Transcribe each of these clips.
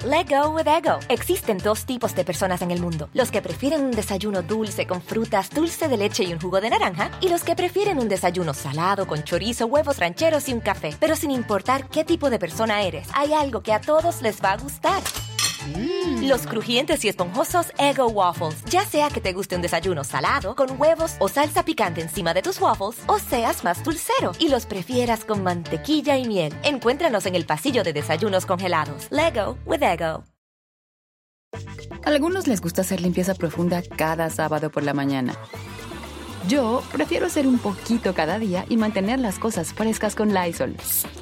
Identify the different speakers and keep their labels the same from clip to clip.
Speaker 1: Let go with Ego. Existen dos tipos de personas en el mundo. Los que prefieren un desayuno dulce con frutas, dulce de leche y un jugo de naranja. Y los que prefieren un desayuno salado con chorizo, huevos rancheros y un café. Pero sin importar qué tipo de persona eres, hay algo que a todos les va a gustar. Los crujientes y esponjosos Eggo Waffles. Ya sea que te guste un desayuno salado, con huevos o salsa picante encima de tus waffles, o seas más dulcero y los prefieras con mantequilla y miel. Encuéntranos en el pasillo de desayunos congelados. Lego with Eggo.
Speaker 2: A algunos les gusta hacer limpieza profunda cada sábado por la mañana. Yo prefiero hacer un poquito cada día y mantener las cosas frescas con Lysol.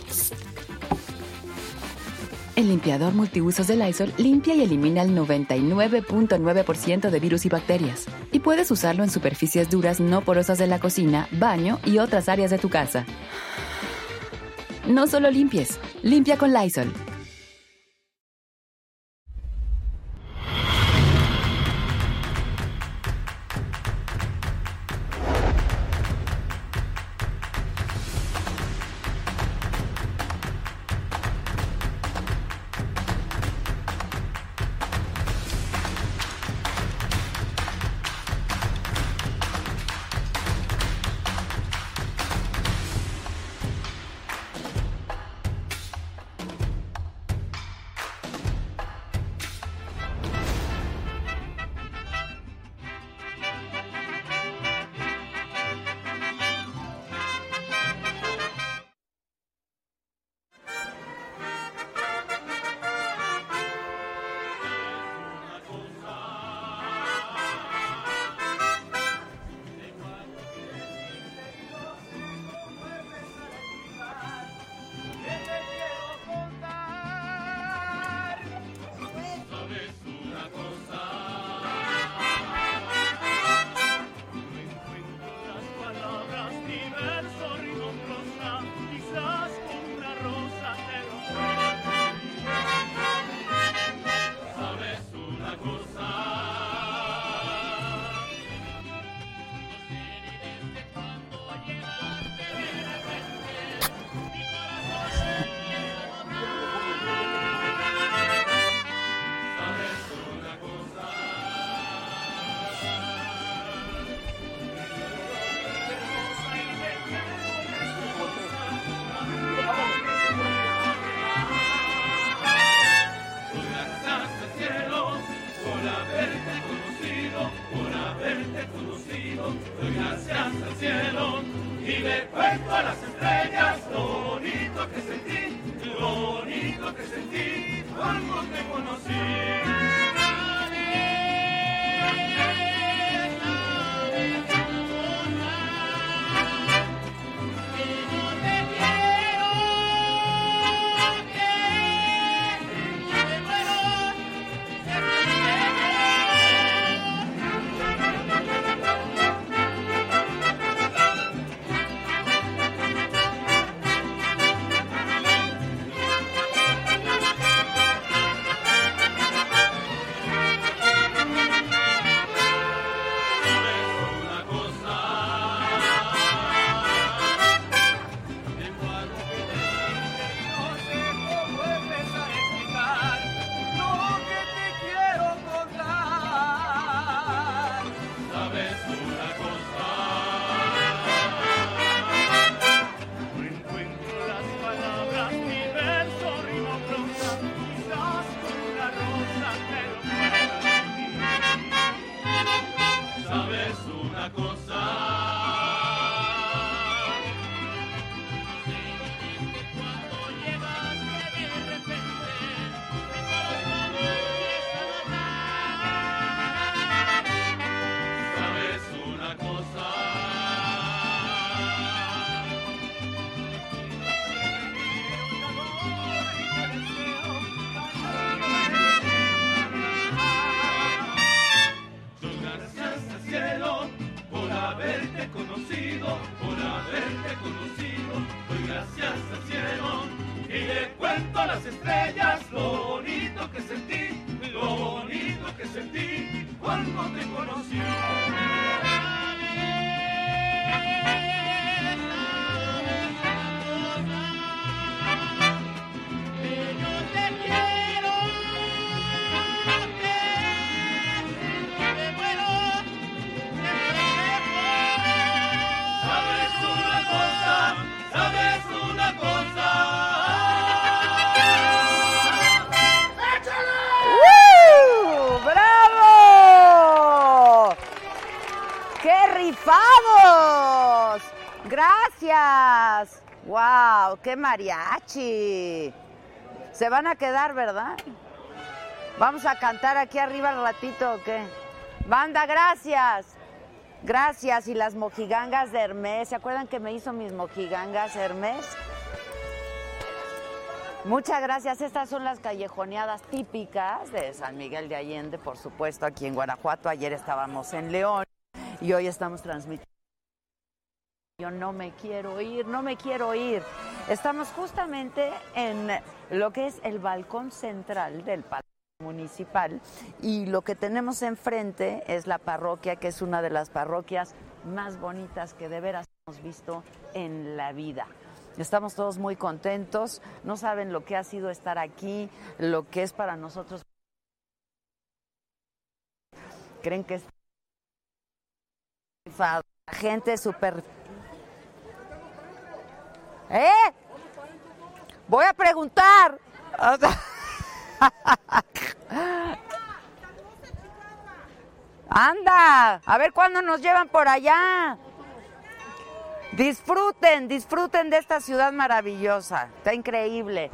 Speaker 2: El limpiador multiusos de Lysol limpia y elimina el 99.9% de virus y bacterias. Y puedes usarlo en superficies duras no porosas de la cocina, baño y otras áreas de tu casa. No solo limpies, limpia con Lysol.
Speaker 3: Gracias. Wow, qué mariachi. Se van a quedar, ¿verdad? Vamos a cantar aquí arriba al ratito, ¿o qué? Banda, gracias. Gracias. Y las mojigangas de Hermes. ¿Se acuerdan que me hizo mis mojigangas Hermes? Muchas gracias. Estas son las callejoneadas típicas de San Miguel de Allende, por supuesto, aquí en Guanajuato. Ayer estábamos en León y hoy estamos transmitiendo. Yo no me quiero ir, no me quiero ir. Estamos justamente en lo que es el balcón central del Palacio Municipal y lo que tenemos enfrente es la parroquia, que es una de las parroquias más bonitas que de veras hemos visto en la vida. Estamos todos muy contentos, no saben lo que ha sido estar aquí, lo que es para nosotros. Creen que es la gente súper... Voy a preguntar. Anda, a ver cuándo nos llevan por allá. Disfruten de esta ciudad maravillosa. Está increíble.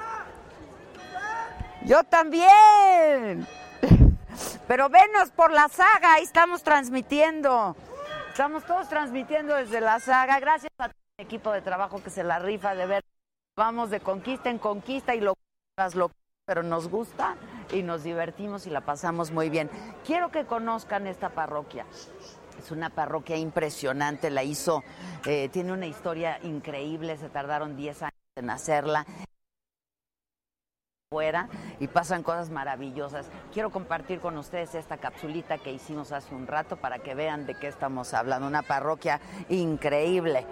Speaker 3: Yo también. Pero venos por la Saga, ahí estamos transmitiendo. Estamos todos transmitiendo desde la Saga. Gracias a todo el equipo de trabajo que se la rifa de ver. Vamos de conquista en conquista y pero nos gusta y nos divertimos y la pasamos muy bien. Quiero que conozcan esta parroquia. Es una parroquia impresionante, la hizo, tiene una historia increíble, se tardaron 10 años en hacerla. Fuera y pasan cosas maravillosas. Quiero compartir con ustedes esta capsulita que hicimos hace un rato para que vean de qué estamos hablando. Una parroquia increíble.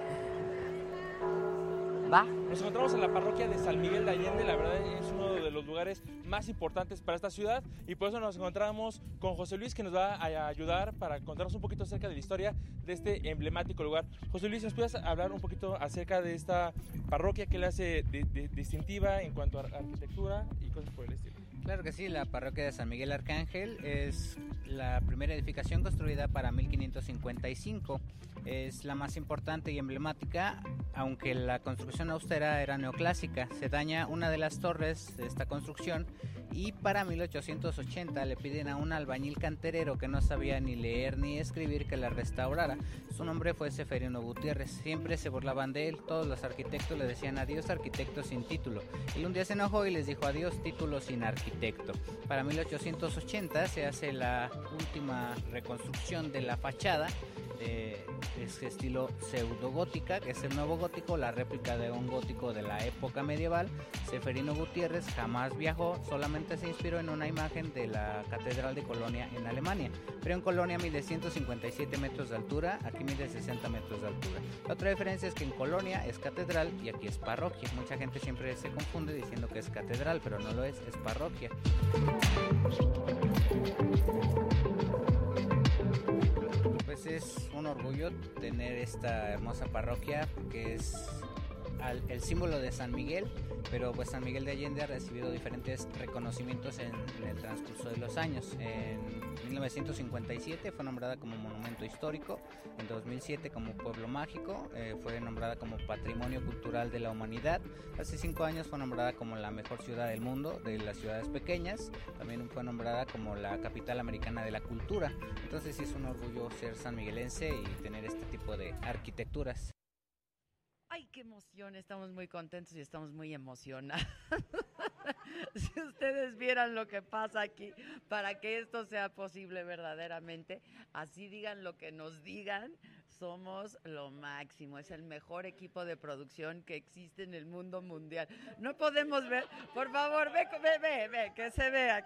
Speaker 3: ¿Va?
Speaker 4: Nos encontramos en la parroquia de San Miguel de Allende, la verdad es uno de los lugares más importantes para esta ciudad y por eso nos encontramos con José Luis, que nos va a ayudar para contarnos un poquito acerca de la historia de este emblemático lugar. José Luis, ¿nos puedes hablar un poquito acerca de esta parroquia que le hace distintiva en cuanto a arquitectura y cosas por el estilo?
Speaker 5: Claro que sí, la parroquia de San Miguel Arcángel es la primera edificación construida para 1555. Es la más importante y emblemática, aunque la construcción austera era neoclásica. Se daña una de las torres de esta construcción y para 1880 le piden a un albañil canterero que no sabía ni leer ni escribir que la restaurara. Su nombre fue Seferino Gutiérrez. Siempre se burlaban de él, todos los arquitectos le decían adiós arquitecto sin título. Él un día se enojó y les dijo adiós título sin arquitecto. Para 1880 se hace la última reconstrucción de la fachada. Es estilo pseudogótica, que es el nuevo gótico, la réplica de un gótico de la época medieval. Seferino Gutiérrez jamás viajó, solamente se inspiró en una imagen de la Catedral de Colonia en Alemania, pero en Colonia mide 157 metros de altura, aquí mide 60 metros de altura. La otra diferencia es que en Colonia es catedral y aquí es parroquia. Mucha gente siempre se confunde diciendo que es catedral, pero no lo es parroquia. Pues es un orgullo tener esta hermosa parroquia porque es el símbolo de San Miguel, pero pues San Miguel de Allende ha recibido diferentes reconocimientos en el transcurso de los años. En 1957 fue nombrada como monumento histórico, en 2007 como pueblo mágico, fue nombrada como patrimonio cultural de la humanidad. Hace 5 años fue nombrada como la mejor ciudad del mundo de las ciudades pequeñas, también fue nombrada como la capital americana de la cultura. Entonces sí es un orgullo ser sanmiguelense y tener este tipo de arquitecturas.
Speaker 3: ¡Ay, qué emoción! Estamos muy contentos y estamos muy emocionados. Si ustedes vieran lo que pasa aquí para que esto sea posible verdaderamente, así digan lo que nos digan, somos lo máximo. Es el mejor equipo de producción que existe en el mundo mundial. No podemos ver, por favor, ve, que se vea.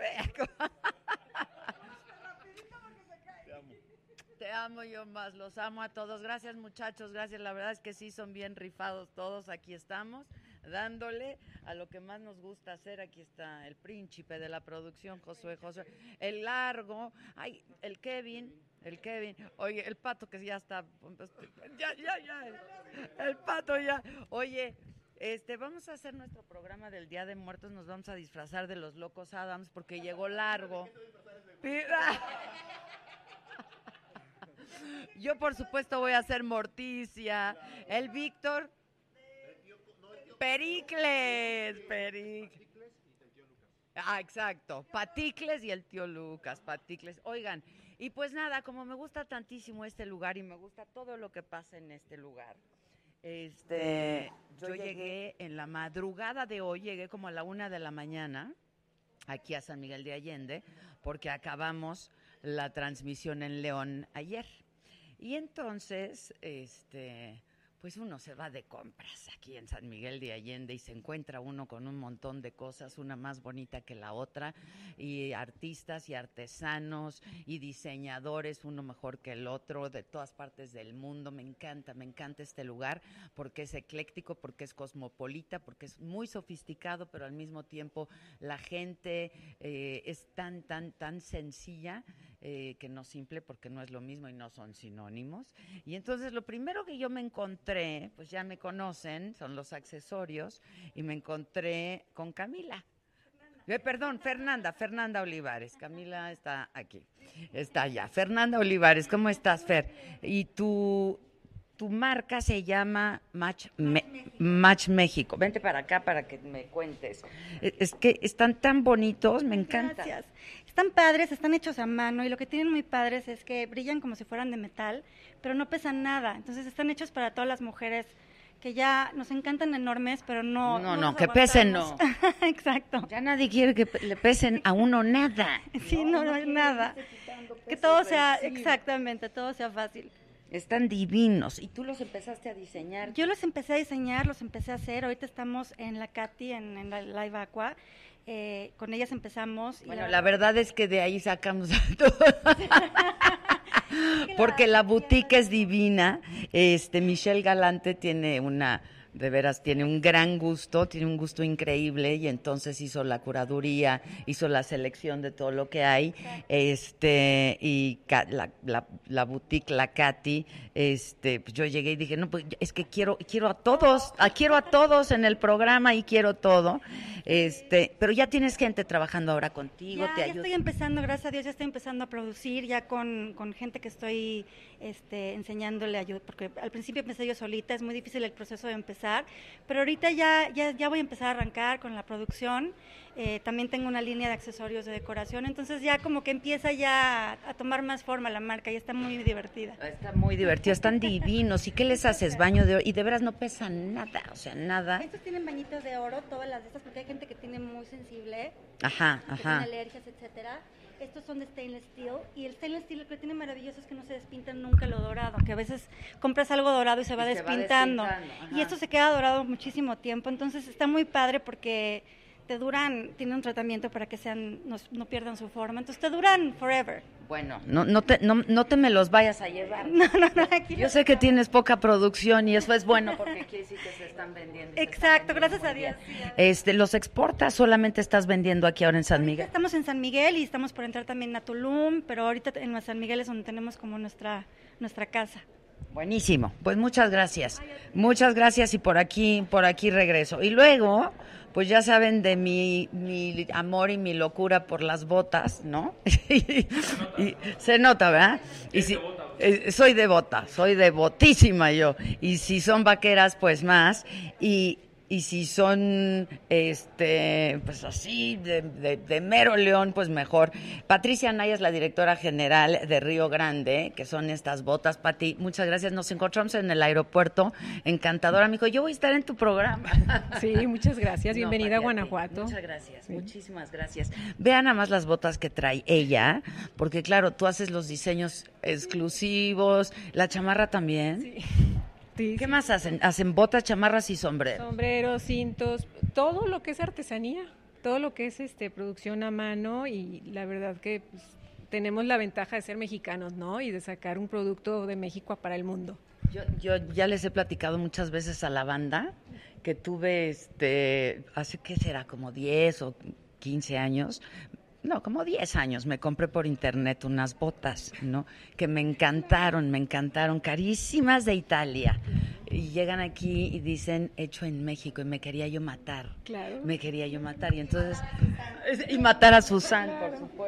Speaker 3: Te amo yo más, los amo a todos. Gracias muchachos, gracias. La verdad es que sí son bien rifados todos. Aquí estamos dándole a lo que más nos gusta hacer. Aquí está el príncipe de la producción, Josué. El largo, ay, el Kevin. Oye, el pato que ya está, ya. El pato ya. Oye, vamos a hacer nuestro programa del Día de Muertos. Nos vamos a disfrazar de los locos Adams porque llegó largo. Yo, por supuesto, voy a ser Morticia. El Víctor. Pericles. Ah, exacto. Paticles y el tío Lucas. Paticles. Oigan, y pues nada, como me gusta tantísimo este lugar y me gusta todo lo que pasa en este lugar, yo llegué en la madrugada de hoy, llegué como a la 1 de la mañana aquí a San Miguel de Allende, porque acabamos la transmisión en León ayer. Y entonces, pues uno se va de compras aquí en San Miguel de Allende y se encuentra uno con un montón de cosas, una más bonita que la otra, y artistas y artesanos y diseñadores, uno mejor que el otro, de todas partes del mundo. Me encanta este lugar porque es ecléctico, porque es cosmopolita, porque es muy sofisticado, pero al mismo tiempo la gente es tan sencilla, que no simple, porque no es lo mismo y no son sinónimos. Y entonces lo primero que yo me encontré, pues ya me conocen, son los accesorios, y me encontré con Camila. Fernanda Olivares. Camila está aquí, está allá. Fernanda Olivares, ¿cómo estás, Fer? Y tu marca se llama Match México. Vente para acá para que me cuentes. Es que están tan bonitos, me encanta.
Speaker 6: Gracias. Están padres, están hechos a mano y lo que tienen muy padres es que brillan como si fueran de metal, pero no pesan nada. Entonces están hechos para todas las mujeres que ya nos encantan enormes, pero no
Speaker 3: que pesen no.
Speaker 6: Exacto.
Speaker 3: Ya nadie quiere que le pesen a uno nada.
Speaker 6: Sí, no es nada. Que todo sea, exactamente, todo sea fácil.
Speaker 3: Están divinos. ¿Y tú los empezaste a diseñar?
Speaker 6: Yo los empecé a diseñar, los empecé a hacer. Ahorita estamos en la Katy, en la Live Aqua. Con ellas empezamos.
Speaker 3: Bueno, la verdad es que de ahí sacamos a todo. Porque la boutique es divina. Michelle Galante tiene de veras, tiene un gran gusto, tiene un gusto increíble, y entonces hizo la curaduría, hizo la selección de todo lo que hay, y la boutique, la Katy, pues yo llegué y dije, no, pues es que quiero a todos en el programa y quiero todo, pero ya tienes gente trabajando ahora contigo,
Speaker 6: ya estoy empezando, gracias a Dios, ya estoy empezando a producir, ya con gente que estoy enseñándole ayuda, porque al principio empecé yo solita, es muy difícil el proceso de empezar, pero ahorita ya voy a empezar a arrancar con la producción. También tengo una línea de accesorios de decoración, entonces ya como que empieza ya a tomar más forma la marca y está muy divertida.
Speaker 3: Está muy divertida, están divinos. ¿Y qué les haces? Baño de oro, y de veras no pesan nada, o sea, nada.
Speaker 6: Estos tienen bañitos de oro, todas las de estas, porque hay gente que tiene muy sensible,
Speaker 3: ajá.
Speaker 6: que tiene alergias, etcétera. Estos son de stainless steel, y el stainless steel lo que tiene maravilloso es que no se despinta nunca lo dorado, que a veces compras algo dorado y se va despintando. Y esto se queda dorado muchísimo tiempo, entonces está muy padre porque tienen un tratamiento para que no pierdan su forma, entonces te duran forever.
Speaker 3: Bueno, no te me los vayas a llevar.
Speaker 6: No, aquí
Speaker 3: yo sé que tienes poca producción y eso es bueno porque quiere decir que se están vendiendo.
Speaker 6: Exacto, gracias a Dios.
Speaker 3: ¿Los exportas? ¿Solamente estás vendiendo aquí ahora en San Miguel?
Speaker 6: Estamos en San Miguel y estamos por entrar también a Tulum, pero ahorita en San Miguel es donde tenemos como nuestra casa.
Speaker 3: Buenísimo, pues muchas gracias y por aquí regreso. Y luego, pues ya saben de mi amor y mi locura por las botas, ¿no? y se nota, ¿verdad? Y si, soy devotísima yo, y si son vaqueras, pues más, y si son, pues así, de mero león, pues mejor. Patricia Anaya es la directora general de Río Grande, que son estas botas. Pati, muchas gracias. Nos encontramos en el aeropuerto, encantadora. Me dijo, yo voy a estar en tu programa.
Speaker 7: Sí, muchas gracias. Bienvenida a Guanajuato.
Speaker 3: Muchas gracias,
Speaker 7: sí.
Speaker 3: Muchísimas gracias. Vean nada más las botas que trae ella, porque claro, tú haces los diseños exclusivos, la chamarra también.
Speaker 7: Sí. Sí,
Speaker 3: ¿Qué más hacen? Hacen botas, chamarras y sombreros.
Speaker 7: Sombreros, cintos, todo lo que es artesanía, todo lo que es producción a mano, y la verdad que pues, tenemos la ventaja de ser mexicanos, ¿no? Y de sacar un producto de México para el mundo.
Speaker 3: Yo ya les he platicado muchas veces a la banda que tuve, hace, ¿qué será? Como 10 o 15 años. No, como 10 años me compré por internet unas botas, ¿no? Que me encantaron, carísimas, de Italia. Y llegan aquí y dicen, hecho en México, y me quería yo matar.
Speaker 7: Claro.
Speaker 3: Me quería yo matar, y entonces... Y matar a Susan, por supuesto, porque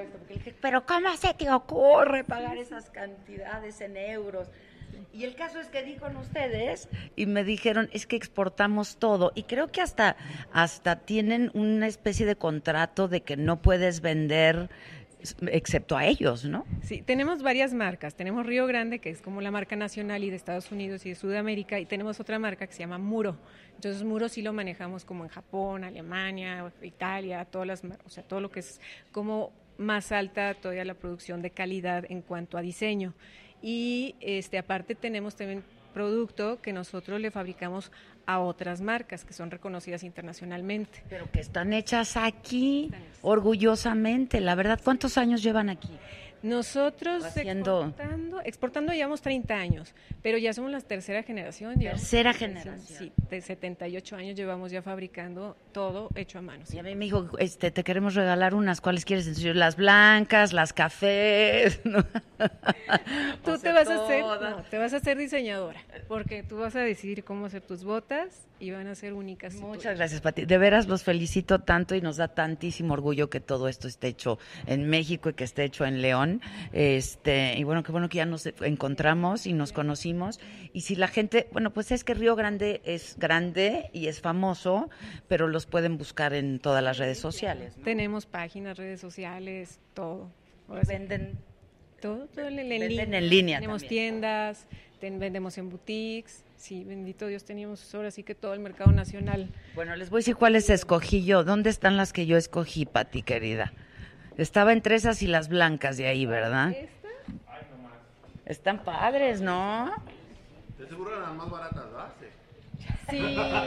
Speaker 3: dije, pero ¿cómo se te ocurre pagar esas cantidades en euros? Y el caso es que di con ustedes y me dijeron, es que exportamos todo. Y creo que hasta tienen una especie de contrato de que no puedes vender excepto a ellos, ¿no?
Speaker 7: Sí, tenemos varias marcas. Tenemos Río Grande, que es como la marca nacional y de Estados Unidos y de Sudamérica, y tenemos otra marca que se llama Muro. Entonces Muro sí lo manejamos como en Japón, Alemania, Italia, todo lo que es como más alta todavía la producción de calidad en cuanto a diseño. Y aparte tenemos también producto que nosotros le fabricamos a otras marcas que son reconocidas internacionalmente.
Speaker 3: Pero que están hechas aquí, orgullosamente. La verdad, ¿cuántos años llevan aquí?
Speaker 7: Nosotros exportando llevamos 30 años, pero ya somos la tercera generación.
Speaker 3: ¿Tercera generación?
Speaker 7: Sí, de 78 años llevamos ya fabricando todo hecho a mano. Sí.
Speaker 3: Y a mí me dijo, te queremos regalar unas, ¿cuáles quieres? Entonces, las blancas, las cafés. ¿No?
Speaker 7: Tú te vas a hacer diseñadora, porque tú vas a decidir cómo hacer tus botas y van a ser únicas.
Speaker 3: Muchas gracias, Pati. De veras los felicito tanto y nos da tantísimo orgullo que todo esto esté hecho en México y que esté hecho en León. Y bueno, qué bueno que ya nos encontramos y nos conocimos. Y si la gente, bueno, pues es que Río Grande es grande y es famoso, pero los pueden buscar en todas las redes sociales, ¿no?
Speaker 7: Tenemos páginas, redes sociales, todo.
Speaker 3: Venden
Speaker 7: todo en
Speaker 3: línea.
Speaker 7: Tenemos
Speaker 3: también.
Speaker 7: Tiendas, vendemos en boutiques. Sí, bendito Dios, teníamos ahora sí que todo el mercado nacional.
Speaker 3: Bueno, les voy a decir cuáles escogí yo. ¿Dónde están las que yo escogí, Pati, querida? Estaba entre esas y las blancas de ahí, ¿verdad?
Speaker 7: ¿Esta?
Speaker 3: Están padres, ¿no?
Speaker 8: De seguro eran las más baratas, ¿verdad?
Speaker 7: Sí.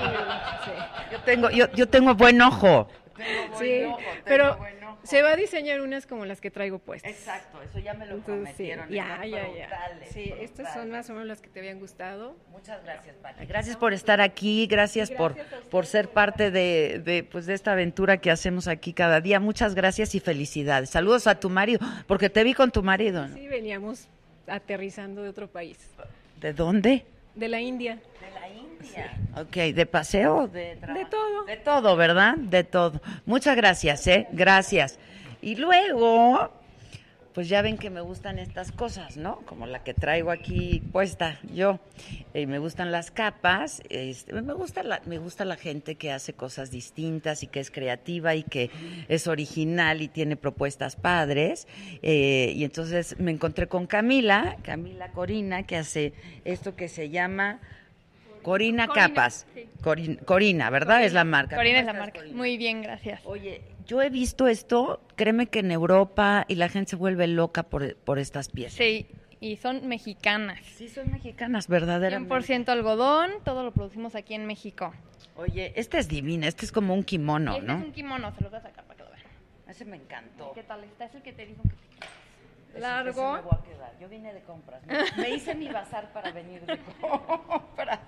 Speaker 3: Yo tengo buen ojo.
Speaker 7: Sí, pero se va a diseñar unas como las que traigo puestas.
Speaker 3: Exacto, eso ya me lo
Speaker 7: prometieron.
Speaker 3: Sí,
Speaker 7: ya. Sí, estas son más o menos las que te habían gustado.
Speaker 3: Muchas gracias, Pati. Gracias por estar aquí, gracias por ser parte de esta aventura que hacemos aquí cada día. Muchas gracias y felicidades. Saludos a tu marido, porque te vi con tu marido, ¿no?
Speaker 7: Sí, veníamos aterrizando de otro país.
Speaker 3: ¿De dónde?
Speaker 7: De la India.
Speaker 3: De la India. Sí. Ok, ¿de paseo? De
Speaker 7: todo.
Speaker 3: De todo, ¿verdad? De todo. Muchas gracias, Gracias. Y luego, pues ya ven que me gustan estas cosas, ¿no? Como la que traigo aquí puesta yo. Me gustan las capas. Me gusta la gente que hace cosas distintas y que es creativa y que es original y tiene propuestas padres. Y entonces me encontré con Camila Corina, que hace esto que se llama Corina Capas. Sí. Corina, ¿verdad? Corina, es la marca.
Speaker 9: Corina es la marca. Corina? Muy bien, gracias.
Speaker 3: Oye, yo he visto esto, créeme que en Europa y la gente se vuelve loca por estas piezas.
Speaker 9: Sí, y son mexicanas.
Speaker 3: Sí, son mexicanas, verdaderamente.
Speaker 9: 100% algodón, todo lo producimos aquí en México.
Speaker 3: Oye, esta es divina, este es como un kimono,
Speaker 9: este
Speaker 3: ¿no?
Speaker 9: Es un kimono, se los voy a sacar para que lo vean.
Speaker 3: Ese me encantó.
Speaker 9: ¿Qué tal está? Es el que te dijo que te quieres. Largo.
Speaker 3: Ese me voy a quedar. Yo vine de compras. Me hice mi bazar para venir de compras.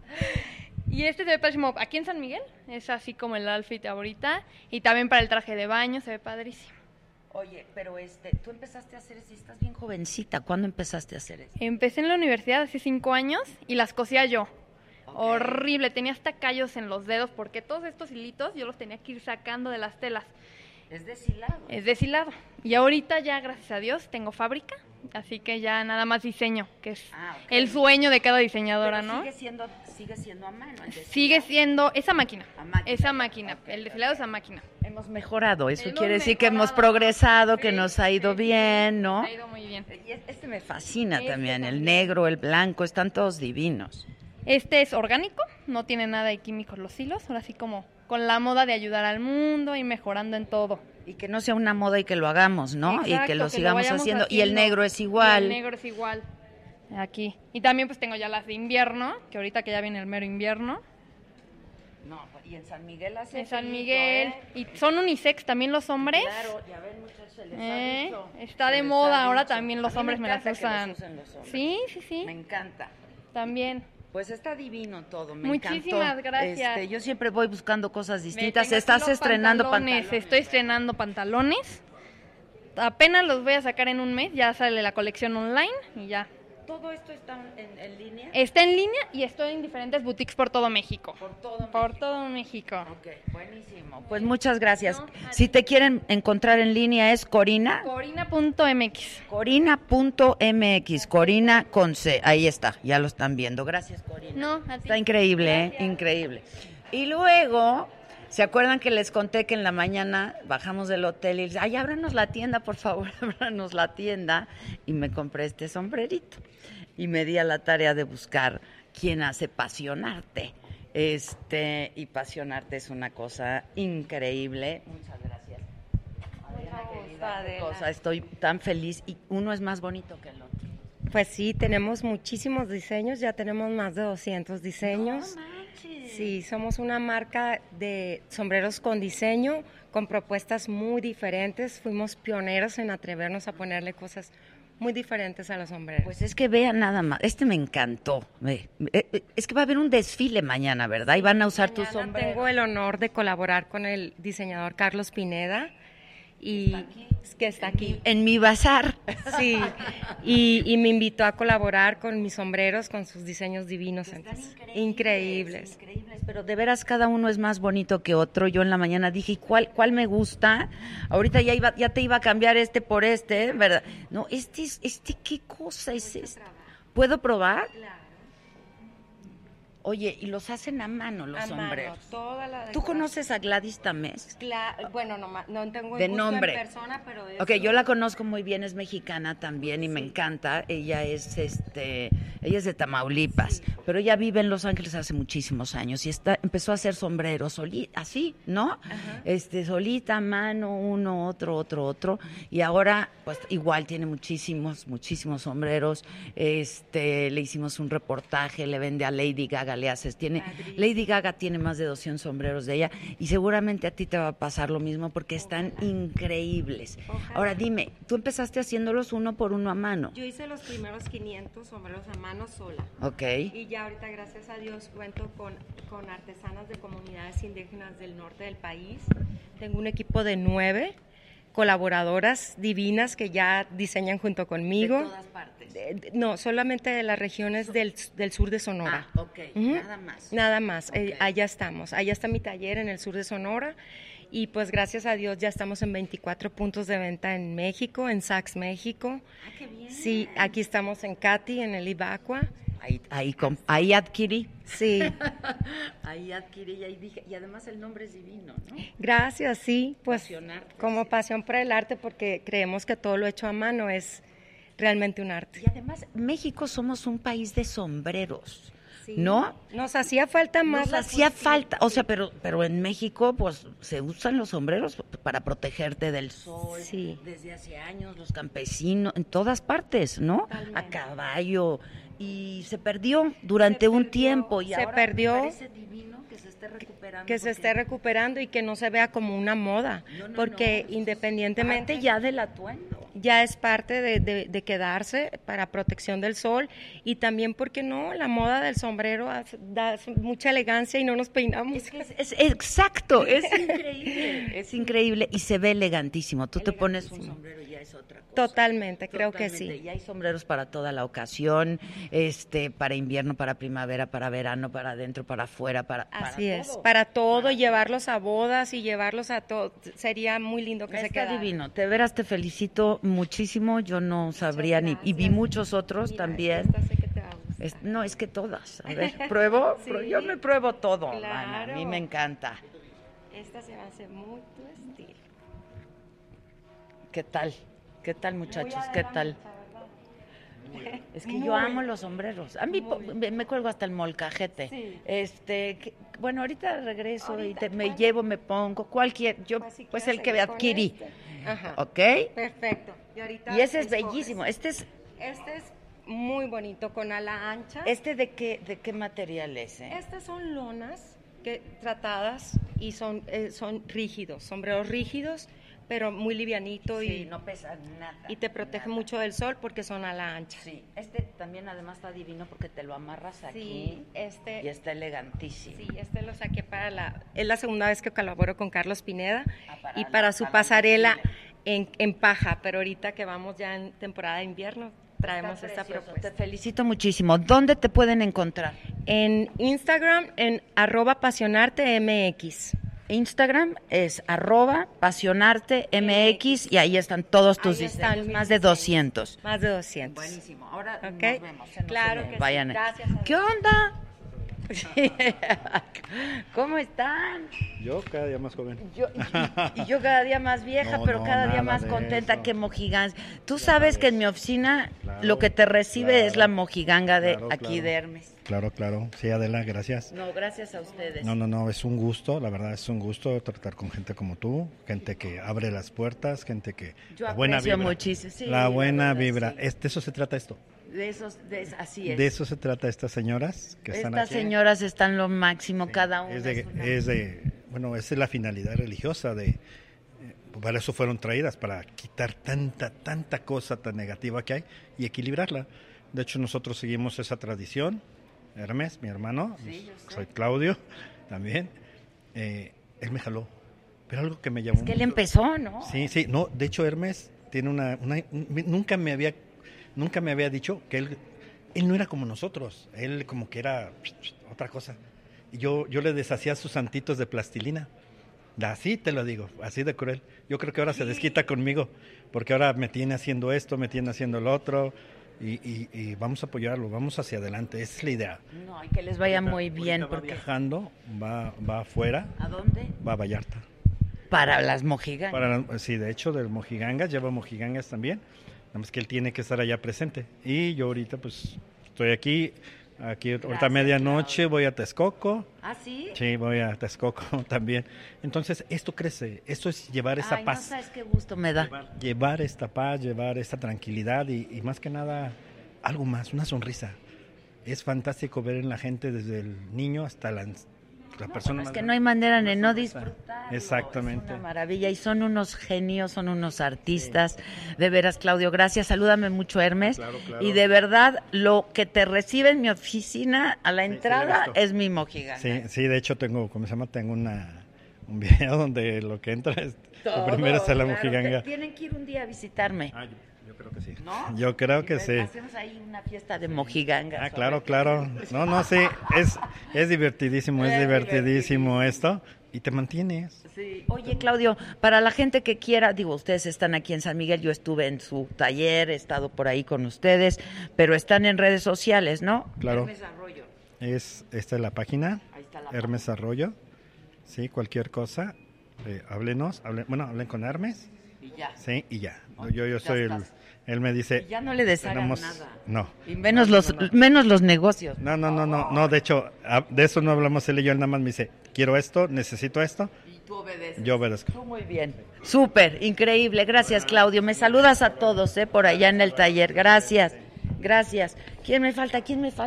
Speaker 9: Y este se ve padrísimo aquí en San Miguel, es así como el outfit ahorita, y también para el traje de baño se ve padrísimo.
Speaker 3: Oye, pero tú empezaste a hacer eso, estás bien jovencita, ¿cuándo empezaste a hacer eso?
Speaker 9: Empecé en la universidad hace 5 años y las cosía yo. Okay. Horrible, tenía hasta callos en los dedos porque todos estos hilitos yo los tenía que ir sacando de las telas.
Speaker 3: ¿Es deshilado?
Speaker 9: Es deshilado. Y ahorita ya, gracias a Dios, tengo fábrica, así que ya nada más diseño, que es el sueño de cada diseñadora,
Speaker 3: pero
Speaker 9: ¿no?
Speaker 3: Sigue siendo a mano.
Speaker 9: Sigue siendo esa máquina. Esa máquina, okay. El deshilado es a máquina.
Speaker 3: Hemos mejorado, eso quiere decir que hemos progresado, sí, que nos ha ido bien, ¿no?
Speaker 9: Nos ha ido muy bien.
Speaker 3: Y me fascina también, el negro, el blanco, están todos divinos.
Speaker 9: Este es orgánico, no tiene nada de químicos los hilos, ahora sí como con la moda de ayudar al mundo y mejorando en todo.
Speaker 3: Y que no sea una moda y que lo hagamos, ¿no?
Speaker 9: Exacto,
Speaker 3: y que lo sigamos haciendo. Y el negro es igual.
Speaker 9: El negro es igual. Aquí. Y también pues tengo ya las de invierno, que ahorita que ya viene el mero invierno.
Speaker 3: No, y en San Miguel hace
Speaker 9: En San Miguel. Y son unisex también los hombres.
Speaker 3: Claro, ya ven, muchachos, se les ha dicho.
Speaker 9: Está de moda, ahora también los hombres me las usan. Sí.
Speaker 3: Me encanta.
Speaker 9: También.
Speaker 3: Pues está divino todo, me
Speaker 9: Muchísimas
Speaker 3: encantó.
Speaker 9: Gracias.
Speaker 3: Yo siempre voy buscando cosas distintas. Estás estrenando pantalones.
Speaker 9: Estoy estrenando pantalones. Apenas los voy a sacar en un mes, ya sale la colección online y ya.
Speaker 3: todo esto está en línea.
Speaker 9: Está en línea y estoy en diferentes boutiques por todo México.
Speaker 3: Por
Speaker 9: todo México.
Speaker 3: Ok, buenísimo. Pues muchas gracias. Si te quieren encontrar en línea es Corina.
Speaker 9: Corina.mx.
Speaker 3: Corina.mx. Corina con C. Ahí está, ya lo están viendo. Gracias, Corina.
Speaker 9: No, a ti.
Speaker 3: Está increíble,
Speaker 9: Gracias.
Speaker 3: increíble. Y luego, ¿se acuerdan que les conté que en la mañana bajamos del hotel y les dije, ay, ábranos la tienda, por favor, ábranos la tienda? Y me compré este sombrerito. Y me di a la tarea de buscar quién hace Pasionarte. Y Pasionarte es una cosa increíble. Muchas gracias. Adriana, querida, qué cosa, estoy tan feliz y uno es más bonito que el otro.
Speaker 10: Pues sí, tenemos muchísimos diseños, ya tenemos más de 200 diseños.
Speaker 3: No manches.
Speaker 10: Sí, somos una marca de sombreros con diseño, con propuestas muy diferentes. Fuimos pioneros en atrevernos a ponerle cosas muy diferentes a los sombreros.
Speaker 3: Pues es que vean nada más, me encantó. Es que va a haber un desfile mañana, ¿verdad? Y van a usar tus
Speaker 10: Mañana
Speaker 3: sombreros.
Speaker 10: tengo el honor de colaborar con el diseñador Carlos Pineda. Y que está aquí
Speaker 3: en mi bazar.
Speaker 10: Sí, y me invitó a colaborar con mis sombreros, con sus diseños divinos. Entonces, increíbles.
Speaker 3: Pero de veras cada uno es más bonito que otro. Yo en la mañana dije, ¿y cuál me gusta? Ahorita ya te iba a cambiar por ¿verdad? No, ¿qué cosa es este? ¿Puedo probar?
Speaker 10: Claro.
Speaker 3: Oye, y los hacen a mano los sombreros.
Speaker 10: Toda
Speaker 3: ¿Tú conoces a Gladys Tamés?
Speaker 10: Bueno, no tengo
Speaker 3: de
Speaker 10: el gusto
Speaker 3: nombre.
Speaker 10: en persona, pero
Speaker 3: Ok, yo la conozco muy bien, es mexicana también y me encanta. Ella es de Tamaulipas, pero ella vive en Los Ángeles hace muchísimos años y empezó a hacer sombreros así, ¿no? Ajá. Solita, a mano, uno, otro, y ahora pues igual tiene muchísimos sombreros. Le hicimos un reportaje, le vende a Lady Gaga, Lady Gaga tiene más de 200 sombreros de ella y seguramente a ti te va a pasar lo mismo porque están increíbles. Ojalá. Ahora dime, ¿tú empezaste haciéndolos uno por uno a mano?
Speaker 10: Yo hice los primeros 500 sombreros a mano sola.
Speaker 3: Ok.
Speaker 10: Y ya ahorita, gracias a Dios, cuento con artesanas de comunidades indígenas del norte del país. Tengo un equipo de 9 colaboradoras divinas que ya diseñan junto conmigo.
Speaker 3: ¿De todas partes?
Speaker 10: No, solamente de las regiones del sur de Sonora.
Speaker 3: Ah, ok, nada más.
Speaker 10: Nada más,
Speaker 3: Okay.
Speaker 10: Allá estamos. Allá está mi taller en el sur de Sonora y pues gracias a Dios ya estamos en 24 puntos de venta en México, en Saks México.
Speaker 3: Ah, qué bien.
Speaker 10: Sí, aquí estamos en Cati, en el Ibacua.
Speaker 3: Ahí adquirí.
Speaker 10: Sí.
Speaker 3: Ahí adquirí y ahí dije, y además el nombre es divino, ¿no?
Speaker 10: Gracias, sí, pues
Speaker 3: Pasionarte,
Speaker 10: como
Speaker 3: sí.
Speaker 10: pasión por el arte, porque creemos que todo lo hecho a mano es realmente un arte.
Speaker 3: Y además, México somos un país de sombreros. Sí. ¿No?
Speaker 10: Nos hacía falta más.
Speaker 3: Nos hacía falta, o sea, pero en México pues se usan los sombreros para protegerte del sol.
Speaker 10: Sí.
Speaker 3: Desde hace años los campesinos, en todas partes, ¿no?
Speaker 10: Totalmente.
Speaker 3: A caballo. Y se perdió durante un tiempo. Y
Speaker 10: se
Speaker 3: ahora
Speaker 10: perdió.
Speaker 3: Me parece divino que se esté recuperando.
Speaker 10: Que se esté recuperando y que no se vea como una moda. Porque independientemente
Speaker 3: es ya del atuendo.
Speaker 10: Ya es parte de quedarse para protección del sol y también, porque no, la moda del sombrero da mucha elegancia y no nos peinamos.
Speaker 3: Es exacto, es increíble. Es increíble y se ve elegantísimo. Tú te pones un sombrero y ya es otra cosa.
Speaker 10: Totalmente, creo que sí.
Speaker 3: Y hay sombreros para toda la ocasión, para invierno, para primavera, para verano, para adentro, para afuera,
Speaker 10: Así
Speaker 3: para
Speaker 10: es,
Speaker 3: todo.
Speaker 10: para todo, llevarlos a bodas y llevarlos a todo. Sería muy lindo que se quedara.
Speaker 3: Está divino, de veras te felicito muchísimo, yo no sabría y vi muchos otros. Mira, también.
Speaker 10: Esta sé que te va a gustar.
Speaker 3: No, es que todas, a ver, ¿pruebo?
Speaker 10: Sí,
Speaker 3: yo me pruebo todo,
Speaker 10: claro.
Speaker 3: Ana, a mí me encanta.
Speaker 10: Esta se va a hacer muy tu estilo.
Speaker 3: ¿Qué tal, muchachos? ¿Qué tal? Es que yo amo los sombreros. A mí me cuelgo hasta el molcajete. Sí. Bueno, ahorita regreso y me llevo, me pongo cualquier, pues el que adquirí.
Speaker 10: Ajá.
Speaker 3: ¿Ok?
Speaker 10: Perfecto.
Speaker 3: Y ese es bellísimo. Este es
Speaker 10: muy bonito, con ala ancha.
Speaker 3: ¿De qué material es?
Speaker 10: Estas son lonas tratadas y son rígidos, sombreros rígidos, pero muy livianito y
Speaker 3: no pesa nada.
Speaker 10: Y te protege mucho del sol porque son ala ancha.
Speaker 3: Sí, también además está divino porque te lo amarras aquí.
Speaker 10: Sí,
Speaker 3: y está elegantísimo.
Speaker 10: Sí, lo saqué es la segunda vez que colaboro con Carlos Pineda para su pasarela en paja, pero ahorita que vamos ya en temporada de invierno, traemos
Speaker 3: Está
Speaker 10: esta
Speaker 3: precioso,
Speaker 10: propuesta.
Speaker 3: Te felicito muchísimo. ¿Dónde te pueden encontrar?
Speaker 10: En Instagram, en @pasionartemx.
Speaker 3: Instagram es @pasionartemx y ahí están todos tus
Speaker 10: Ahí están
Speaker 3: diseños,
Speaker 10: mis
Speaker 3: más de 200.
Speaker 10: Más de 200.
Speaker 3: Buenísimo. Ahora
Speaker 10: Ok.
Speaker 3: nos vemos.
Speaker 10: Claro que sí.
Speaker 3: Vayan.
Speaker 10: Gracias.
Speaker 3: ¿Qué onda? ¿Cómo están?
Speaker 8: Yo cada día más joven.
Speaker 3: Y yo cada día más vieja,
Speaker 8: No,
Speaker 3: pero
Speaker 8: no,
Speaker 3: cada día
Speaker 8: nada
Speaker 3: más
Speaker 8: de
Speaker 3: contenta
Speaker 8: eso.
Speaker 3: que mojiganga. Tú sabes que en mi oficina
Speaker 8: Claro,
Speaker 3: lo que te recibe
Speaker 8: claro,
Speaker 3: es la mojiganga de
Speaker 8: claro,
Speaker 3: aquí
Speaker 8: claro.
Speaker 3: de Hermes.
Speaker 8: Claro. Sí, Adela, gracias.
Speaker 3: No, gracias a ustedes.
Speaker 8: No, es un gusto, la verdad es un gusto tratar con gente como tú, gente que abre las puertas, gente que...
Speaker 3: Yo
Speaker 8: la buena
Speaker 3: aprecio
Speaker 8: vibra.
Speaker 3: muchísimo. Sí,
Speaker 8: la buena
Speaker 3: verdad,
Speaker 8: vibra.
Speaker 3: sí.
Speaker 8: De eso se trata esto.
Speaker 3: Así es.
Speaker 8: De eso se trata estas señoras que están
Speaker 3: Estas
Speaker 8: aquí.
Speaker 3: señoras están lo máximo, cada una.
Speaker 8: Bueno, esa es la finalidad religiosa para eso fueron traídas, para quitar tanta cosa tan negativa que hay y equilibrarla. De hecho, nosotros seguimos esa tradición. Hermes, mi hermano,
Speaker 3: Sí, yo sé.
Speaker 8: soy Claudio, también. Él me jaló, pero algo que me llamó
Speaker 3: Es que él
Speaker 8: mucho-
Speaker 3: empezó, ¿no?
Speaker 8: Sí, no, de hecho Hermes tiene nunca me había dicho que él no era como nosotros, él como que era otra cosa. Y yo le deshacía sus santitos de plastilina. Así te lo digo, así de cruel. Yo creo que ahora se desquita conmigo, porque ahora me tiene haciendo esto, me tiene haciendo lo otro, y vamos a apoyarlo, vamos hacia adelante, esa es la idea.
Speaker 3: No, y que les vaya muy bien.
Speaker 8: Ahorita va
Speaker 3: Porque
Speaker 8: viajando, va afuera,
Speaker 3: ¿A dónde?
Speaker 8: va a Vallarta.
Speaker 3: Para las mojigangas.
Speaker 8: Sí, de hecho, del mojigangas, lleva mojigangas también, nada más que él tiene que estar allá presente. Y yo ahorita pues estoy aquí ahorita a medianoche voy a Texcoco.
Speaker 3: ¿Ah, sí?
Speaker 8: Sí, voy a Texcoco también. Entonces, esto crece, esto es llevar esa
Speaker 3: Ay,
Speaker 8: paz.
Speaker 3: no sabes qué gusto me da.
Speaker 8: Llevar esta paz, llevar esta tranquilidad y más que nada, algo más, una sonrisa. Es fantástico ver en la gente desde el niño hasta la persona
Speaker 3: Es
Speaker 8: más
Speaker 3: que
Speaker 8: grande.
Speaker 3: no hay manera de no
Speaker 8: sonrisa.
Speaker 3: disfrutar.
Speaker 8: Exactamente.
Speaker 3: Es una maravilla y son unos genios, son unos artistas. De veras, Claudio, gracias. Salúdame mucho, Hermes.
Speaker 8: Claro.
Speaker 3: Y de verdad, lo que te recibe en mi oficina a la entrada
Speaker 8: visto.
Speaker 3: es mi mojiganga.
Speaker 8: Sí, de hecho tengo, ¿cómo se llama? Tengo un video donde lo que entra es, lo primero es la
Speaker 3: Claro,
Speaker 8: mojiganga.
Speaker 3: Tienen que ir un día a visitarme.
Speaker 8: Yo creo que sí.
Speaker 3: ¿No?
Speaker 8: Yo creo que
Speaker 3: Y
Speaker 8: sí.
Speaker 3: hacemos ahí una fiesta de mojigangas.
Speaker 8: Claro. No, sí, es divertidísimo, es divertidísimo esto y te mantienes.
Speaker 3: Sí. Oye, Claudio, para la gente que quiera, digo, ustedes están aquí en San Miguel, yo estuve en su taller, he estado por ahí con ustedes, pero están en redes sociales, ¿no?
Speaker 8: Claro.
Speaker 3: Hermes Arroyo.
Speaker 8: Esta es la página,
Speaker 3: Ahí está la
Speaker 8: Hermes Arroyo. Sí, cualquier cosa, hablen con Hermes.
Speaker 3: Y ya.
Speaker 8: Sí, y ya.
Speaker 3: Oh,
Speaker 8: Yo
Speaker 3: ya
Speaker 8: soy
Speaker 3: estás.
Speaker 8: él me dice.
Speaker 3: Y ya no le deshagan
Speaker 8: tenemos-
Speaker 3: nada.
Speaker 8: No.
Speaker 3: Y menos los negocios.
Speaker 8: No, de hecho, de eso no hablamos él y yo, él nada más me dice, quiero esto, necesito esto,
Speaker 3: Y tú obedeces.
Speaker 8: yo obedezco.
Speaker 3: Tú muy bien. Súper, increíble. Gracias, Claudio. Me saludas a todos, por allá en el taller. Gracias. ¿Quién me falta?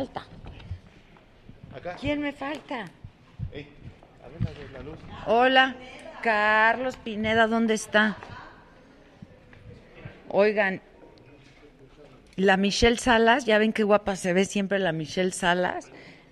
Speaker 8: Acá.
Speaker 3: ¿Quién me falta?
Speaker 8: A ver, la luz.
Speaker 3: Hola, Carlos Pineda, ¿dónde está? Oigan, la Michelle Salas, ya ven qué guapa se ve siempre la Michelle Salas.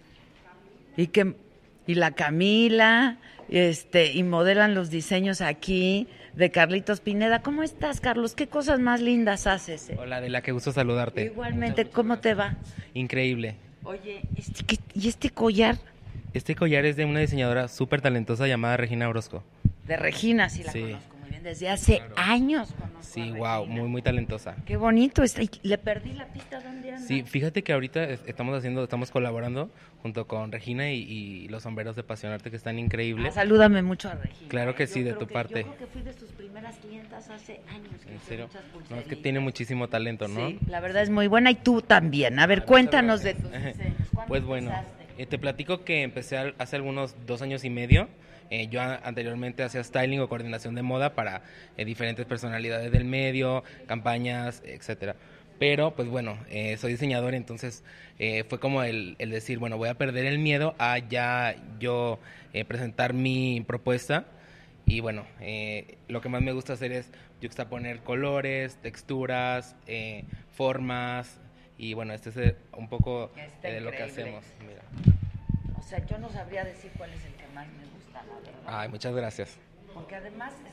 Speaker 3: Y la Camila, y modelan los diseños aquí de Carlitos Pineda. ¿Cómo estás, Carlos? ¿Qué cosas más lindas haces?
Speaker 11: Hola, Adela, qué gusto saludarte.
Speaker 3: Igualmente, ¿cómo te va?
Speaker 11: Increíble.
Speaker 3: Oye, ¿y este collar?
Speaker 11: Este collar es de una diseñadora súper talentosa llamada Regina Orozco.
Speaker 3: De Regina, sí la
Speaker 11: Sí.
Speaker 3: conozco muy bien, desde hace años conozco
Speaker 11: Sí,
Speaker 3: a
Speaker 11: wow,
Speaker 3: Regina.
Speaker 11: muy talentosa.
Speaker 3: Qué bonito está. Y le perdí la pista, ¿dónde anda?
Speaker 11: Sí, fíjate que ahorita estamos colaborando junto con Regina y los sombreros de Pasionarte que están increíbles.
Speaker 3: Salúdame mucho a Regina.
Speaker 11: Claro que
Speaker 3: Yo
Speaker 11: sí, de
Speaker 3: creo
Speaker 11: tu
Speaker 3: que-
Speaker 11: parte.
Speaker 3: Yo creo que fui de sus primeras clientas hace años. Que
Speaker 11: ¿En
Speaker 3: hice
Speaker 11: serio?
Speaker 3: muchas
Speaker 11: No, es que
Speaker 3: pulseritas.
Speaker 11: tiene muchísimo talento, ¿no?
Speaker 3: Sí, la verdad es muy buena y tú también. A ver, cuéntanos de tus diseños. ¿Cuándo
Speaker 11: Pues bueno,
Speaker 3: empezaste?
Speaker 11: te platico que empecé hace algunos 2 años y medio. Yo anteriormente hacía styling o coordinación de moda para diferentes personalidades del medio, campañas, etcétera. Pero, pues bueno, soy diseñador, entonces fue como el decir, bueno, voy a perder el miedo a ya yo presentar mi propuesta. Y bueno, lo que más me gusta hacer es juxtaponer colores, texturas, formas. Y bueno, este es un poco
Speaker 3: Está
Speaker 11: de lo que
Speaker 3: increíble.
Speaker 11: hacemos. Mira.
Speaker 3: O sea, yo no sabría decir cuál es el que más me gusta, la verdad.
Speaker 11: Ay, muchas gracias.
Speaker 3: Porque además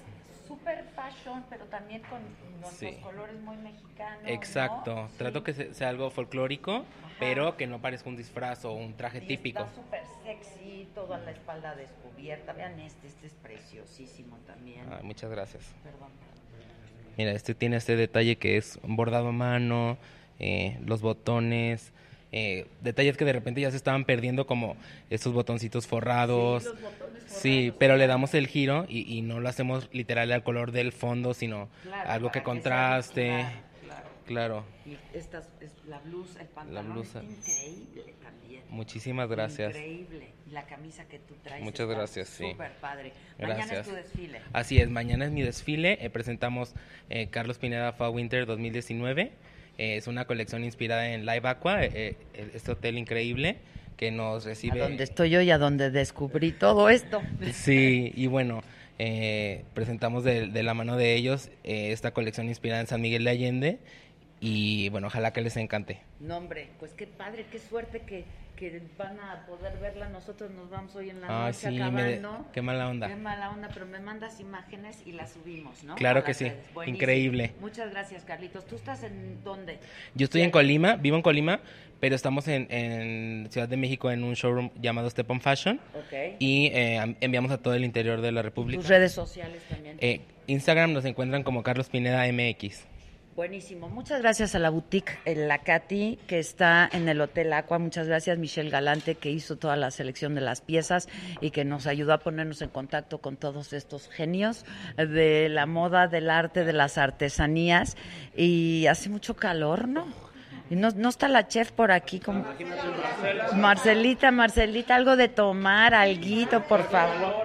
Speaker 3: super fashion, pero también con nuestros colores muy mexicanos.
Speaker 11: Exacto,
Speaker 3: ¿no?
Speaker 11: trato que sea algo folclórico, pero que no parezca un disfraz o un traje típico.
Speaker 3: Está súper sexy, toda la espalda descubierta. Vean este es preciosísimo también.
Speaker 11: Muchas gracias.
Speaker 3: Perdón.
Speaker 11: Mira, tiene este detalle que es bordado a mano, los botones, detalles que de repente ya se estaban perdiendo, como estos botoncitos forrados.
Speaker 3: Sí, los botones forrados.
Speaker 11: Sí, pero le damos el giro y no lo hacemos literal al color del fondo, sino algo que contraste. Claro.
Speaker 3: Y esta es la blusa, el pantalón. La blusa. Increíble también.
Speaker 11: Muchísimas gracias.
Speaker 3: Increíble. La camisa que tú traes.
Speaker 11: Muchas gracias, sí.
Speaker 3: Súper padre.
Speaker 11: Gracias.
Speaker 3: Mañana es tu desfile.
Speaker 11: Así es, mañana es mi desfile. Presentamos Carlos Pineda Fall Winter 2019. Es una colección inspirada en Live Aqua, este hotel increíble que nos recibe.
Speaker 3: A donde estoy yo y a donde descubrí todo esto.
Speaker 11: Sí, y bueno, presentamos de la mano de ellos esta colección inspirada en San Miguel de Allende. Y bueno, ojalá que les encante.
Speaker 3: No, hombre, pues qué padre, qué suerte que van a poder verla. Nosotros nos vamos hoy en la noche acabando.
Speaker 11: Qué mala onda.
Speaker 3: Qué mala onda, pero me mandas imágenes y las subimos, ¿no?
Speaker 11: Claro que sí, increíble.
Speaker 3: Muchas gracias, Carlitos. ¿Tú estás en dónde?
Speaker 11: Yo estoy en Colima, vivo en Colima, pero estamos en Ciudad de México en un showroom llamado Step on Fashion.
Speaker 3: Okay.
Speaker 11: Y enviamos a todo el interior de la República.
Speaker 3: ¿Tus redes sociales también?
Speaker 11: Instagram nos encuentran como Carlos Pineda MX.
Speaker 3: Buenísimo. Muchas gracias a la boutique La Katy, que está en el Hotel Aqua. Muchas gracias, Michelle Galante, que hizo toda la selección de las piezas y que nos ayudó a ponernos en contacto con todos estos genios de la moda, del arte, de las artesanías. Y hace mucho calor, ¿no? Y no está la chef por aquí. Como... Marcelita, algo de tomar, alguito, por favor.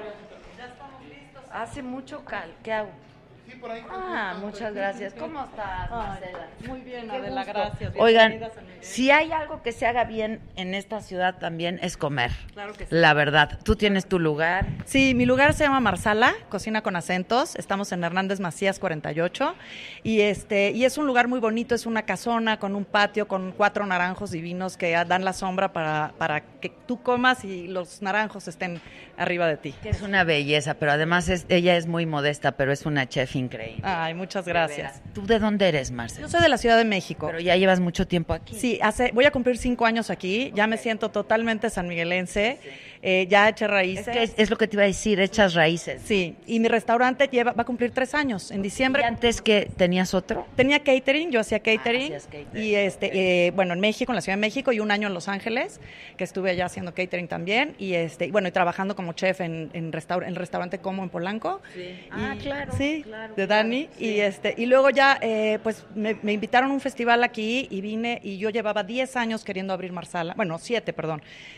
Speaker 3: Hace mucho calor. ¿Qué hago? Muchas gracias. ¿Cómo estás, Marcela?
Speaker 12: Muy bien, Adela, gracias.
Speaker 3: Oigan, si hay algo que se haga bien en esta ciudad también es comer.
Speaker 12: Claro que sí.
Speaker 3: La verdad. ¿Tú tienes tu lugar?
Speaker 12: Sí, mi lugar se llama Marsala, Cocina con Acentos. Estamos en Hernández Macías 48 y es un lugar muy bonito, es una casona con un patio con 4 naranjos divinos que dan la sombra para que tú comas y los naranjos estén arriba de ti.
Speaker 3: Que es una belleza, pero además ella es muy modesta, pero es una chef increíble.
Speaker 12: Ay, muchas gracias.
Speaker 3: ¿Tú de dónde eres, Marcela?
Speaker 12: Yo soy de la Ciudad de México.
Speaker 3: Pero ya llevas mucho tiempo aquí.
Speaker 12: Sí, voy a cumplir 5 años aquí, ya me siento totalmente sanmiguelense, ya eché raíces.
Speaker 3: Es que es lo que te iba a decir, echas raíces.
Speaker 12: Sí, y mi restaurante va a cumplir 3 años, en diciembre.
Speaker 3: ¿Y antes que tenías otro?
Speaker 12: Tenía catering, yo hacía catering. Y en México, en la Ciudad de México, y 1 año en Los Ángeles, que estuve allá haciendo catering también, y y trabajando como chef en restaurante Como en Polanco.
Speaker 3: Sí.
Speaker 12: Claro. Sí, claro, de Dani. Sí. Y luego ya, pues me invitaron a un festival aquí y vine, y yo llevaba 10 años queriendo abrir Marsala, 7, perdón.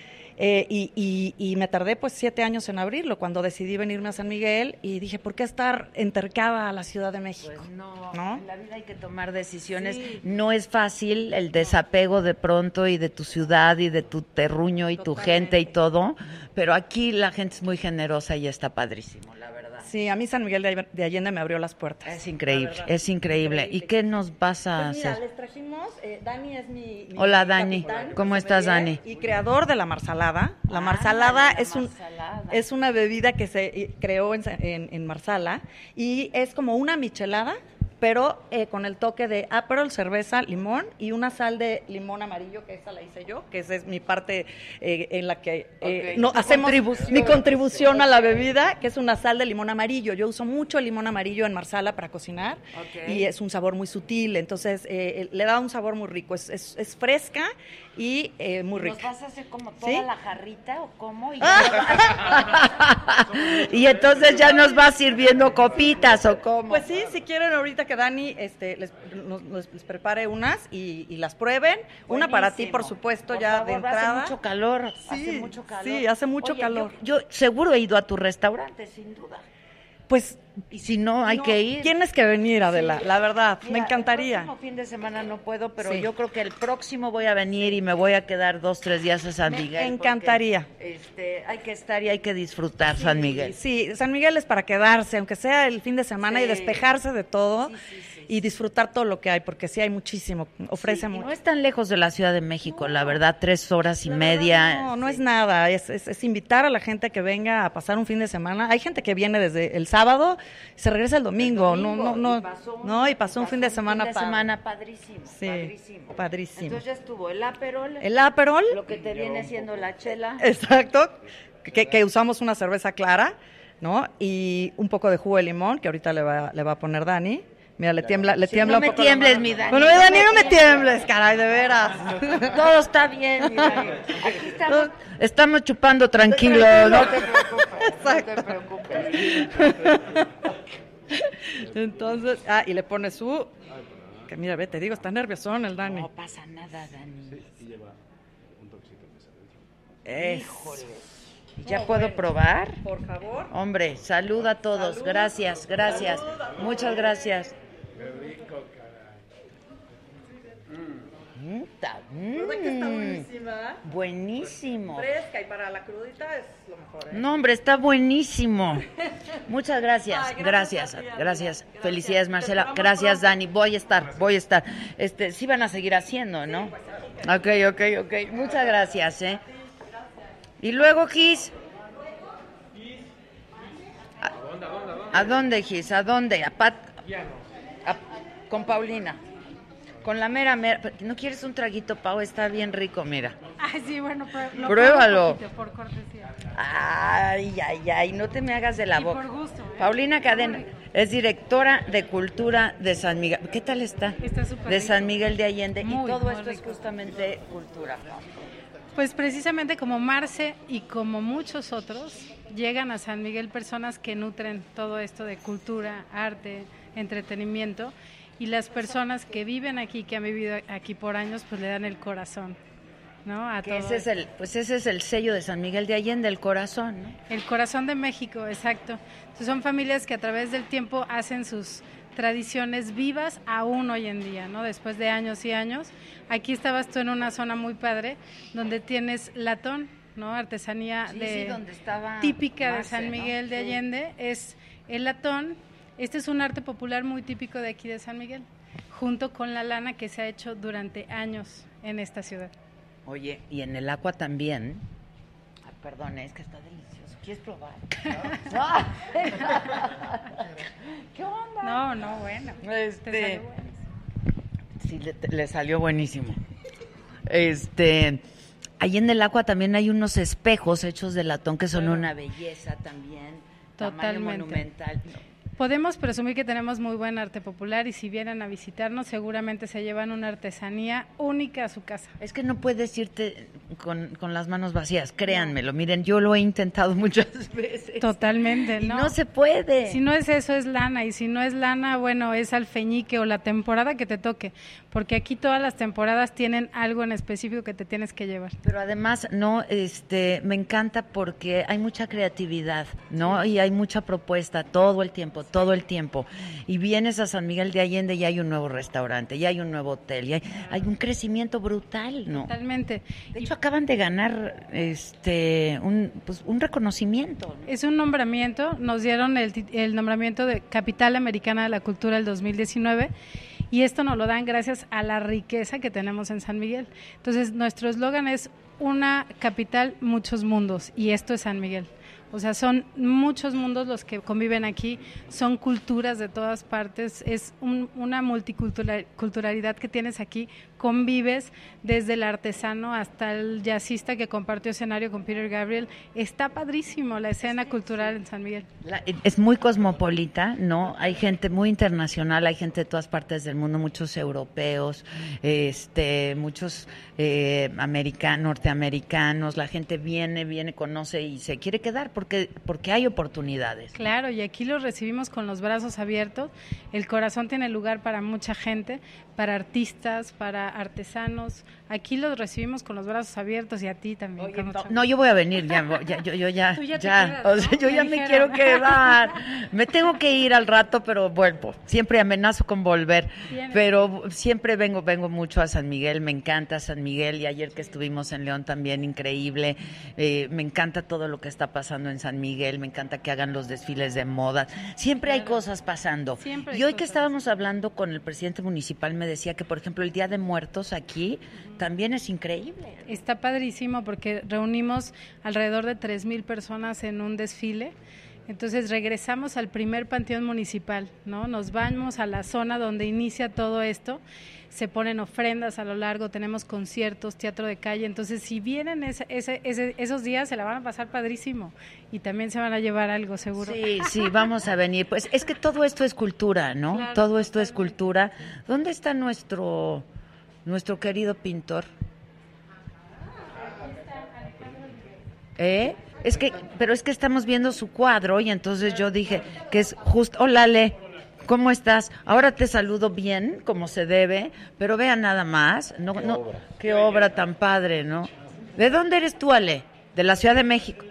Speaker 12: Y me tardé pues 7 años en abrirlo cuando decidí venirme a San Miguel y dije, ¿por qué estar entercada a la Ciudad de México?
Speaker 3: Pues no, en la vida hay que tomar decisiones. Sí. No es fácil el desapego de pronto y de tu ciudad y de tu terruño y tu gente y todo, pero aquí la gente es muy generosa y está padrísimo, la verdad.
Speaker 12: Sí, a mí San Miguel de Allende me abrió las puertas.
Speaker 3: Es increíble, es increíble. ¿Y qué nos vas a hacer?
Speaker 12: Mira, les trajimos, Dani es mi
Speaker 3: Hola, Dani. Capitán, ¿cómo estás, Dani?
Speaker 12: Y creador de la Marsalada. La Marsalada es una bebida que se creó en Marsala y es como una michelada, pero con el toque de Aperol, cerveza, limón y una sal de limón amarillo, que esa la hice yo, que esa es mi parte en la que hacemos mi contribución a la bebida, que es una sal de limón amarillo. Yo uso mucho el limón amarillo en Marsala para cocinar y es un sabor muy sutil, entonces le da un sabor muy rico, es fresca y muy rica.
Speaker 3: ¿Nos vas a hacer como toda la jarrita o cómo? Y entonces ya nos va sirviendo copitas o cómo.
Speaker 12: Pues sí, si quieren ahorita que Dani les prepare unas y las prueben. Buenísimo. Una para ti, por supuesto, ya de entrada.
Speaker 3: Hace mucho calor.
Speaker 12: Sí, hace mucho calor.
Speaker 3: Yo seguro he ido a tu restaurante, sin duda.
Speaker 12: Pues,
Speaker 3: y si no, hay que ir.
Speaker 12: Tienes que venir, Adela, la verdad, me encantaría.
Speaker 3: El próximo fin de semana no puedo, pero yo creo que el próximo voy a venir y me voy a quedar 2-3 días a San Miguel.
Speaker 12: Me encantaría.
Speaker 3: Hay que estar y hay que disfrutar San Miguel.
Speaker 12: Sí, San Miguel es para quedarse, aunque sea el fin de semana y despejarse de todo. Y disfrutar todo lo que hay, porque sí hay muchísimo, ofrece mucho.
Speaker 3: No es tan lejos de la Ciudad de México, la verdad, 3 horas y media.
Speaker 12: No es nada, es invitar a la gente que venga a pasar un fin de semana. Hay gente que viene desde el sábado se regresa el domingo.
Speaker 3: Y
Speaker 12: pasó un fin de semana
Speaker 3: padrísimo.
Speaker 12: Sí, padrísimo.
Speaker 3: Entonces ya estuvo el Aperol. Lo que te viene siendo la chela.
Speaker 12: Exacto, que usamos una cerveza clara, ¿no? Y un poco de jugo de limón, que ahorita le va a poner Dani. Mira, le tiembla
Speaker 3: no
Speaker 12: un
Speaker 3: me
Speaker 12: poco.
Speaker 3: tiembles, mi Dani.
Speaker 12: Bueno, Dani, no me tiembles, caray, de veras.
Speaker 3: Todo está bien, mi Dani. Aquí estamos chupando tranquilo, no te preocupes.
Speaker 12: Entonces, y le pone su... Que mira, te digo, está nerviosón el Dani.
Speaker 3: No pasa nada, Dani.
Speaker 13: Sí, y lleva un toquecito de cerveza.
Speaker 3: Híjole. ¿Ya puedo probar?
Speaker 12: Por favor.
Speaker 3: Hombre, salud a todos.
Speaker 12: Salud.
Speaker 3: Gracias. Muchas gracias.
Speaker 13: Qué rico, caray.
Speaker 12: ¿Verdad que está buenísima?
Speaker 3: Buenísimo.
Speaker 12: Fresca y para la crudita es lo mejor, ¿eh?
Speaker 3: No, hombre, está buenísimo. Muchas gracias.
Speaker 12: Ay,
Speaker 3: Gracias. Felicidades, Marcela. Gracias, Dani. Voy a estar. Sí van a seguir haciendo, ¿no? Ok. Muchas gracias, ¿eh? Y luego, Gis. ¿A dónde, Gis? ¿A dónde? Con Paulina. Con la mera. ¿No quieres un traguito, Pau? Está bien rico, mira.
Speaker 14: Ay, sí, bueno,
Speaker 3: pruébalo.
Speaker 14: Por cortesía.
Speaker 3: Ay, no te me hagas de la boca.
Speaker 14: Por gusto.
Speaker 3: Paulina Cadena es directora de Cultura de San Miguel. ¿Qué tal está?
Speaker 14: Está súper
Speaker 3: De
Speaker 14: rico.
Speaker 3: San Miguel de Allende.
Speaker 14: Muy,
Speaker 3: y todo
Speaker 14: muy
Speaker 3: esto es
Speaker 14: rico.
Speaker 3: justamente cultura.
Speaker 14: Pues precisamente como Marce y como muchos otros, llegan a San Miguel personas que nutren todo esto de cultura, arte, entretenimiento, y las personas que viven aquí, que han vivido aquí por años, pues le dan el corazón, ¿no?
Speaker 3: Ese es el sello de San Miguel de Allende, el corazón, ¿no?
Speaker 14: El corazón de México, exacto. Entonces son familias que a través del tiempo hacen sus tradiciones vivas aún hoy en día, ¿no? Después de años y años. Aquí estabas tú en una zona muy padre, donde tienes latón, ¿no? Artesanía
Speaker 3: donde estaba
Speaker 14: típica
Speaker 3: Marce,
Speaker 14: de San Miguel
Speaker 3: ¿no?
Speaker 14: de Allende, es el latón. Este es un arte popular muy típico de aquí de San Miguel, junto con la lana que se ha hecho durante años en esta ciudad.
Speaker 3: Oye, y en el agua también. Perdón, es que está delicioso. ¿Quieres probar? ¿Qué onda?
Speaker 14: No, bueno.
Speaker 3: Te salió buenísimo. Sí, le salió buenísimo. Ahí en el agua también hay unos espejos hechos de latón que son una belleza también.
Speaker 14: Totalmente.
Speaker 3: Tamaño monumental.
Speaker 14: Podemos presumir que tenemos muy buen arte popular y si vienen a visitarnos seguramente se llevan una artesanía única a su casa.
Speaker 3: Es que no puedes irte con las manos vacías, créanmelo. Miren, yo lo he intentado muchas veces.
Speaker 14: Totalmente,
Speaker 3: y no se puede.
Speaker 14: Si no es eso, es lana. Y si no es lana, bueno, es alfeñique o la temporada que te toque. Porque aquí todas las temporadas tienen algo en específico que te tienes que llevar.
Speaker 3: Pero además, me encanta porque hay mucha creatividad, ¿no? Sí. Y hay mucha propuesta todo el tiempo. Y vienes a San Miguel de Allende y hay un nuevo restaurante, y hay un nuevo hotel, y hay un crecimiento brutal, ¿no?
Speaker 14: Totalmente.
Speaker 3: De hecho, acaban de ganar un reconocimiento, ¿no?
Speaker 14: Es un nombramiento, nos dieron el nombramiento de Capital Americana de la Cultura del 2019, y esto nos lo dan gracias a la riqueza que tenemos en San Miguel. Entonces, nuestro eslogan es una capital, muchos mundos, y esto es San Miguel. O sea, son muchos mundos los que conviven aquí, son culturas de todas partes, es una multiculturalidad que tienes aquí, convives desde el artesano hasta el jazzista que compartió escenario con Peter Gabriel. Está padrísimo la escena cultural en San Miguel.
Speaker 3: Es muy cosmopolita, ¿no? Hay gente muy internacional, hay gente de todas partes del mundo, muchos europeos, muchos norteamericanos, la gente viene, conoce y se quiere quedar porque hay oportunidades.
Speaker 14: Claro, y aquí los recibimos con los brazos abiertos. El corazón tiene lugar para mucha gente, para artistas, para artesanos. Aquí los recibimos con los brazos abiertos y a ti también.
Speaker 3: Oye, no, yo voy a venir, yo ya,
Speaker 14: quedas,
Speaker 3: o sea,
Speaker 14: ¿no?
Speaker 3: yo ya me quiero quedar. Me tengo que ir al rato, pero vuelvo. Siempre amenazo con volver, pero siempre vengo mucho a San Miguel. Me encanta San Miguel, y ayer que estuvimos en León también, increíble. Me encanta todo lo que está pasando en San Miguel, me encanta que hagan los desfiles de moda. Siempre hay cosas pasando. Y hoy que estábamos hablando con el presidente municipal, me decía que, por ejemplo, el Día de Muertos aquí también es increíble.
Speaker 14: Está padrísimo porque reunimos alrededor de 3,000 personas en un desfile Entonces regresamos al primer panteón municipal, ¿no? Nos vamos a la zona donde inicia todo esto, se ponen ofrendas a lo largo, tenemos conciertos, teatro de calle, entonces si vienen esos días se la van a pasar padrísimo y también se van a llevar algo seguro.
Speaker 3: Sí, vamos a venir. Pues es que todo esto es cultura, ¿no?
Speaker 14: Claro,
Speaker 3: todo esto es cultura. ¿Dónde está nuestro querido pintor? Pero es que estamos viendo su cuadro y entonces yo dije que es justo. Hola, Ale, ¿cómo estás? Ahora te saludo bien, como se debe, pero vean nada más. Qué obra tan padre, ¿no? ¿De dónde eres tú, Ale? De la Ciudad de México.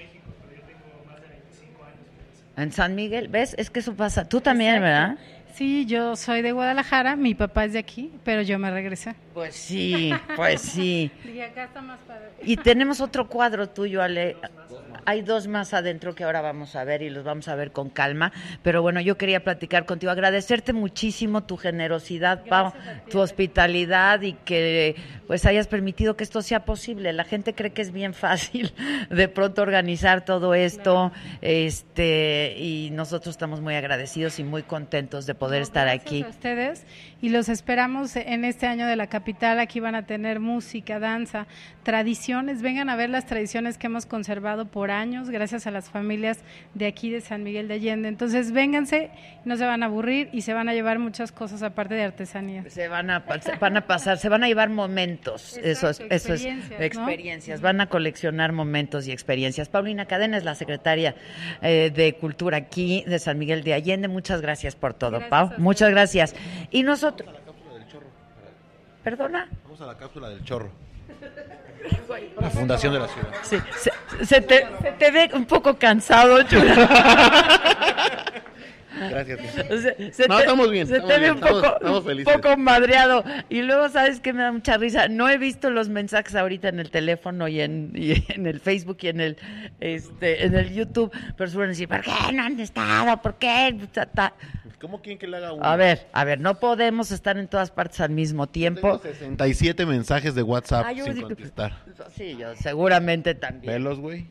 Speaker 3: En San Miguel, ¿ves? Es que eso pasa. Tú también, ¿verdad?
Speaker 14: Sí, yo soy de Guadalajara, mi papá es de aquí, pero yo me regresé.
Speaker 3: Pues sí.
Speaker 14: Y acá está más padre.
Speaker 3: Y tenemos otro cuadro tuyo, Ale. Hay dos más adentro que ahora vamos a ver y los vamos a ver con calma. Pero bueno, yo quería platicar contigo, agradecerte muchísimo tu generosidad, Pau, tu hospitalidad y que pues hayas permitido que esto sea posible. La gente cree que es bien fácil de pronto organizar todo esto, y nosotros estamos muy agradecidos y muy contentos de poder estar aquí.
Speaker 14: Gracias a ustedes y los esperamos en este año de la capital. Aquí van a tener música, danza, tradiciones. Vengan a ver las tradiciones que hemos conservado por años gracias a las familias de aquí de San Miguel de Allende. Entonces vénganse, no se van a aburrir y se van a llevar muchas cosas aparte de artesanía.
Speaker 3: Se van a llevar momentos.
Speaker 14: Exacto,
Speaker 3: eso es experiencias, ¿no? Van a coleccionar momentos y experiencias. Paulina Cadena es la secretaria de Cultura aquí de San Miguel de Allende. Muchas gracias por todo, Pau. Muchas gracias. Y nosotros... ¿Perdona?
Speaker 13: Vamos a la cápsula del chorro. La fundación de la ciudad.
Speaker 3: Sí, se te ve un poco cansado, Chula.
Speaker 13: Gracias.
Speaker 3: Estamos bien. Se te ve un poco madreado. Y luego, ¿sabes qué? Me da mucha risa. No he visto los mensajes ahorita en el teléfono y en el Facebook y en el YouTube. Pero suelen decir, ¿por qué no han estado? ¿Por qué?
Speaker 13: ¿Cómo quieren que le haga uno?
Speaker 3: A ver, no podemos estar en todas partes al mismo tiempo.
Speaker 13: Tengo 67 mensajes de WhatsApp sin contestar.
Speaker 3: Sí, yo seguramente también.
Speaker 13: Velos, güey.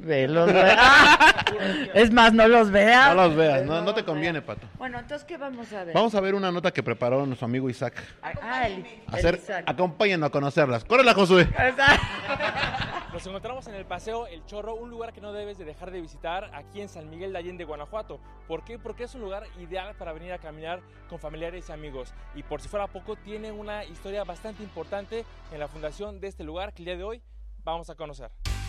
Speaker 3: Es más, no los veas.
Speaker 13: No los veas, no te conviene, Pato.
Speaker 3: Bueno, entonces, ¿qué vamos a ver?
Speaker 13: Vamos a ver una nota que preparó nuestro amigo Isaac.
Speaker 3: Isaac.
Speaker 13: Acompáñennos a conocerlas. ¡Córrela, Josué!
Speaker 4: Nos encontramos en el Paseo El Chorro, un lugar que no debes de dejar de visitar aquí en San Miguel de Allende, Guanajuato. ¿Por qué? Porque es un lugar ideal para venir a caminar con familiares y amigos. Y por si fuera poco, tiene una historia bastante importante en la fundación de este lugar que el día de hoy vamos a conocer.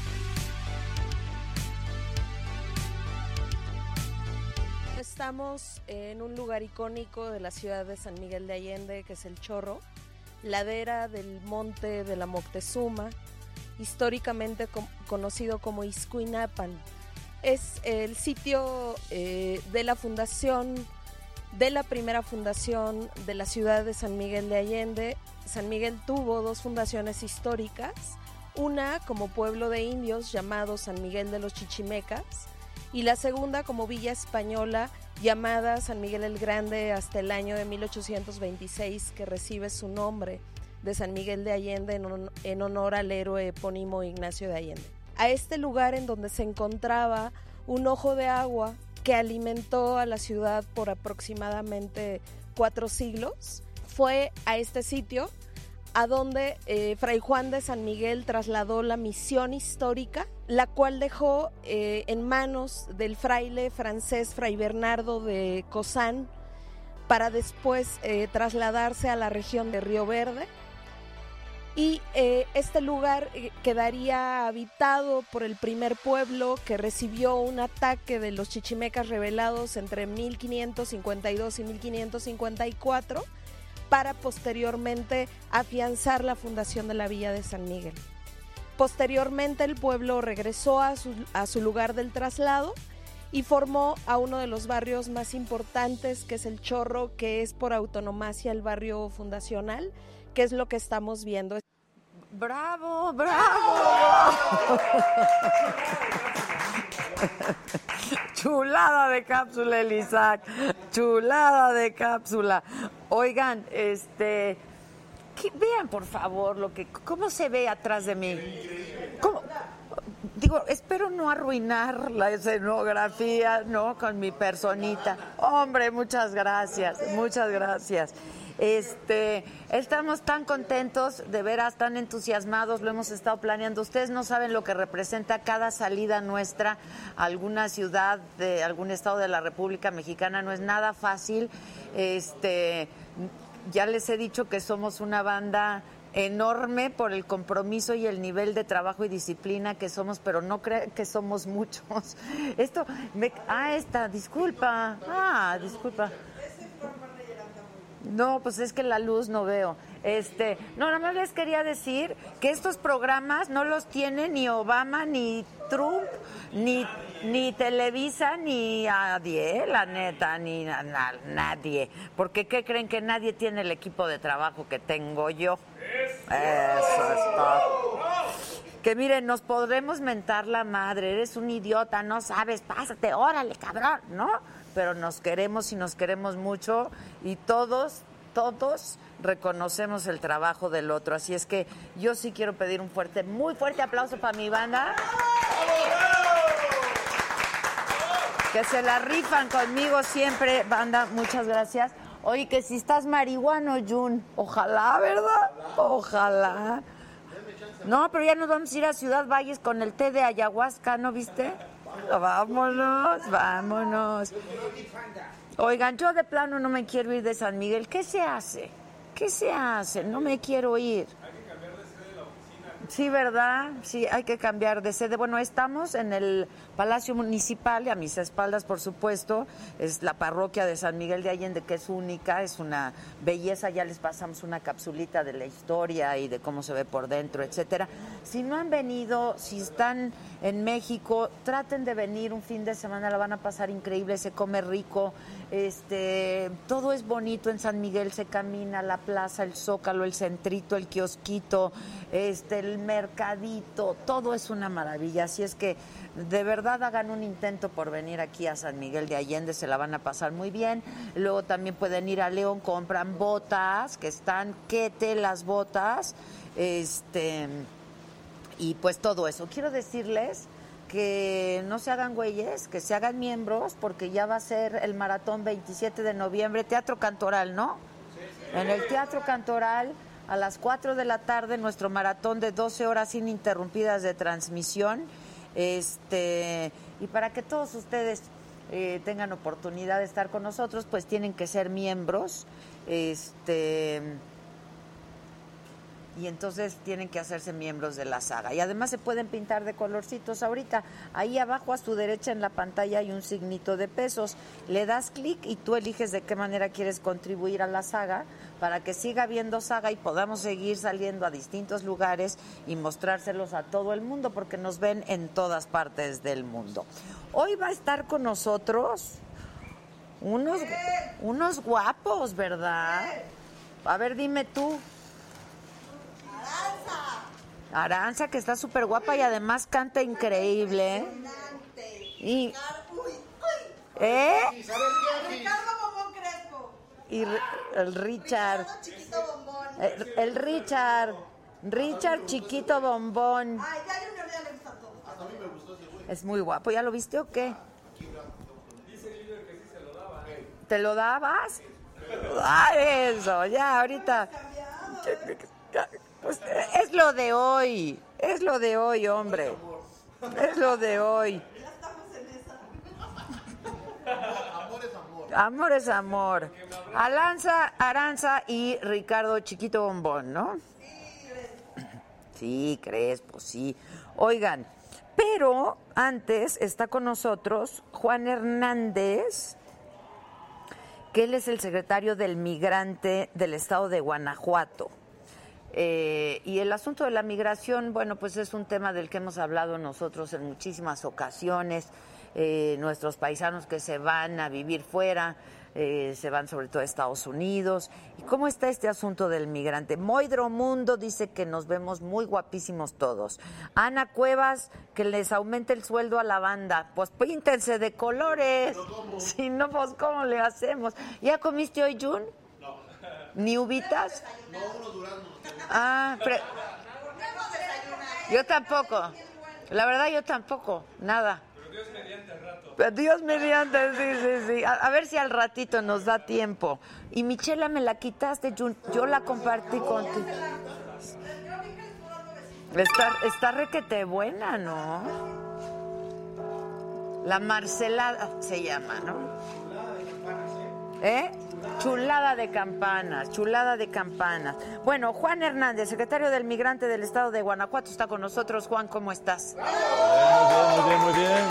Speaker 15: Estamos en un lugar icónico de la ciudad de San Miguel de Allende, que es El Chorro, ladera del monte de la Moctezuma, históricamente conocido como Izcuinapan. Es el sitio de la fundación, de la primera fundación de la ciudad de San Miguel de Allende. San Miguel tuvo dos fundaciones históricas, una como pueblo de indios llamado San Miguel de los Chichimecas y la segunda como villa española llamada San Miguel el Grande hasta el año de 1826, que recibe su nombre de San Miguel de Allende en honor al héroe epónimo Ignacio de Allende. A este lugar en donde se encontraba un ojo de agua que alimentó a la ciudad por aproximadamente 4 siglos, fue a este sitio a donde Fray Juan de San Miguel trasladó la misión histórica, la cual dejó en manos del fraile francés Fray Bernardo de Cosán para después trasladarse a la región de Río Verde. Y este lugar quedaría habitado por el primer pueblo que recibió un ataque de los chichimecas rebelados entre 1552 y 1554 para posteriormente afianzar la fundación de la villa de San Miguel. Posteriormente el pueblo regresó a su lugar del traslado y formó a uno de los barrios más importantes, que es El Chorro, que es por autonomacia el barrio fundacional, que es lo que estamos viendo.
Speaker 3: ¡Bravo, bravo! Chulada de cápsula, el Isaac. Chulada de cápsula. Oigan, vean por favor cómo se ve atrás de mí. ¿Cómo? Digo, espero no arruinar la escenografía, ¿no? Con mi personita. Hombre, muchas gracias, muchas gracias. Estamos tan contentos, de veras, tan entusiasmados, lo hemos estado planeando. Ustedes no saben lo que representa cada salida nuestra a alguna ciudad de algún estado de la República Mexicana. No es nada fácil. Ya les he dicho que somos una banda enorme por el compromiso y el nivel de trabajo y disciplina que somos, pero no creo que somos muchos. Disculpa. No, pues es que la luz no veo. Nada más les quería decir que estos programas no los tiene ni Obama, ni Trump, ni Televisa, ni nadie, la neta, ni nadie. Porque ¿qué creen? Que nadie tiene el equipo de trabajo que tengo yo. Eso es todo. Que miren, nos podremos mentar la madre, eres un idiota, no sabes, pásate, órale, cabrón, ¿no? Pero nos queremos y nos queremos mucho y todos reconocemos el trabajo del otro. Así es que yo sí quiero pedir un muy fuerte aplauso para mi banda. Que se la rifan conmigo siempre, banda, muchas gracias. Oye, que si estás marihuano, Jun, ojalá, ¿verdad? Ojalá. No, pero ya nos vamos a ir a Ciudad Valles con el té de ayahuasca, ¿no viste? Vámonos. Oigan, yo de plano no me quiero ir de San Miguel. ¿Qué se hace? No me quiero ir. Sí, ¿verdad? Sí, hay que cambiar de sede. Bueno, estamos en el Palacio Municipal y a mis espaldas, por supuesto, es la parroquia de San Miguel de Allende, que es única, es una belleza. Ya les pasamos una capsulita de la historia y de cómo se ve por dentro, etcétera. Si no han venido, si están en México, traten de venir un fin de semana, la van a pasar increíble, se come rico, todo es bonito en San Miguel, se camina, la plaza, el Zócalo, el centrito, el kiosquito, el mercadito, todo es una maravilla. Así es que de verdad hagan un intento por venir aquí a San Miguel de Allende, se la van a pasar muy bien. Luego también pueden ir a León, compran botas, que están quete las botas, y pues todo eso. Quiero decirles que no se hagan güeyes, que se hagan miembros, porque ya va a ser el maratón 27 de noviembre, Teatro Cantoral, ¿no? Sí. En el Teatro Cantoral, a las 4 de la tarde, nuestro maratón de 12 horas ininterrumpidas de transmisión, y para que todos ustedes tengan oportunidad de estar con nosotros, pues tienen que ser miembros, y entonces tienen que hacerse miembros de la saga. Y además se pueden pintar de colorcitos ahorita. Ahí abajo a su derecha en la pantalla hay un signito de pesos. Le das clic y tú eliges de qué manera quieres contribuir a la saga para que siga habiendo saga y podamos seguir saliendo a distintos lugares y mostrárselos a todo el mundo, porque nos ven en todas partes del mundo. Hoy va a estar con nosotros unos guapos, ¿verdad? A ver, dime tú. Aranza, que está súper guapa y además canta increíble. Y
Speaker 16: Ricardo Bombón Crespo.
Speaker 3: Y el Richard. El Richard Chiquito Bombón.
Speaker 16: Ay, ya Junior ya le gusta todo.
Speaker 13: Hasta a mí me gustó ese güey.
Speaker 3: Es muy guapo. ¿Ya lo viste o qué?
Speaker 4: Dice el líder que sí se lo daba.
Speaker 3: ¿Te lo dabas? Ay, eso, ya, ahorita. Pues es lo de hoy, hombre. Es lo de hoy.
Speaker 16: Ya estamos en esa.
Speaker 13: Amor es amor.
Speaker 3: Amor es amor. Aranza y Ricardo Chiquito Bombón, ¿no? Sí, Crespo, sí. Oigan, pero antes está con nosotros Juan Hernández, que él es el secretario del Migrante del estado de Guanajuato. Y el asunto de la migración, bueno, pues es un tema del que hemos hablado nosotros en muchísimas ocasiones. Nuestros paisanos que se van a vivir fuera, se van sobre todo a Estados Unidos. ¿Y cómo está este asunto del migrante? Moidro Mundo dice que nos vemos muy guapísimos todos. Ana Cuevas, que les aumente el sueldo a la banda. Pues píntense de colores. Si no, pues ¿cómo le hacemos? ¿Ya comiste hoy, Jun?
Speaker 13: No.
Speaker 3: ¿Ni uvitas?
Speaker 13: No, unos duraznos.
Speaker 3: Ah, yo tampoco. La verdad yo tampoco, nada.
Speaker 4: Pero Dios mediante al rato.
Speaker 3: Dios mediante, sí. A ver si al ratito nos da tiempo. Y mi chela me la quitaste, yo la compartí contigo. Está requete buena, ¿no? La marcelada se llama, ¿no? ¿Eh? Chulada de campanas, chulada de campanas. Bueno, Juan Hernández, secretario del Migrante del Estado de Guanajuato, está con nosotros. Juan, ¿cómo estás?
Speaker 17: Muy bien.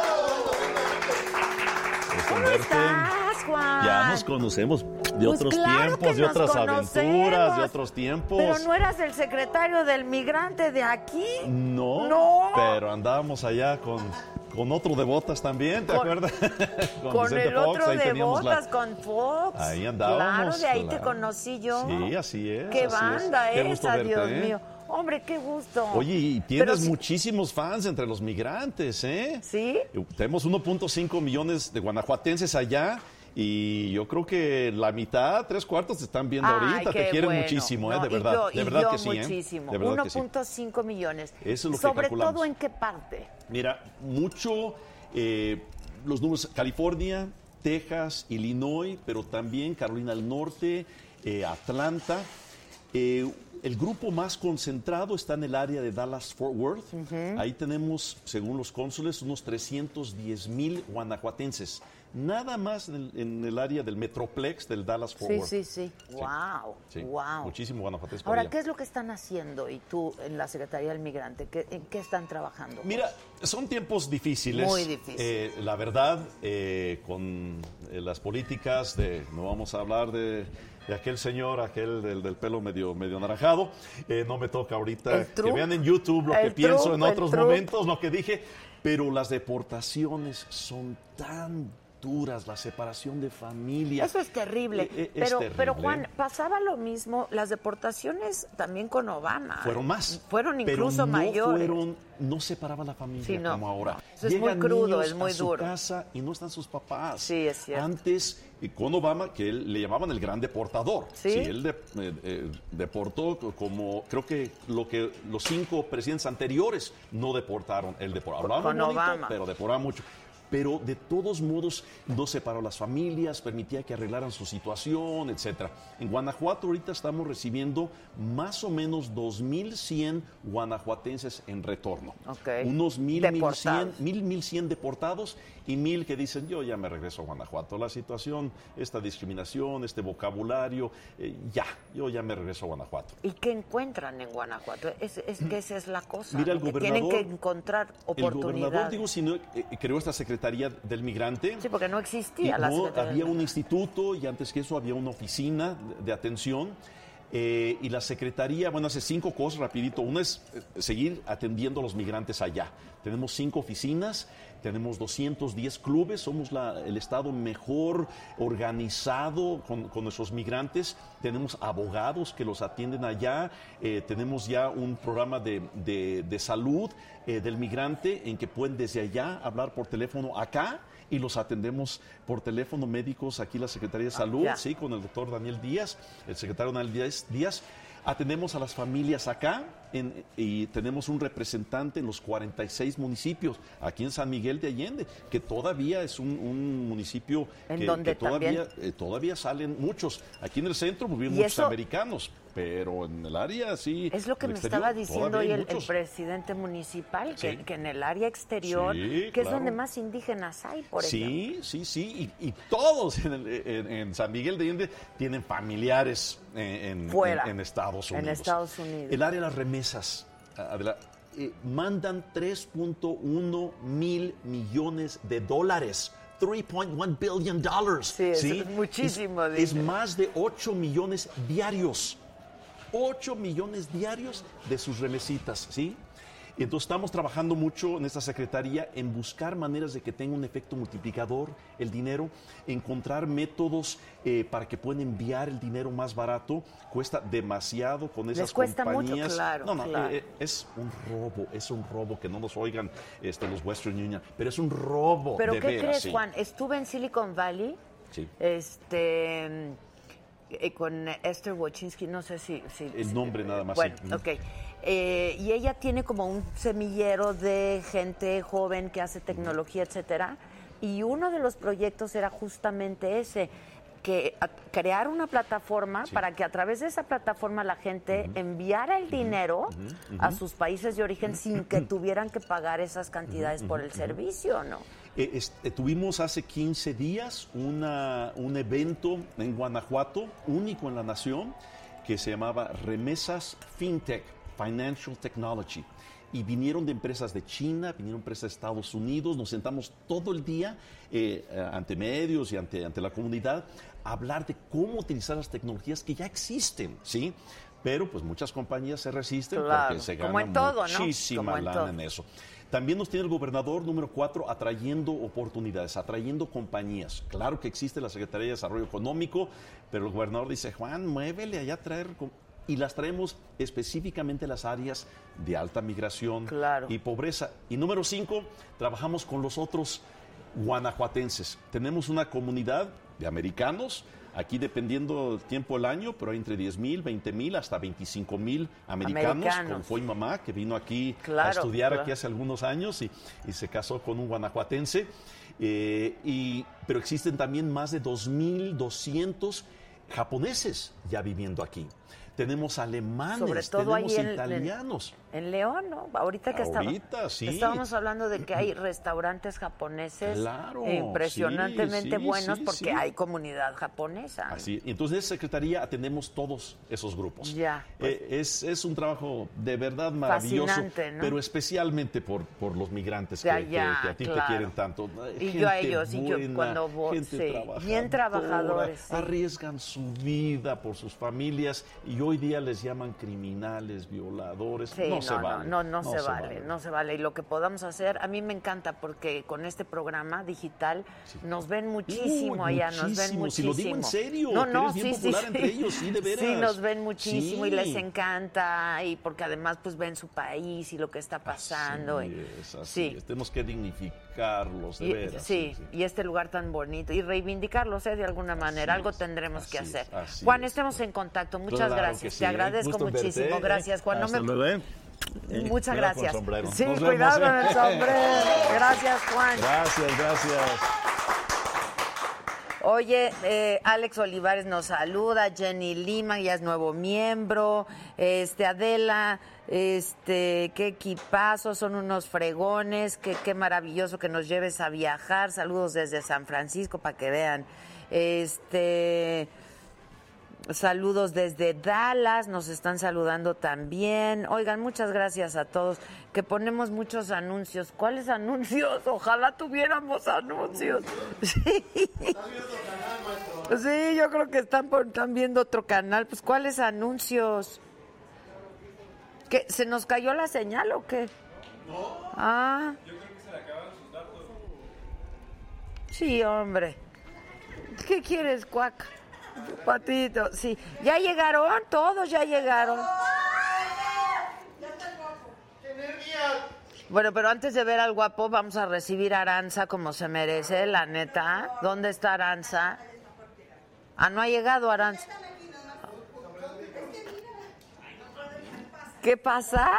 Speaker 3: ¿Cómo estás, Juan?
Speaker 17: Ya nos conocemos de otros
Speaker 3: claro
Speaker 17: tiempos, de otras
Speaker 3: conocemos.
Speaker 17: aventuras, de otros tiempos.
Speaker 3: Pero no eras el secretario del Migrante de aquí.
Speaker 17: No, pero andábamos allá con otro de botas también, ¿te acuerdas?
Speaker 3: Con
Speaker 17: Vicente
Speaker 3: el
Speaker 17: Fox,
Speaker 3: otro
Speaker 17: ahí
Speaker 3: de
Speaker 17: teníamos
Speaker 3: botas, con Fox.
Speaker 17: Ahí andábamos.
Speaker 3: Claro, de ahí te conocí yo.
Speaker 17: Sí, así es.
Speaker 3: Qué
Speaker 17: así
Speaker 3: banda
Speaker 17: es. Qué gusto
Speaker 3: esa,
Speaker 17: verte,
Speaker 3: Dios
Speaker 17: ¿eh?
Speaker 3: mío. Hombre, qué gusto.
Speaker 17: Oye, y
Speaker 3: Pero
Speaker 17: tienes
Speaker 3: sí-
Speaker 17: muchísimos fans entre los migrantes, ¿eh?
Speaker 3: ¿Sí?
Speaker 17: Tenemos 1.5 millones de guanajuatenses allá y yo creo que la mitad, 3/4 te están viendo
Speaker 3: Ay,
Speaker 17: ahorita.
Speaker 3: qué
Speaker 17: Te quieren
Speaker 3: bueno.
Speaker 17: muchísimo,
Speaker 3: No,
Speaker 17: de verdad.
Speaker 3: y
Speaker 17: de verdad
Speaker 3: yo
Speaker 17: que sí,
Speaker 3: muchísimo.
Speaker 17: ¿eh? De verdad que sí.
Speaker 3: 1.5 millones.
Speaker 17: Eso es lo que
Speaker 3: Sobre
Speaker 17: calculamos.
Speaker 3: todo, ¿en qué parte?
Speaker 17: Mira, mucho los números, California, Texas, Illinois, pero también Carolina del Norte, Atlanta. El grupo más concentrado está en el área de Dallas-Fort Worth. Ahí tenemos, según los cónsules, unos 310,000 guanajuatenses. Nada más en el área del Metroplex del Dallas-Fort Worth.
Speaker 3: Sí. Wow,
Speaker 17: Sí,
Speaker 3: wow.
Speaker 17: muchísimo guanajuatense por
Speaker 3: Ahora,
Speaker 17: allá.
Speaker 3: ¿qué es lo que están haciendo y tú en la Secretaría del Migrante? ¿En qué están trabajando?
Speaker 17: Mira, son tiempos difíciles.
Speaker 3: Muy difíciles.
Speaker 17: La verdad, con las políticas no vamos a hablar de aquel señor, aquel del pelo medio naranjado. No me toca ahorita que vean en YouTube lo que pienso en otros momentos, lo que dije. Pero las deportaciones son tan duras, la separación de familia.
Speaker 3: Eso es terrible.
Speaker 17: Es
Speaker 3: Pero
Speaker 17: terrible.
Speaker 3: Juan, pasaba lo mismo, las deportaciones también con Obama.
Speaker 17: Fueron más.
Speaker 3: Fueron incluso
Speaker 17: pero no
Speaker 3: mayores.
Speaker 17: No separaba la familia
Speaker 3: Sí, no.
Speaker 17: como ahora.
Speaker 3: Eso es muy
Speaker 17: Llegan
Speaker 3: crudo,
Speaker 17: niños
Speaker 3: es muy
Speaker 17: a su
Speaker 3: duro.
Speaker 17: casa y no están sus papás.
Speaker 3: Sí, es cierto.
Speaker 17: Antes, con Obama, que él le llamaban el gran deportador.
Speaker 3: Sí.
Speaker 17: Él deportó como, creo que los 5 presidentes anteriores no deportaron. Él deportaba. Hablaba
Speaker 3: Con
Speaker 17: bonito,
Speaker 3: Obama.
Speaker 17: pero deportaba mucho. Pero de todos modos no separó las familias, permitía que arreglaran su situación, etcétera. En Guanajuato ahorita estamos recibiendo más o menos 2,100 guanajuatenses en retorno.
Speaker 3: Ok.
Speaker 17: Unos
Speaker 3: 1,100
Speaker 17: 1,100 deportados y 1,000 que dicen yo ya me regreso a Guanajuato. La situación, esta discriminación, este vocabulario, yo ya me regreso a Guanajuato.
Speaker 3: ¿Y qué encuentran en Guanajuato? Es que esa es la cosa.
Speaker 17: Mira, el
Speaker 3: que
Speaker 17: gobernador,
Speaker 3: tienen que encontrar
Speaker 17: El gobernador,
Speaker 3: oportunidades.
Speaker 17: creó esta Secretaría del Migrante.
Speaker 3: Sí, porque no existía
Speaker 17: Y
Speaker 3: la
Speaker 17: no,
Speaker 3: Secretaría.
Speaker 17: había un instituto y antes que eso había una oficina de atención. Y la Secretaría, hace 5 cosas rapidito. Una es seguir atendiendo a los migrantes allá. Tenemos 5 oficinas, tenemos 210 clubes, somos el estado mejor organizado con nuestros migrantes. Tenemos abogados que los atienden allá. Tenemos ya un programa de salud del migrante en que pueden desde allá hablar por teléfono acá. Y los atendemos por teléfono médicos aquí en la Secretaría de Salud,
Speaker 3: ya.
Speaker 17: sí, con el doctor Daniel Díaz, el secretario Daniel Díaz. Atendemos a las familias acá y tenemos un representante en los 46 municipios, aquí en San Miguel de Allende, que todavía es un municipio
Speaker 3: En
Speaker 17: que,
Speaker 3: donde
Speaker 17: todavía salen muchos. Aquí en el centro viven
Speaker 3: Y
Speaker 17: muchos
Speaker 3: eso-
Speaker 17: americanos, pero en el área sí.
Speaker 3: Es lo que
Speaker 17: en el
Speaker 3: me
Speaker 17: exterior,
Speaker 3: estaba diciendo
Speaker 17: todavía
Speaker 3: hoy
Speaker 17: hay
Speaker 3: el
Speaker 17: muchos.
Speaker 3: presidente municipal,
Speaker 17: Sí.
Speaker 3: que en el área exterior,
Speaker 17: Sí,
Speaker 3: que es
Speaker 17: claro.
Speaker 3: donde más indígenas hay, por ejemplo.
Speaker 17: Sí. Y todos en San Miguel de Allende tienen familiares
Speaker 3: Fuera.
Speaker 17: en Estados Unidos.
Speaker 3: En Estados Unidos.
Speaker 17: El área de las remesas, Adela, mandan 3.1 mil millones de dólares. $3.1 billion.
Speaker 3: Sí, es muchísimo
Speaker 17: Es
Speaker 3: dinero.
Speaker 17: más de 8 millones diarios. 8 millones diarios de sus remesitas, ¿sí? Y entonces estamos trabajando mucho en esta secretaría en buscar maneras de que tenga un efecto multiplicador el dinero, encontrar métodos para que puedan enviar el dinero más barato. Cuesta demasiado con esas
Speaker 3: Les cuesta mucho,
Speaker 17: compañías.
Speaker 3: claro,
Speaker 17: No,
Speaker 3: claro.
Speaker 17: Es un robo, que no nos oigan los Western Union, pero es un robo.
Speaker 3: ¿Pero
Speaker 17: de
Speaker 3: qué
Speaker 17: veras,
Speaker 3: crees,
Speaker 17: sí.
Speaker 3: Juan? Estuve en Silicon Valley,
Speaker 17: Sí.
Speaker 3: con Esther Wojcinski, no sé si
Speaker 17: El nombre nada más.
Speaker 3: Bueno,
Speaker 17: sí.
Speaker 3: ok. Y ella tiene como un semillero de gente joven que hace tecnología, etcétera. Y uno de los proyectos era justamente ese, crear una plataforma para que a través de esa plataforma la gente enviara el dinero a sus países de origen sin que tuvieran que pagar esas cantidades por el servicio, ¿no?
Speaker 17: Tuvimos hace 15 días un evento en Guanajuato, único en la nación, que se llamaba Remesas FinTech, Financial Technology. Y vinieron de empresas de China, vinieron empresas de Estados Unidos, nos sentamos todo el día ante medios y ante la comunidad a hablar de cómo utilizar las tecnologías que ya existen, ¿sí? Pero pues muchas compañías se resisten porque se gana muchísima lana en eso. También nos tiene el gobernador número 4 atrayendo oportunidades, atrayendo compañías. Claro que existe la Secretaría de Desarrollo Económico, pero el gobernador dice, Juan, muévele allá a traer... Y las traemos específicamente a las áreas de alta migración y pobreza. Y número 5, trabajamos con los otros guanajuatenses. Tenemos una comunidad de americanos, aquí dependiendo del tiempo del año, pero hay entre 10,000, 20,000, hasta 25,000 americanos. Como fue mi mamá, que vino aquí a estudiar aquí hace algunos años y se casó con un guanajuatense. Pero existen también más de 2,200 japoneses ya viviendo aquí. Tenemos alemanes, tenemos italianos.
Speaker 3: En León, ¿no? Ahorita estábamos hablando de que hay restaurantes japoneses impresionantemente buenos porque hay comunidad japonesa.
Speaker 17: Así, entonces en esa secretaría atendemos todos esos grupos.
Speaker 3: Ya.
Speaker 17: Pues, es un trabajo de verdad maravilloso, ¿no? Pero especialmente por los migrantes que a ti te quieren tanto.
Speaker 3: Y yo a ellos, buena, y yo cuando voy, bien trabajadores.
Speaker 17: Arriesgan su vida por sus familias y hoy día les llaman criminales, violadores. No se vale. Y lo que podamos hacer, a mí me encanta porque con este programa digital nos ven muchísimo allá, nos ven muchísimo. Si lo digo en serio,
Speaker 3: no,
Speaker 17: eres bien popular entre ellos, sí, de veras.
Speaker 3: Sí, nos ven muchísimo y les encanta, y porque además pues ven su país y lo que está pasando.
Speaker 17: Así es. Tenemos que dignificarlos, de veras.
Speaker 3: Sí, y este lugar tan bonito, y reivindicarlos de alguna manera, algo tendremos que hacer. Juan, estemos en contacto, muchas gracias, te agradezco muchísimo, gracias Juan. Muchas gracias. Sí, cuidado con el sombrero. Gracias, Juan.
Speaker 17: Gracias.
Speaker 3: Oye, Alex Olivares nos saluda, Jenny Lima ya es nuevo miembro, Adela, qué equipazo, son unos fregones, qué maravilloso que nos lleves a viajar. Saludos desde San Francisco para que vean. Saludos desde Dallas, nos están saludando también. Oigan, muchas gracias a todos, que ponemos muchos anuncios. ¿Cuáles anuncios? Ojalá tuviéramos anuncios. Sí, yo creo que están viendo otro canal. Pues, ¿cuáles anuncios? ¿Qué, se nos cayó la señal o qué?
Speaker 4: No. Yo creo que se le acabaron sus datos.
Speaker 3: Sí, hombre. ¿Qué quieres, Cuac? Patito, sí. ¿Ya llegaron? ¿Todos ya llegaron? Bueno, pero antes de ver al guapo, vamos a recibir a Aranza como se merece, la neta. ¿Dónde está Aranza? No ha llegado Aranza. ¿Qué pasa?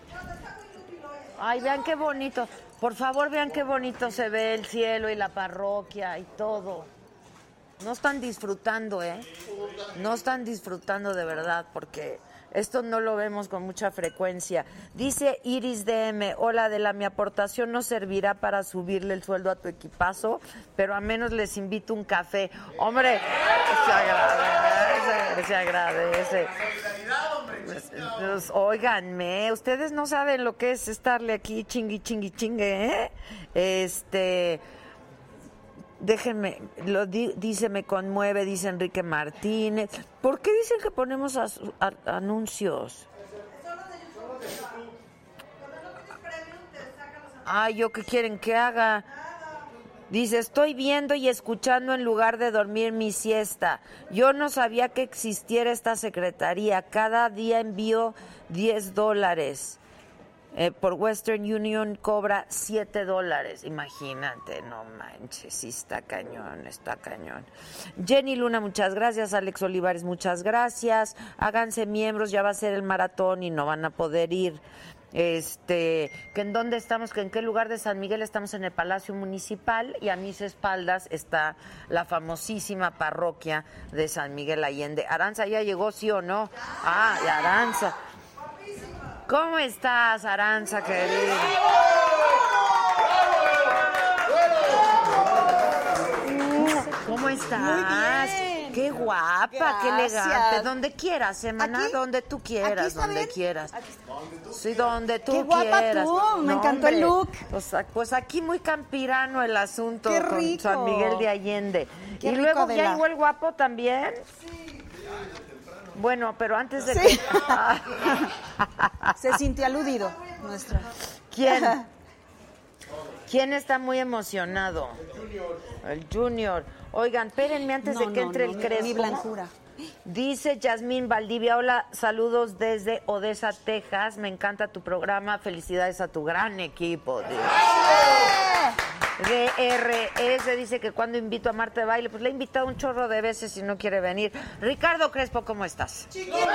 Speaker 3: Ay, vean qué bonito. Por favor, vean qué bonito se ve el cielo y la parroquia y todo. No están disfrutando, No están disfrutando de verdad, porque esto no lo vemos con mucha frecuencia. Dice Iris DM, hola Adela, mi aportación no servirá para subirle el sueldo a tu equipazo, pero a menos les invito un café. Hombre, se agradece. Pues, óiganme, ustedes no saben lo que es estarle aquí chingue, Déjenme, dice, me conmueve, dice Enrique Martínez. ¿Por qué dicen que ponemos anuncios? ¿Yo qué quieren que haga? Dice, estoy viendo y escuchando en lugar de dormir mi siesta. Yo no sabía que existiera esta secretaría. Cada día envío $10. por Western Union cobra $7. Imagínate, no manches, sí está cañón, está cañón. Jenny Luna, muchas gracias. Alex Olivares, muchas gracias. Háganse miembros, ya va a ser el maratón y no van a poder ir. Que en dónde estamos, que en qué lugar de San Miguel. Estamos en el Palacio Municipal y a mis espaldas está la famosísima parroquia de San Miguel Allende. Aranza ya llegó, ¿sí o no? Ah, y Aranza. ¿Cómo estás, Aranza, querida? ¿Cómo estás?
Speaker 18: Muy bien.
Speaker 3: Qué guapa,
Speaker 18: Gracias.
Speaker 3: qué elegante. Donde quieras, semana,
Speaker 18: ¿Aquí?
Speaker 3: donde tú quieras,
Speaker 18: ¿Aquí está
Speaker 3: donde
Speaker 18: bien?
Speaker 3: quieras. Sí, donde tú
Speaker 18: Qué guapa
Speaker 3: quieras.
Speaker 18: tú, me encantó el look.
Speaker 3: Pues aquí muy campirano el asunto
Speaker 18: Qué
Speaker 3: con
Speaker 18: rico.
Speaker 3: San Miguel de Allende.
Speaker 18: Qué
Speaker 3: Y
Speaker 18: rico,
Speaker 3: luego
Speaker 18: Adela.
Speaker 3: ya llegó el guapo también. Sí. Bueno, pero antes de
Speaker 18: Sí.
Speaker 3: que...
Speaker 18: Se sintió aludido nuestra.
Speaker 3: ¿Quién? ¿Quién está muy emocionado? El Junior. Oigan, espérenme antes de que entre el Crespo.
Speaker 18: Mi blancura.
Speaker 3: Dice Yasmín Valdivia, hola, saludos desde Odessa, Texas. Me encanta tu programa. Felicidades a tu gran equipo. DRS dice que cuando invito a Marta de Baile, pues le he invitado un chorro de veces y no quiere venir. Ricardo Crespo, ¿cómo estás?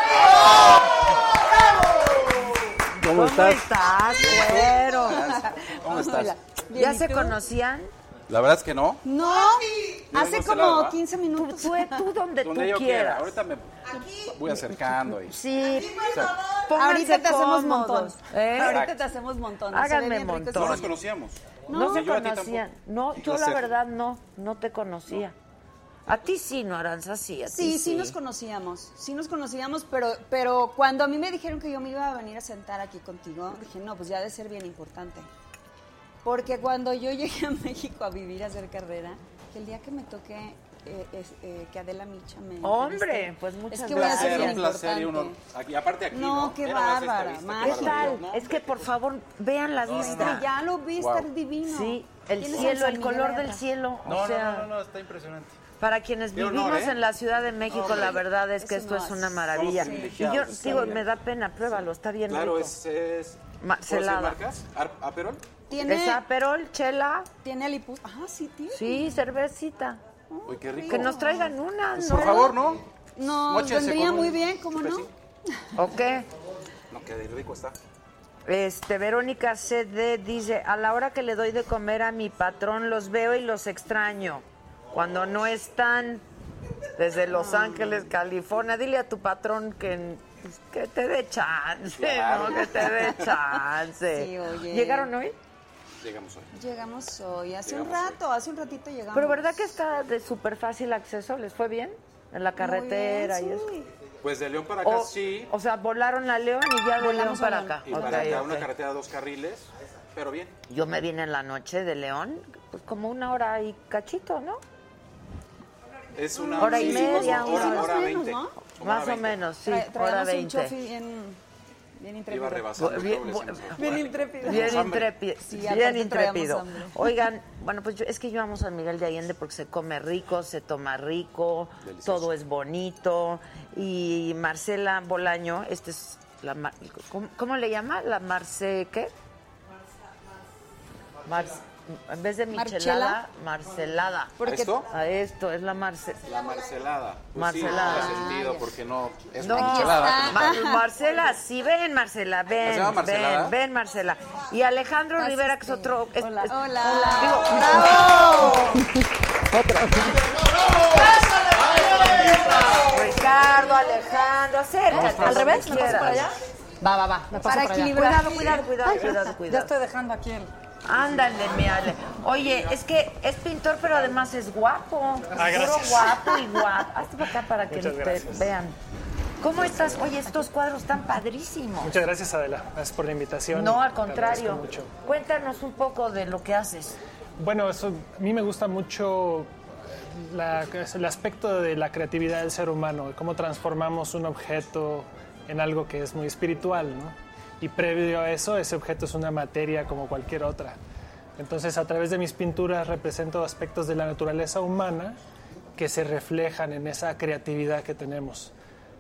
Speaker 19: ¿Cómo estás?
Speaker 3: Güero?
Speaker 19: ¿Cómo estás?
Speaker 3: ¿Ya se conocían?
Speaker 19: La verdad es que no.
Speaker 18: No, hace
Speaker 19: hemos
Speaker 18: como
Speaker 19: hablado, ¿va?
Speaker 18: 15 minutos.
Speaker 3: Tú donde tú
Speaker 19: yo quiera.
Speaker 3: quieras.
Speaker 19: Ahorita me voy acercando. Y...
Speaker 3: Sí.
Speaker 19: Pónganse
Speaker 18: Ahorita te hacemos
Speaker 3: cómodos,
Speaker 18: montón.
Speaker 3: ¿eh?
Speaker 18: Ahorita te hacemos montón.
Speaker 3: Háganme
Speaker 18: Se ve bien rico
Speaker 3: montón.
Speaker 19: No nos
Speaker 18: ese-
Speaker 19: conocíamos.
Speaker 3: No se
Speaker 19: Ni yo a ti
Speaker 3: conocían.
Speaker 19: tampoco.
Speaker 3: No,
Speaker 19: Un
Speaker 3: yo la
Speaker 19: placer.
Speaker 3: verdad no te conocía. A ti sí, no, Aranza, sí, a ti
Speaker 18: Sí, sí nos conocíamos, pero cuando a mí me dijeron que yo me iba a venir a sentar aquí contigo, dije, no, pues ya ha de ser bien importante. Porque cuando yo llegué a México a vivir, a hacer carrera, que el día que me toque que Adela Micha me
Speaker 3: Hombre,
Speaker 18: entreviste,
Speaker 3: pues muchas
Speaker 18: es que voy a ser
Speaker 3: gracias.
Speaker 18: bien
Speaker 19: Un placer y
Speaker 18: importante.
Speaker 19: uno aquí, aparte aquí,
Speaker 18: No,
Speaker 19: ¿no?
Speaker 18: qué
Speaker 19: Era más esta
Speaker 18: bárbara,
Speaker 19: vista,
Speaker 18: mágico.
Speaker 19: qué
Speaker 3: ¿Qué tal?
Speaker 19: maravilla, ¿no?
Speaker 3: Es que por favor vean la vista.
Speaker 18: Ya lo vi,
Speaker 19: Wow.
Speaker 18: está divino.
Speaker 3: Sí, el
Speaker 18: Tienes
Speaker 3: cielo,
Speaker 18: a San
Speaker 3: el
Speaker 18: Miguel
Speaker 3: color
Speaker 18: allá
Speaker 3: del
Speaker 18: atrás.
Speaker 3: cielo.
Speaker 19: No,
Speaker 3: o sea,
Speaker 19: no, está impresionante.
Speaker 3: para quienes
Speaker 19: Qué
Speaker 3: vivimos
Speaker 19: honor, ¿eh?
Speaker 3: en la Ciudad de México,
Speaker 19: Hombre,
Speaker 3: la verdad es que
Speaker 18: eso
Speaker 3: esto
Speaker 18: no
Speaker 3: es
Speaker 18: es-
Speaker 3: una maravilla.
Speaker 19: somos
Speaker 3: Y yo
Speaker 19: privilegiados.
Speaker 3: digo, me da pena, pruébalo, está bien
Speaker 19: Claro,
Speaker 3: rico.
Speaker 19: es
Speaker 3: Marcelada.
Speaker 19: ¿puedo decir marcas? ¿Aperol?
Speaker 18: Tiene,
Speaker 3: ¿Es Aperol, chela?
Speaker 18: tiene Alipuz. Ah, sí, tiene.
Speaker 3: Sí, cervecita.
Speaker 19: Uy, qué rico.
Speaker 3: Que nos traigan una,
Speaker 19: Pues,
Speaker 3: ¿no?
Speaker 19: por favor, ¿no?
Speaker 18: Nos
Speaker 19: Móchense
Speaker 18: vendría
Speaker 19: con
Speaker 18: muy
Speaker 19: un
Speaker 18: bien, ¿cómo no?
Speaker 19: chupecín.
Speaker 3: ¿O qué?
Speaker 19: No, qué rico está.
Speaker 3: Verónica CD dice, a la hora que le doy de comer a mi patrón los veo y los extraño. Cuando no están desde Los Ángeles, California, dile a tu patrón que te dé chance,
Speaker 19: Claro.
Speaker 3: ¿no? Que te dé chance.
Speaker 18: Sí, oye.
Speaker 3: ¿Llegaron hoy?
Speaker 19: Llegamos hoy.
Speaker 18: Llegamos hoy, hace
Speaker 19: Llegamos
Speaker 18: un rato, hace un ratito llegamos.
Speaker 3: Pero ¿verdad que está de súper fácil acceso? ¿Les fue bien? En la carretera
Speaker 18: Muy
Speaker 3: y
Speaker 18: bien,
Speaker 3: eso.
Speaker 18: sí.
Speaker 19: Pues de León para acá
Speaker 3: O,
Speaker 19: sí.
Speaker 3: o sea, volaron a León y ya de León
Speaker 18: Volamos a
Speaker 3: para
Speaker 18: León.
Speaker 3: acá.
Speaker 19: Y
Speaker 3: Ok,
Speaker 19: para acá
Speaker 3: ok.
Speaker 19: una carretera de 2 carriles, pero bien.
Speaker 3: Yo me vine en la noche de León, pues como 1 hora y cachito, ¿no?
Speaker 19: Es una
Speaker 3: Hora y media,
Speaker 19: hora,
Speaker 3: una
Speaker 19: hora
Speaker 18: menos,
Speaker 19: 20.
Speaker 18: ¿no?
Speaker 19: Como
Speaker 3: Más
Speaker 19: hora
Speaker 3: o
Speaker 19: 20.
Speaker 3: menos, sí,
Speaker 18: Traemos
Speaker 3: hora
Speaker 18: un
Speaker 3: 20.
Speaker 18: chofi bien intrépido.
Speaker 19: Iba rebasando
Speaker 3: Bien,
Speaker 19: el doble, se nos
Speaker 18: Bien
Speaker 19: fue.
Speaker 18: intrépido.
Speaker 3: Bien
Speaker 19: Tenemos hambre.
Speaker 3: intrépido.
Speaker 18: Sí,
Speaker 3: bien
Speaker 18: aparte
Speaker 3: intrépido.
Speaker 18: traíamos hambre.
Speaker 3: Oigan, bueno, pues es que yo amo San Miguel de Allende porque se come rico, se toma rico,
Speaker 19: Delicioso.
Speaker 3: todo es bonito. Y Marcela Bolaño, es la ¿cómo le llama? La Marce, ¿qué? En vez de michelada, marcelada.
Speaker 18: Porque-
Speaker 19: ¿Esto?
Speaker 3: A esto, es la Marce.
Speaker 19: La marcelada. Pues
Speaker 3: Marcelada.
Speaker 19: Sí, no tiene sentido porque no es
Speaker 3: No,
Speaker 19: una michelada.
Speaker 3: Marcela, sí, ven Marcela,
Speaker 19: ¿Se llama Marcela?
Speaker 3: ven Marcela. Y Alejandro
Speaker 18: Así
Speaker 3: Rivera, que es
Speaker 18: es.
Speaker 3: otro...
Speaker 18: Hola.
Speaker 3: Digo,
Speaker 18: ¡Bravo!
Speaker 3: Ricardo, Alejandro, acércate.
Speaker 18: ¿Al revés?
Speaker 3: donde
Speaker 18: ¿Me paso
Speaker 3: quieras.
Speaker 18: para allá? Va. Me paso
Speaker 3: Para
Speaker 18: para allá.
Speaker 3: equilibrar. Cuidado.
Speaker 18: Ya estoy dejando aquí el...
Speaker 3: Ándale, mi Ale. Oye, es que es pintor, pero además es guapo. Puro
Speaker 20: gracias.
Speaker 3: guapo y guapo. Hazte para acá para que
Speaker 20: Muchas
Speaker 3: te
Speaker 20: gracias.
Speaker 3: vean. ¿Cómo estás? Oye, estos cuadros están padrísimos.
Speaker 20: Muchas gracias, Adela. Gracias por la invitación.
Speaker 3: No, al
Speaker 20: Te
Speaker 3: contrario.
Speaker 20: agradezco mucho.
Speaker 3: Cuéntanos un poco de lo que haces.
Speaker 20: Bueno, a mí me gusta mucho el aspecto de la creatividad del ser humano, de cómo transformamos un objeto en algo que es muy espiritual, ¿no? Y previo a eso, ese objeto es una materia como cualquier otra. Entonces, a través de mis pinturas represento aspectos de la naturaleza humana que se reflejan en esa creatividad que tenemos.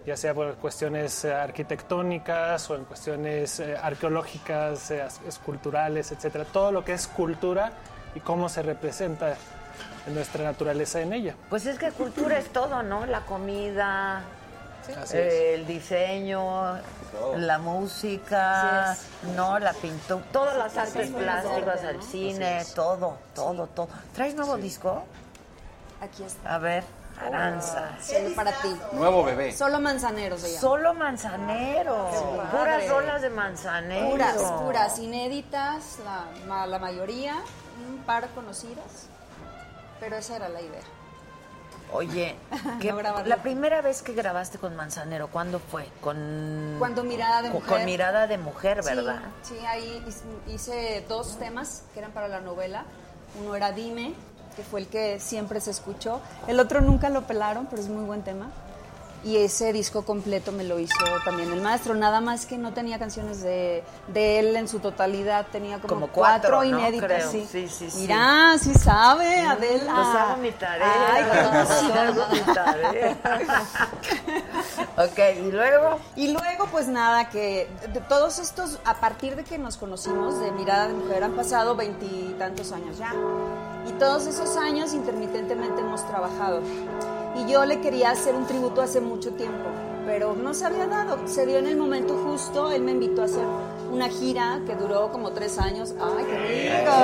Speaker 20: ya sea por cuestiones arquitectónicas o en cuestiones arqueológicas, esculturales, etcétera. Todo lo que es cultura y cómo se representa en nuestra naturaleza en ella.
Speaker 3: Pues es que cultura es todo, ¿no? La comida, el diseño, la música, ¿no? La pintura, todas las artes plásticas, el cine, todo. ¿Traes nuevo disco?
Speaker 18: Aquí está.
Speaker 3: A ver, Aranza.
Speaker 18: Solo para ti.
Speaker 19: Nuevo bebé.
Speaker 18: Solo Manzanero se llama.
Speaker 3: Solo Manzanero. Puras rolas de Manzanero.
Speaker 18: Puras, inéditas, la mayoría, un par conocidas, pero esa era la idea.
Speaker 3: Oye, la primera vez que grabaste con Manzanero, ¿cuándo fue?
Speaker 18: Cuando Mirada de Mujer.
Speaker 3: Con Mirada de Mujer, ¿verdad?
Speaker 18: Sí, ahí hice 2 temas que eran para la novela. Uno era Dime, que fue el que siempre se escuchó. El otro nunca lo pelaron, pero es muy buen tema. Y ese disco completo me lo hizo también el maestro, nada más que no tenía canciones de él en su totalidad, tenía como 4 inéditas.
Speaker 3: ¿No? Sí.
Speaker 18: Mira, sí sabe, Adela.
Speaker 3: Pues hago mi tarea.
Speaker 18: Ay,
Speaker 3: hago mi tarea. Ok, ¿y luego?
Speaker 18: Y luego, pues nada, que de todos estos, a partir de que nos conocimos de Mirada de Mujer, han pasado 20 y tantos años ya. Y todos esos años intermitentemente hemos trabajado. Y yo le quería hacer un tributo hace mucho tiempo, pero no se había dado. Se dio en el momento justo. Él me invitó a hacer una gira que duró como 3 años. ¡Ay, qué rico!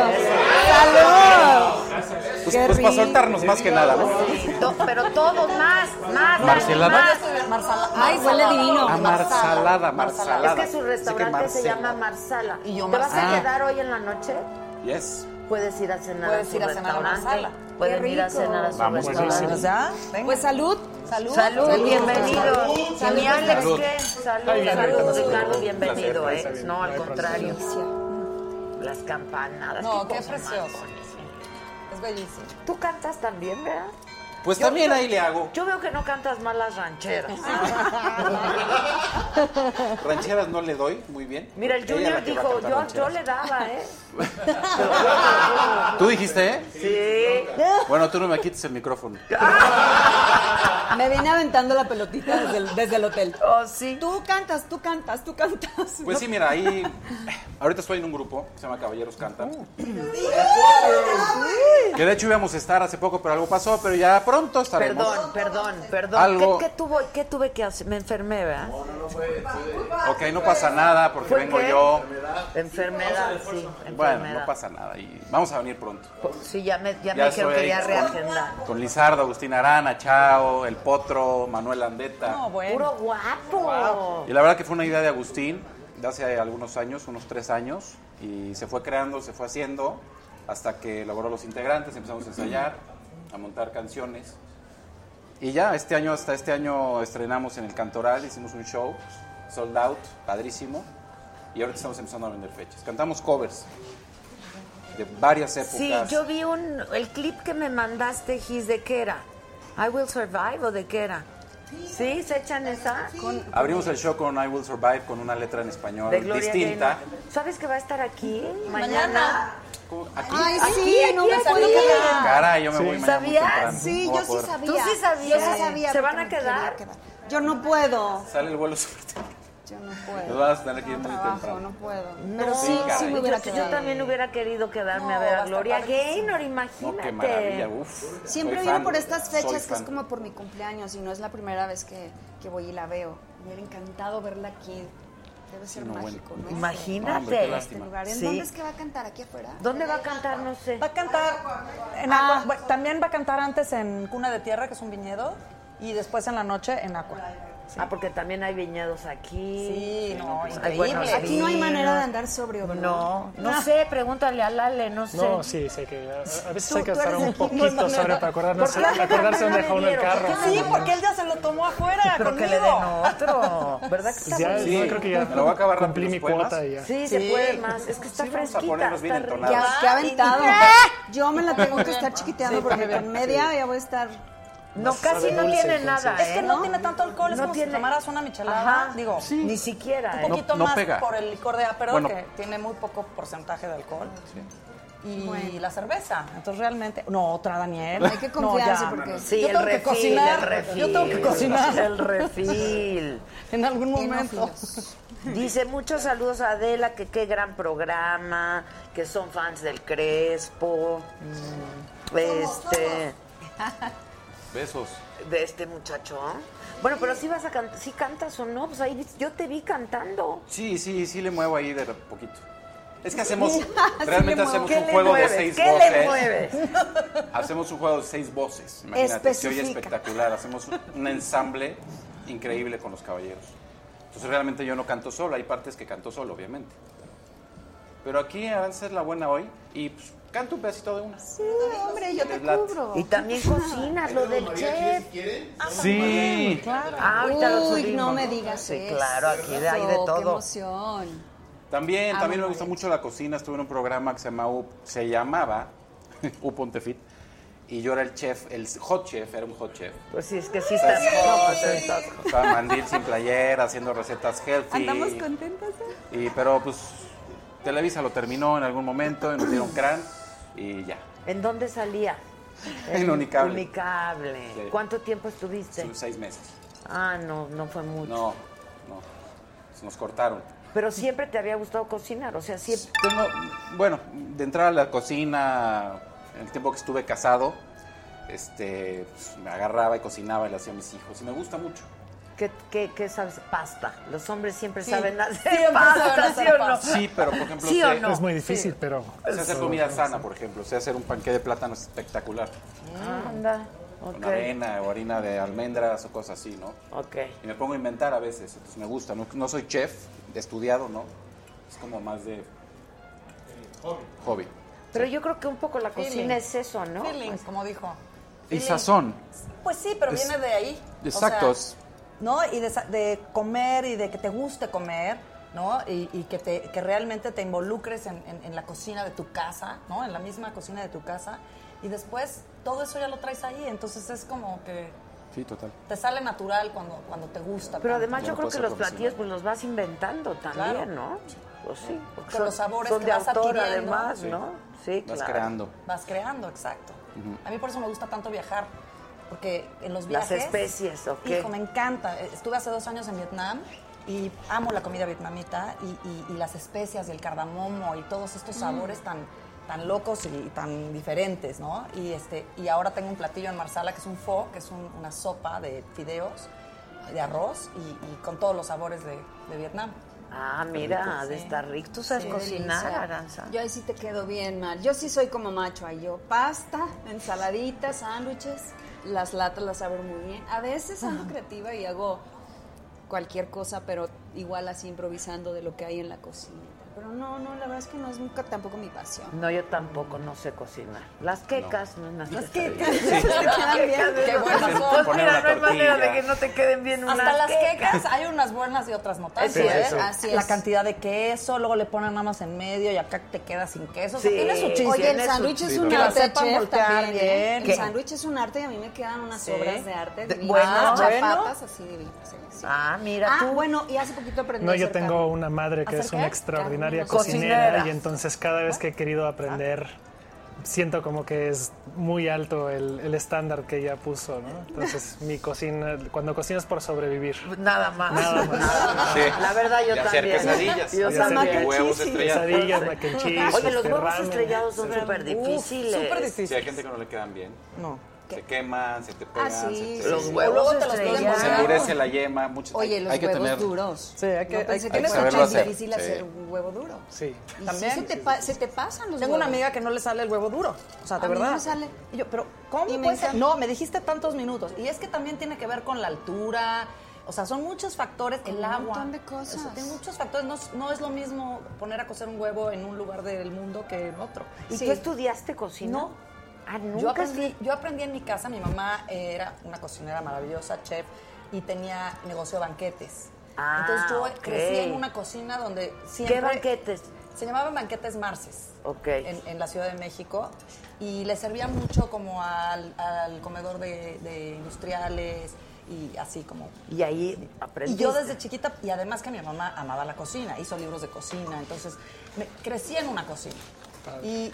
Speaker 18: ¡Salud!
Speaker 19: Pues para soltarnos más que nada, ¿no?
Speaker 3: Sí, pero todo más.
Speaker 19: ¿Marcelada?
Speaker 18: ¡Ay, huele divino!
Speaker 19: Marsalada.
Speaker 3: Es que su restaurante se llama Marsala. ¿Y yo ¿Te vas a quedar hoy en la noche?
Speaker 19: Yes.
Speaker 3: Puedes ir a cenar a su restaurante. Pueden ir a cenar a su restaurante.
Speaker 18: ¿Ya? Pues salud.
Speaker 3: Salud, bienvenido.
Speaker 18: Salud.
Speaker 3: ¿Y Alex qué? Salud, Ricardo, bienvenido.
Speaker 20: Placer.
Speaker 3: No, al contrario. Las campanadas.
Speaker 12: No, qué precioso. Es bellísimo.
Speaker 3: Tú cantas también, ¿verdad?
Speaker 19: Pues también ahí le hago.
Speaker 3: Yo veo que no cantas mal las rancheras.
Speaker 19: Rancheras no le doy muy bien.
Speaker 3: Mira, el Junior dijo, yo le daba, ¿eh?
Speaker 19: ¿Tú dijiste,
Speaker 3: Sí.
Speaker 19: Bueno, tú no me quites el micrófono.
Speaker 18: Me viene aventando la pelotita desde el hotel.
Speaker 3: Oh, sí.
Speaker 18: Tú cantas.
Speaker 19: Pues sí, mira, ahí... Ahorita estoy en un grupo que se llama Caballeros Cantan. Que de hecho íbamos a estar hace poco, pero algo pasó, pero ya pronto estaremos.
Speaker 3: Perdón.
Speaker 19: Algo...
Speaker 3: ¿Qué tuve que hacer? Me enfermé, ¿verdad?
Speaker 19: Ok, no pasa nada porque vengo yo.
Speaker 3: Enfermedad, sí.
Speaker 19: Bueno, no pasa nada y vamos a venir pronto.
Speaker 3: Sí, ya me dijeron que ya reagendar.
Speaker 19: Con Lizardo, Agustín Arana, Chao, El Potro, Manuel Landeta.
Speaker 3: No, bueno. Puro guapo. Wow.
Speaker 19: Y la verdad que fue una idea de Agustín de hace algunos años, unos 3 años, y se fue creando, se fue haciendo, hasta que logró los integrantes, empezamos a ensayar, a montar canciones. Y ya, hasta este año estrenamos en el Cantoral, hicimos un show, sold out, padrísimo, y ahorita estamos empezando a vender fechas. Cantamos covers de varias épocas.
Speaker 3: Sí, yo vi el clip que me mandaste, Gis, ¿de qué era? I Will Survive, ¿o de qué era? ¿Sí? ¿Se echan esa?
Speaker 19: Abrimos el show con I Will Survive, con una letra en español distinta.
Speaker 3: Gaynor. ¿Sabes que va a estar aquí mañana?
Speaker 19: ¿Aquí?
Speaker 18: Ay, sí, no me sabía.
Speaker 19: Caray, yo me voy mañana muy temprano.
Speaker 18: Sí, yo sí sabía.
Speaker 3: ¿Tú sí sabías?
Speaker 18: Yo sí sabía.
Speaker 3: ¿Se van a quedar?
Speaker 18: Yo no puedo.
Speaker 19: Sale el vuelo súper temprano.
Speaker 18: Yo no puedo.
Speaker 19: Nos vas a tener que ir muy temprano.
Speaker 18: No puedo.
Speaker 3: No,
Speaker 18: pero sí me hubiera quedado.
Speaker 3: Yo también hubiera querido quedarme a ver a Gloria Gaynor, imagínate.
Speaker 19: No, qué maravilla,
Speaker 18: Siempre vivo por estas fechas, que es como por mi cumpleaños, y no es la primera vez que voy y la veo. Me hubiera encantado verla aquí. Debe ser mágico, ¿no?
Speaker 3: Imagínate.
Speaker 18: Este lugar. ¿En dónde es que va a cantar? ¿Aquí afuera?
Speaker 3: ¿Dónde va a cantar? No sé.
Speaker 12: Va a cantar también va a cantar antes en Cuna de Tierra, que es un viñedo, y después en la noche en Aqua.
Speaker 3: Sí. Porque también hay viñedos aquí.
Speaker 12: Sí, no, increíble.
Speaker 18: Aquí no hay manera de andar sobrio, ¿no?
Speaker 3: No sé, pregúntale a Lale, no sé.
Speaker 20: No, sí, sé que a veces hay que estar un poquito sobrio para acordarse dónde dejó uno el carro.
Speaker 12: Sí, porque él ya se lo tomó afuera
Speaker 3: pero
Speaker 12: conmigo.
Speaker 3: Que le den otro, ¿verdad que está
Speaker 20: ya,
Speaker 19: sí,
Speaker 20: creo que ya
Speaker 19: me lo voy a acabar
Speaker 20: cumplí mi cuota y ya.
Speaker 3: Sí, se puede más. Es que está fresquita.
Speaker 19: Bien entonados.
Speaker 18: Ya aventado. Yo me la tengo que estar chiquiteando porque con media ya voy a estar...
Speaker 3: No, casi no tiene nada,
Speaker 12: Es que no tiene tanto alcohol, es como si tomaras una michelada.
Speaker 3: Ajá,
Speaker 12: digo,
Speaker 3: ni siquiera.
Speaker 12: Un poquito más
Speaker 19: pega.
Speaker 12: por el licor de Aperol, que tiene muy poco porcentaje de alcohol. y la cerveza. Entonces realmente, no, otra Daniel.
Speaker 18: Hay que confiarse
Speaker 12: ya.
Speaker 18: porque
Speaker 3: Sí,
Speaker 12: yo
Speaker 3: el
Speaker 12: tengo que
Speaker 3: refil,
Speaker 12: cocinar.
Speaker 3: el refil.
Speaker 12: Yo tengo que cocinar.
Speaker 3: El refil.
Speaker 12: En algún momento.
Speaker 3: Dice muchos saludos a Adela, que qué gran programa, que son fans del Crespo.
Speaker 19: Besos.
Speaker 3: De este muchacho. Bueno, pero si vas a cantar, si cantas o no, pues ahí yo te vi cantando.
Speaker 19: Sí, le muevo ahí de poquito. Es que realmente hacemos un
Speaker 3: ¿Qué
Speaker 19: juego
Speaker 3: le
Speaker 19: de
Speaker 3: mueves?
Speaker 19: 6
Speaker 3: ¿Qué
Speaker 19: voces.
Speaker 3: le mueves?
Speaker 19: Hacemos un juego de 6 voces. Imagínate, se oye
Speaker 18: Especifica.
Speaker 19: espectacular. Hacemos un ensamble increíble con los caballeros. Entonces realmente yo no canto solo, hay partes que canto solo, obviamente. Pero aquí Aranza es la buena hoy y pues, canto un pedacito de una.
Speaker 18: Sí, hombre, yo te
Speaker 19: late.
Speaker 18: cubro.
Speaker 3: Y también cocinas lo del chef.
Speaker 19: Sí.
Speaker 12: Claro.
Speaker 3: Ahorita lo
Speaker 18: Uy,
Speaker 3: subimos.
Speaker 18: no me digas
Speaker 3: Sí,
Speaker 18: eso.
Speaker 3: claro, aquí hay de
Speaker 18: Qué
Speaker 3: todo.
Speaker 18: emoción.
Speaker 19: También me
Speaker 18: Amo
Speaker 19: gusta mucho la cocina. Estuve en un programa que se llamaba Upontefit. Y yo era el chef, el hot chef, era un hot chef.
Speaker 3: Pues sí, es que sí estás hot.
Speaker 19: Estaba mandil sin playera, haciendo recetas healthy.
Speaker 18: Andamos contentas.
Speaker 19: Pero pues Televisa lo terminó en algún momento y nos dieron crán y ya.
Speaker 3: ¿En dónde salía?
Speaker 19: En Unicable.
Speaker 3: Unicable.
Speaker 19: Sí.
Speaker 3: ¿Cuánto tiempo estuviste?
Speaker 19: 6 meses.
Speaker 3: Ah, no fue mucho.
Speaker 19: No. Nos cortaron.
Speaker 3: Pero siempre te había gustado cocinar, o sea, siempre.
Speaker 19: Bueno, de entrar a la cocina, en el tiempo que estuve casado, pues, me agarraba y cocinaba y le hacía a mis hijos. Y me gusta mucho.
Speaker 3: ¿Qué sabes? Pasta. Los hombres siempre
Speaker 12: Sí.
Speaker 3: saben hacer
Speaker 12: Siempre
Speaker 3: pasta,
Speaker 12: saben hacer
Speaker 3: ¿sí o no?
Speaker 12: pasta.
Speaker 19: Sí, pero por ejemplo,
Speaker 3: ¿Sí o no?
Speaker 20: Es muy difícil, pero...
Speaker 19: sé hacer comida sana, por ejemplo. Sé hacer un panqué de plátano espectacular.
Speaker 3: Anda.
Speaker 19: Con avena o harina de almendras o cosas así, ¿no?
Speaker 3: Ok.
Speaker 19: Y me pongo a inventar a veces, entonces me gusta. No soy chef, de estudiado, ¿no? Es como más de hobby.
Speaker 3: Pero yo creo que un poco la cocina
Speaker 12: Feeling.
Speaker 3: es eso, ¿no?
Speaker 12: Feelings, como dijo.
Speaker 19: Y sazón.
Speaker 12: Pues sí, pero viene de ahí.
Speaker 19: Exacto.
Speaker 12: O sea, ¿no? Y de comer y de que te guste comer, ¿no? Y que realmente te involucres en la cocina de tu casa, ¿no? En la misma cocina de tu casa. Y después todo eso ya lo traes ahí, entonces es como que
Speaker 19: Sí, total.
Speaker 12: te sale natural cuando te gusta.
Speaker 3: Pero
Speaker 12: tanto.
Speaker 3: además yo creo que los platillos pues los vas inventando también,
Speaker 12: Claro.
Speaker 3: ¿no? Pues sí. Porque
Speaker 12: Con los sabores
Speaker 3: son
Speaker 12: que
Speaker 3: de
Speaker 12: vas
Speaker 3: autor
Speaker 12: adquiriendo.
Speaker 3: además,
Speaker 19: Sí.
Speaker 3: ¿no? Sí,
Speaker 19: Vas
Speaker 3: claro.
Speaker 19: creando.
Speaker 12: Vas creando, exacto.
Speaker 19: Ujú.
Speaker 12: A mí por eso me gusta tanto viajar, porque en los
Speaker 3: Las
Speaker 12: viajes...
Speaker 3: especies, ¿ok?
Speaker 12: Hijo, me encanta. Estuve hace 2 años en Vietnam y amo la comida vietnamita y las especias y el cardamomo y todos estos sabores tan locos y tan diferentes, ¿no? Y ahora tengo un platillo en Marsala que es un pho, que es una sopa de fideos, de arroz y con todos los sabores de Vietnam.
Speaker 3: Ah, mira,
Speaker 12: rico,
Speaker 3: ha de
Speaker 12: sí.
Speaker 3: estar rico. ¿Tú sabes
Speaker 18: Qué
Speaker 3: cocinar,
Speaker 18: delicia.
Speaker 3: Aranza?
Speaker 18: Yo ahí sí te quedo bien mal. Yo sí soy como macho. Ahí yo pasta, ensaladitas, sándwiches, las latas las abro muy bien. A veces ando creativa y hago cualquier cosa, pero igual así improvisando de lo que hay en la cocina. Pero no, la verdad es que no es nunca tampoco mi pasión.
Speaker 3: No, yo tampoco no sé cocinar. Las quecas, no. Las
Speaker 18: quecas, esas te quedan bien.
Speaker 12: Qué buenas son.
Speaker 3: Pues
Speaker 19: Poner
Speaker 3: mira,
Speaker 19: una
Speaker 3: no hay manera
Speaker 19: tortilla.
Speaker 3: de que no te queden bien unas
Speaker 12: Hasta las
Speaker 3: quecas.
Speaker 12: quecas, hay unas buenas y otras no tanto,
Speaker 3: Sí,
Speaker 12: ¿eh?
Speaker 3: eso.
Speaker 18: Así
Speaker 12: La
Speaker 18: es.
Speaker 12: cantidad de queso, luego le ponen nada más en medio y acá te queda sin queso. O sea,
Speaker 3: Sí.
Speaker 12: tiene su chiste.
Speaker 18: Oye, el
Speaker 3: tiene su-
Speaker 18: sándwich es
Speaker 19: sí,
Speaker 18: un
Speaker 12: que la
Speaker 18: arte,
Speaker 12: sepan
Speaker 18: chef,
Speaker 12: voltear
Speaker 18: también, ¿eh?
Speaker 12: bien.
Speaker 18: El sándwich es un arte y a mí me quedan unas
Speaker 12: Sí.
Speaker 18: obras de arte.
Speaker 3: De-
Speaker 18: divinas,
Speaker 3: bueno,
Speaker 18: chapatas, así divinas. Sí.
Speaker 3: Ah, mira tú.
Speaker 18: Bueno, y hace poquito aprendí
Speaker 20: No,
Speaker 18: a
Speaker 20: yo
Speaker 18: hacer
Speaker 20: tengo
Speaker 18: carne.
Speaker 20: una madre que es
Speaker 12: ¿Hacer
Speaker 20: una
Speaker 12: qué?
Speaker 20: extraordinaria
Speaker 18: Carne.
Speaker 20: cocinera
Speaker 3: Cocinera.
Speaker 20: y entonces cada vez que he querido aprender siento como que es muy alto el estándar que ella puso, ¿no? Entonces mi cocina, cuando cocinas por sobrevivir.
Speaker 3: Nada más.
Speaker 20: Nada más.
Speaker 19: Sí.
Speaker 3: La verdad, yo
Speaker 19: Y hacer
Speaker 3: también.
Speaker 19: quesadillas.
Speaker 3: Yo
Speaker 20: Y hacer
Speaker 3: también.
Speaker 19: huevos estrellados.
Speaker 20: Quesadillas, mac and cheese,
Speaker 3: Oye, los huevos
Speaker 20: ramen.
Speaker 3: estrellados son súper difíciles.
Speaker 12: Súper
Speaker 19: Sí,
Speaker 12: difícil.
Speaker 19: hay gente que no le quedan bien.
Speaker 12: No.
Speaker 19: Se queman, se te pegan,
Speaker 18: sí,
Speaker 19: se
Speaker 3: Los
Speaker 18: sí.
Speaker 3: huevos
Speaker 12: Luego te los
Speaker 3: estrellados.
Speaker 19: se endurece la yema. Muchos,
Speaker 18: Oye, los
Speaker 19: hay que
Speaker 18: huevos
Speaker 19: tener,
Speaker 18: duros.
Speaker 12: Sí, hay que-
Speaker 18: No, pensé
Speaker 12: hay
Speaker 18: que
Speaker 12: que
Speaker 18: me
Speaker 19: saberlo
Speaker 18: escuchas
Speaker 19: hacer.
Speaker 18: difícil
Speaker 19: Sí.
Speaker 18: hacer un huevo duro.
Speaker 20: Sí.
Speaker 18: Y
Speaker 12: También.
Speaker 18: sí se te pasan los
Speaker 12: Tengo una
Speaker 18: huevos.
Speaker 12: amiga que no le sale el huevo duro. O sea, de
Speaker 18: A mí no
Speaker 12: verdad.
Speaker 18: me sale.
Speaker 12: Y yo, pero ¿cómo
Speaker 18: Y me
Speaker 12: puede ser?
Speaker 18: encanta.
Speaker 12: No, me dijiste tantos minutos. Y es que también tiene que ver con la altura. O sea, son muchos factores.
Speaker 18: Con
Speaker 12: El
Speaker 18: un
Speaker 12: agua.
Speaker 18: montón de cosas.
Speaker 12: O sea, tiene muchos factores. No es lo mismo poner a cocer un huevo en un lugar del mundo que en otro.
Speaker 3: ¿Y
Speaker 18: Sí.
Speaker 3: tú estudiaste cocina?
Speaker 12: No.
Speaker 3: Ah, nunca.
Speaker 12: Yo aprendí en mi casa. Mi mamá era una cocinera maravillosa, chef, y tenía negocio de banquetes.
Speaker 3: Ah,
Speaker 12: Entonces yo
Speaker 3: ok.
Speaker 12: crecí en una cocina donde siempre...
Speaker 3: ¿Qué banquetes?
Speaker 12: Se llamaban banquetes Marces.
Speaker 3: Ok.
Speaker 12: En la Ciudad de México. Y le servía mucho como al comedor de industriales y así como...
Speaker 3: Y ahí
Speaker 12: Y
Speaker 3: aprendiste.
Speaker 12: yo desde chiquita, y además que mi mamá amaba la cocina, hizo libros de cocina, entonces crecí en una cocina. Y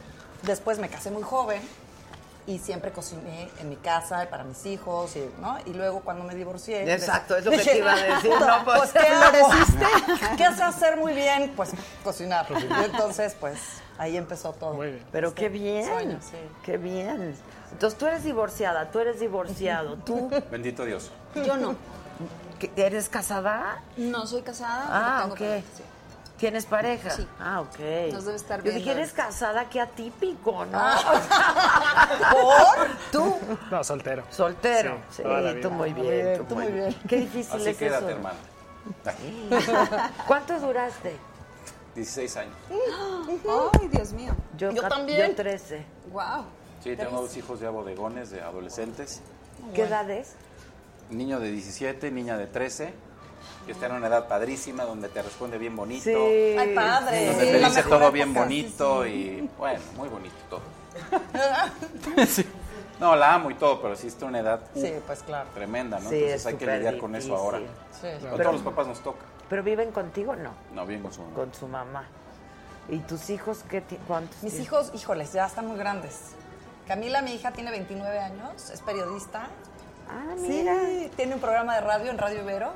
Speaker 12: después me casé muy joven y siempre cociné en mi casa para mis hijos, ¿no? Y luego cuando me divorcié...
Speaker 3: Exacto, es lo que te iba a decir. No,
Speaker 12: pues ¿qué floreciste? ¿Qué sé hacer muy bien? Pues cocinar. Y entonces, pues, ahí empezó todo.
Speaker 20: Muy bien.
Speaker 3: Pero qué bien,
Speaker 12: sueño, sí.
Speaker 3: Qué bien. Entonces tú eres divorciada, tú eres divorciado, tú...
Speaker 19: Bendito Dios.
Speaker 18: Yo no.
Speaker 3: ¿Eres casada?
Speaker 18: No soy casada,
Speaker 3: Ah,
Speaker 18: pero tengo
Speaker 3: ok.
Speaker 18: pareja, sí.
Speaker 3: ¿Tienes pareja?
Speaker 18: Sí.
Speaker 3: Ah, ok.
Speaker 18: Nos debe estar
Speaker 3: Yo
Speaker 18: viendo.
Speaker 3: dije, eres casada, qué atípico, ¿no?
Speaker 12: ¿Por?
Speaker 3: ¿Tú?
Speaker 20: No, soltero.
Speaker 3: Soltero.
Speaker 20: Sí,
Speaker 3: Sí,
Speaker 20: toda la vida.
Speaker 3: tú muy bien, tú muy bien. Qué difícil
Speaker 19: Así
Speaker 3: es
Speaker 19: quédate,
Speaker 3: eso.
Speaker 19: hermano.
Speaker 3: ¿Cuánto duraste?
Speaker 19: 16 años.
Speaker 18: Ay, Dios mío.
Speaker 12: Yo también.
Speaker 3: Yo 13.
Speaker 18: Wow.
Speaker 19: Sí, tengo 2 hijos ya bodegones, de adolescentes.
Speaker 3: ¿Qué edad es?
Speaker 19: Niño de 17, niña de 13. Que está en una edad padrísima, donde te responde bien bonito.
Speaker 3: Sí.
Speaker 12: Ay, padre.
Speaker 19: Donde
Speaker 12: Sí,
Speaker 19: te
Speaker 12: la
Speaker 19: dice
Speaker 12: mejor
Speaker 19: todo bien
Speaker 12: época.
Speaker 19: bonito y, bueno, muy bonito todo. Sí. No, la amo y todo, pero sí está en una edad
Speaker 12: Sí, pues claro.
Speaker 19: tremenda, ¿no?
Speaker 3: Sí,
Speaker 19: Entonces
Speaker 3: es
Speaker 19: hay que
Speaker 3: súper
Speaker 19: lidiar con eso ahora.
Speaker 3: difícil.
Speaker 12: Sí.
Speaker 19: A
Speaker 3: Pero-
Speaker 19: todos los papás nos toca.
Speaker 3: ¿Pero viven contigo? No,
Speaker 19: No, bien con su mamá.
Speaker 3: con su mamá. ¿Y tus hijos cuántos
Speaker 12: Mis
Speaker 3: tienes?
Speaker 12: hijos, híjoles, ya están muy grandes. Camila, mi hija, tiene 29 años, es periodista.
Speaker 3: Ah, mira.
Speaker 12: Sí, tiene un programa de radio en Radio Ibero.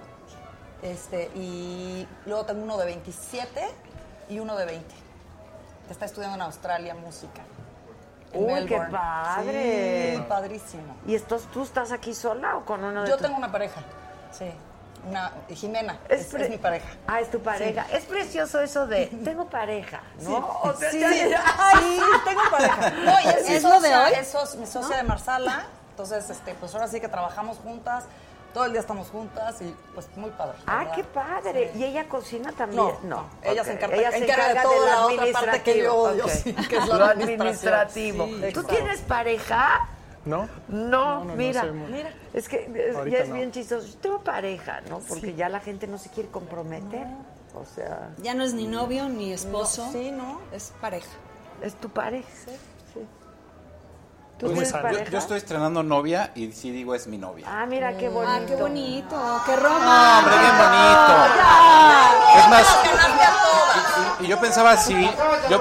Speaker 12: Y luego tengo uno de 27 y uno de 20. Que está estudiando en Australia música. en
Speaker 3: Uy, qué
Speaker 12: Melbourne.
Speaker 3: padre.
Speaker 12: Sí, padrísimo.
Speaker 3: ¿Y tú estás aquí sola o con uno de
Speaker 12: Yo
Speaker 3: tus-
Speaker 12: tengo una pareja, sí. Jimena,
Speaker 3: Es
Speaker 12: es mi pareja.
Speaker 3: Ah, es tu pareja.
Speaker 12: Sí.
Speaker 3: Es precioso eso de tengo pareja, ¿no?
Speaker 12: Sí,
Speaker 3: O sea,
Speaker 12: sí,
Speaker 3: ya-
Speaker 12: sí, tengo pareja. No, y es, mi
Speaker 18: ¿Es lo de
Speaker 12: socia,
Speaker 18: hoy?
Speaker 12: es mi socia de Marsala. Entonces, pues ahora sí que trabajamos juntas, todo el día estamos juntas y pues muy padre. la
Speaker 3: Ah,
Speaker 12: verdad.
Speaker 3: qué padre.
Speaker 12: Sí.
Speaker 3: ¿Y ella cocina también?
Speaker 12: No, ella se
Speaker 3: Ok.
Speaker 12: encarga,
Speaker 3: Ella se
Speaker 12: encarga de
Speaker 3: encarga
Speaker 12: toda
Speaker 3: del
Speaker 12: la otra parte que yo odio,
Speaker 3: ok.
Speaker 12: sí, que es
Speaker 3: Lo
Speaker 12: la
Speaker 3: administrativo.
Speaker 12: Sí,
Speaker 3: ¿Tú
Speaker 12: exacto.
Speaker 3: tienes pareja?
Speaker 20: ¿No?
Speaker 3: No,
Speaker 20: no
Speaker 3: mira,
Speaker 20: soy muy-
Speaker 3: mira, es que
Speaker 20: Ahorita
Speaker 3: ya es
Speaker 20: no.
Speaker 3: bien chistoso. Yo tengo pareja, ¿no? Porque ya la gente no se quiere comprometer. O sea,
Speaker 18: Ya no es ni novio ni esposo.
Speaker 12: No, sí, ¿no?
Speaker 18: Es pareja.
Speaker 3: es tu pareja. Sí. ¿Tú
Speaker 20: Muy
Speaker 3: tienes
Speaker 20: sano.
Speaker 3: pareja?
Speaker 19: Yo estoy estrenando novia y sí digo es mi novia.
Speaker 3: Ah, mira qué bonito.
Speaker 18: Ah, qué bonito. Qué
Speaker 19: No,
Speaker 18: romántico.
Speaker 19: hombre, bien bonito. Es más, y yo pensaba así,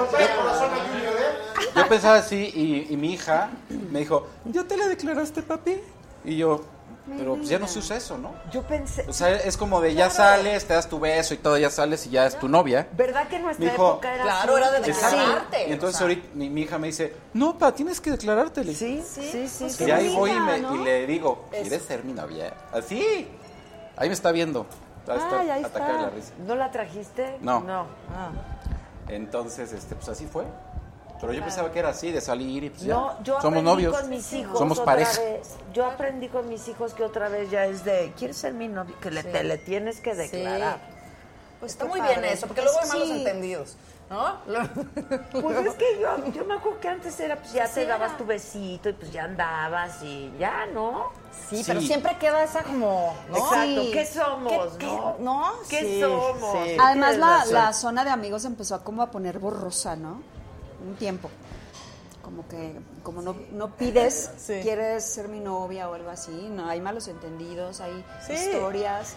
Speaker 19: yo pensaba así y mi hija me dijo, ¿ya te le declaraste, papi? Y yo, pero pues ya no se usa eso, ¿no?
Speaker 3: Yo pensé,
Speaker 19: O sea, es como de ya sales, te das tu beso y todo, ya sales y ya es tu novia.
Speaker 3: ¿verdad que en nuestra
Speaker 19: Me dijo,
Speaker 3: época era
Speaker 12: claro,
Speaker 3: así?
Speaker 12: era de
Speaker 19: Exacto.
Speaker 12: declararte.
Speaker 19: Y entonces
Speaker 12: o sea,
Speaker 19: ahorita mi hija me dice, no, pa, tienes que declarártele.
Speaker 3: Sí, sí, sí.
Speaker 19: Y ahí voy y le digo, ¿quieres ser mi novia? Así. Ahí me está viendo.
Speaker 3: Ay, ahí
Speaker 19: atacada de la
Speaker 3: está.
Speaker 19: risa.
Speaker 3: ¿No la trajiste?
Speaker 19: No.
Speaker 3: No. Ah.
Speaker 19: Entonces, pues así fue. Pero yo pensaba que era así, de salir y pues ya.
Speaker 3: No, yo
Speaker 19: Somos
Speaker 3: aprendí
Speaker 19: novios.
Speaker 3: con mis hijos
Speaker 19: Somos
Speaker 3: otra
Speaker 19: pareja.
Speaker 3: vez. Yo aprendí con mis hijos que otra vez ya es de, ¿quieres ser mi novio? Que te le tienes que declarar.
Speaker 12: Pues está
Speaker 18: qué
Speaker 12: muy
Speaker 18: padre.
Speaker 12: bien eso, porque luego hay malos
Speaker 18: Sí.
Speaker 12: entendidos, ¿no?
Speaker 3: Pues es que yo me acuerdo que antes era, pues ya te dabas tu besito y pues ya andabas y ya, ¿no?
Speaker 12: Sí, pero siempre queda esa como, ¿no?
Speaker 3: Exacto.
Speaker 18: Sí.
Speaker 3: ¿Qué somos,
Speaker 12: ¿Qué-
Speaker 3: no?
Speaker 12: no?
Speaker 3: ¿Qué
Speaker 12: Sí,
Speaker 3: somos?
Speaker 12: sí.
Speaker 18: Además,
Speaker 3: Tienes
Speaker 18: la
Speaker 3: razón.
Speaker 18: zona de amigos empezó a como a poner borrosa, ¿no? Un tiempo. Como que, como no pides,
Speaker 12: Sí.
Speaker 18: quieres ser mi novia o algo así. No, hay malos entendidos, hay
Speaker 12: Sí.
Speaker 18: historias.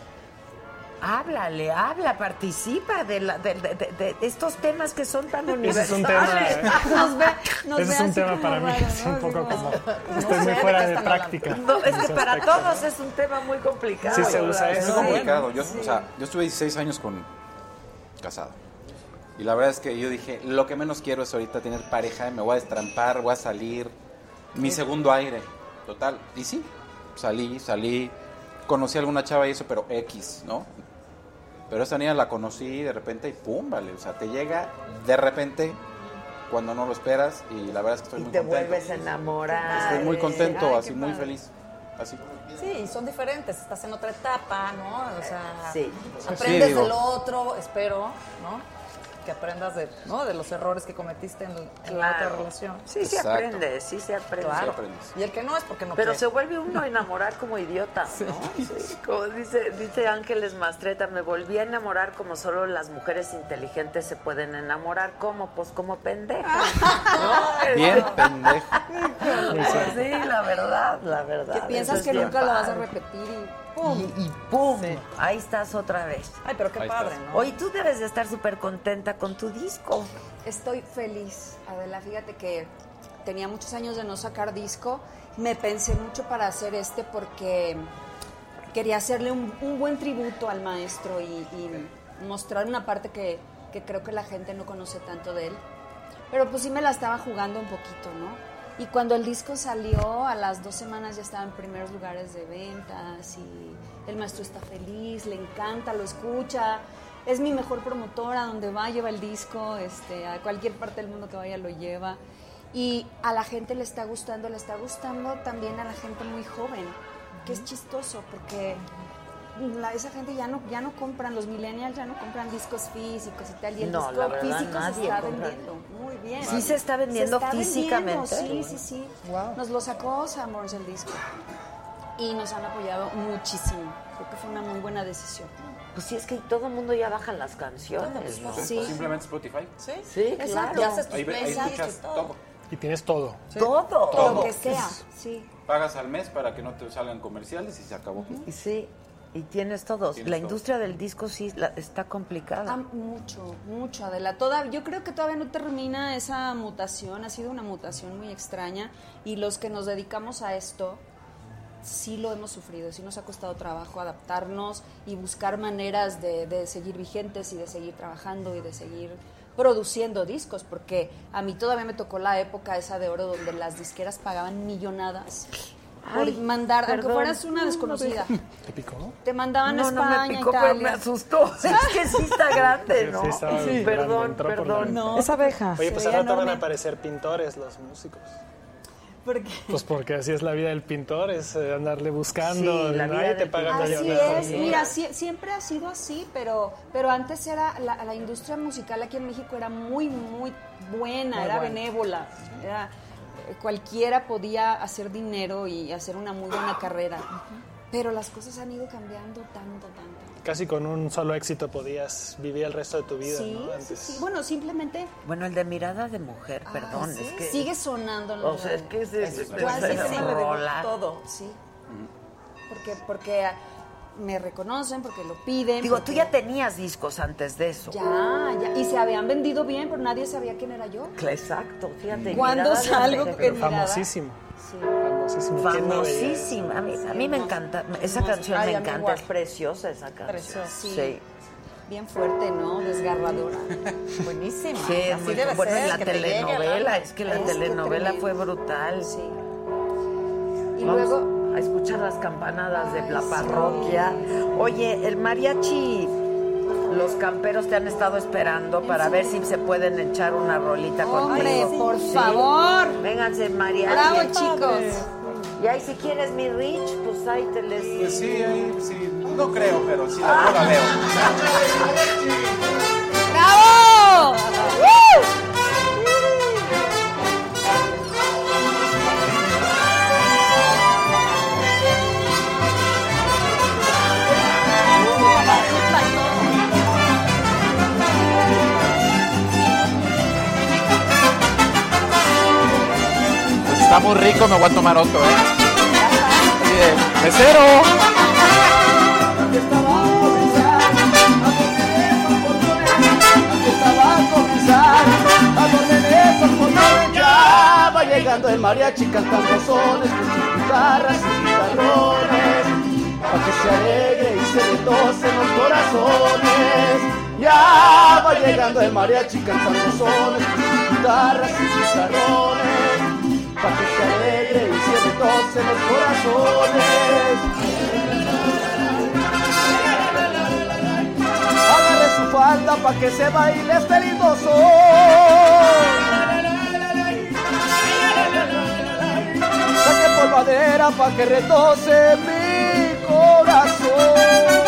Speaker 3: Háblale, participa de estos temas que son tan
Speaker 20: Ese
Speaker 3: universales.
Speaker 20: es un tema.
Speaker 18: Nos
Speaker 20: Ese
Speaker 18: ve
Speaker 20: es un
Speaker 18: así
Speaker 20: tema
Speaker 18: como
Speaker 20: para mí.
Speaker 18: raro,
Speaker 20: Es un
Speaker 18: ¿no?
Speaker 20: poco
Speaker 18: Así
Speaker 20: como.
Speaker 18: como-
Speaker 20: Estoy muy
Speaker 12: sé de
Speaker 20: fuera
Speaker 12: qué
Speaker 20: de
Speaker 12: están
Speaker 20: práctica.
Speaker 3: No, es
Speaker 20: en
Speaker 3: que
Speaker 20: ese
Speaker 3: para
Speaker 20: aspecto.
Speaker 3: todos es un tema muy complicado.
Speaker 20: Sí, se usa
Speaker 3: ¿verdad?
Speaker 20: eso.
Speaker 19: Es
Speaker 20: Sí.
Speaker 19: complicado. Yo, o sea, yo estuve 16 años casado. Y la verdad es que yo dije, lo que menos quiero es ahorita tener pareja, me voy a destrampar, voy a salir. Mi segundo aire, total. Y sí, salí, conocí a alguna chava y eso, pero X, ¿no? Pero esa niña la conocí de repente y pum, vale. O sea, te llega de repente cuando no lo esperas y la verdad es que estoy
Speaker 3: Y
Speaker 19: muy
Speaker 3: te
Speaker 19: contento.
Speaker 3: vuelves a enamorar.
Speaker 19: Estoy muy contento,
Speaker 12: Ay,
Speaker 19: así
Speaker 12: qué
Speaker 19: muy
Speaker 12: padre.
Speaker 19: feliz. Así.
Speaker 12: Sí, y son diferentes, estás en otra etapa, ¿no? O sea,
Speaker 3: Sí.
Speaker 12: aprendes
Speaker 19: Sí, digo.
Speaker 12: del otro, espero, ¿no? Que aprendas de los errores que cometiste en la otra relación.
Speaker 3: Sí se
Speaker 19: Exacto.
Speaker 3: aprende, sí se aprende.
Speaker 19: Sí aprendes.
Speaker 12: Y el que no es porque no
Speaker 3: Pero
Speaker 12: quiere.
Speaker 3: se vuelve uno a enamorar como idiota, ¿no? Sí. Como dice Ángeles Mastreta, me volví a enamorar como solo las mujeres inteligentes se pueden enamorar. ¿Cómo? Pues como pendeja. ¿no?
Speaker 19: Bien pendejo.
Speaker 3: Sí, la verdad.
Speaker 18: Que piensas
Speaker 3: Eso es
Speaker 18: que
Speaker 3: bien
Speaker 18: nunca lo vas a
Speaker 3: padre.
Speaker 18: repetir y
Speaker 3: Y ¡pum! Sí. Ahí estás otra vez.
Speaker 12: Ay, pero qué padre, ¿no?
Speaker 3: Oye, tú debes de estar súper contenta con tu disco.
Speaker 18: Estoy feliz, Adela. Fíjate que tenía muchos años de no sacar disco. Me pensé mucho para hacer porque quería hacerle un buen tributo al maestro y mostrar una parte que creo que la gente no conoce tanto de él. Pero pues sí me la estaba jugando un poquito, ¿no? Y cuando el disco salió, a las 2 semanas ya estaba en primeros lugares de ventas y el maestro está feliz, le encanta, lo escucha. Es mi mejor promotora, donde va lleva el disco, a cualquier parte del mundo que vaya lo lleva. Y a la gente le está gustando también a la gente muy joven, que es chistoso porque esa gente ya no compran, los millennials ya no compran discos físicos y tal, y el disco físico se está vendiendo muy bien.
Speaker 3: ¿Sí se está vendiendo físicamente?
Speaker 18: Sí. Wow. Nos lo sacó Summers el disco y nos han apoyado muchísimo. Creo que fue una muy buena decisión.
Speaker 3: Pues sí, es que todo el mundo ya baja las canciones, ¿no?
Speaker 19: Sí. Simplemente Spotify.
Speaker 3: Sí, claro.
Speaker 18: Ya haces tus
Speaker 19: ahí escuchas todo.
Speaker 20: Y tienes todo.
Speaker 3: Sí. Todo.
Speaker 18: Lo que sea, sí.
Speaker 19: Pagas al mes para que no te salgan comerciales y se acabó.
Speaker 3: Sí. Y tienes todo. La industria del disco sí está complicada.
Speaker 18: Mucho, Adela. Yo creo que todavía no termina esa mutación. Ha sido una mutación muy extraña. Y los que nos dedicamos a esto, sí lo hemos sufrido. Sí nos ha costado trabajo adaptarnos y buscar maneras de seguir vigentes y de seguir trabajando y de seguir produciendo discos. Porque a mí todavía me tocó la época esa de oro donde las disqueras pagaban millonadas por mandar, aunque fueras una desconocida.
Speaker 20: ¿Te picó?
Speaker 18: Te mandaban a España,
Speaker 3: no me picó,
Speaker 18: Italia.
Speaker 3: pero me asustó. Es que sí está grande, ¿no?
Speaker 20: Sí,
Speaker 3: Perdón.
Speaker 12: No. Esa abeja.
Speaker 20: Oye, pues ahora van a aparecer pintores los músicos.
Speaker 18: ¿Por qué?
Speaker 20: Pues porque así es la vida del pintor, es andarle buscando,
Speaker 3: nadie
Speaker 20: te paga
Speaker 18: Así es, mira, siempre ha sido así, pero antes era la industria musical aquí en México era muy, muy buena, era benévola, cualquiera podía hacer dinero y hacer una muy buena carrera, pero las cosas han ido cambiando tanto.
Speaker 20: Casi con un solo éxito podías vivir el resto de tu vida, ¿no? Antes.
Speaker 18: Sí. Bueno, simplemente...
Speaker 3: Bueno, el de Mirada de Mujer, perdón.
Speaker 18: ¿sí?
Speaker 3: Es que
Speaker 18: sigue sonando.
Speaker 3: O sea, es que es
Speaker 18: todo, sí. Porque me reconocen, porque lo piden.
Speaker 3: Digo, tú ya tenías discos antes de eso.
Speaker 18: Ya. Y se habían vendido bien, pero nadie sabía quién era yo.
Speaker 3: Exacto, fíjate.
Speaker 18: ¿Cuándo salgo en Mirada?
Speaker 20: Famosísimo.
Speaker 18: Sí.
Speaker 3: Famosísima. A mí me encanta. Esa canción me encanta. Es preciosa esa canción.
Speaker 18: Preciosa. Sí. Bien fuerte, ¿no? Desgarradora.
Speaker 12: Buenísima.
Speaker 3: Sí,
Speaker 12: así debe
Speaker 3: bueno,
Speaker 12: ser.
Speaker 3: en la telenovela. Es que la telenovela fue brutal.
Speaker 18: Sí. Y
Speaker 3: vamos
Speaker 18: luego
Speaker 3: a escuchar las campanadas de la parroquia. Oye, el mariachi, los camperos te han estado esperando para ver si se pueden echar una rolita
Speaker 18: Hombre,
Speaker 3: contigo.
Speaker 18: por favor.
Speaker 3: Vénganse, mariachi.
Speaker 18: Bravo, chicos.
Speaker 3: Y ahí si quieres mi Rich, pues ahí te les...
Speaker 19: Pues sí, ahí sí. No creo, pero sí la veo.
Speaker 18: ¡Bravo!
Speaker 19: Pues está muy rico, me voy a tomar otro, Bien. ¡Mesero!
Speaker 21: Ya va llegando el mariachi cantando sones con sus guitarras y guitarrones, para que se alegre y se retocen los corazones. Ya va llegando el mariachi cantando sones con sus guitarras y guitarrones, para que se alegre y se retocen los corazones. Agarre su falda pa' que se baile este lindo son. Saque polvadera pa' que retoce mi corazón.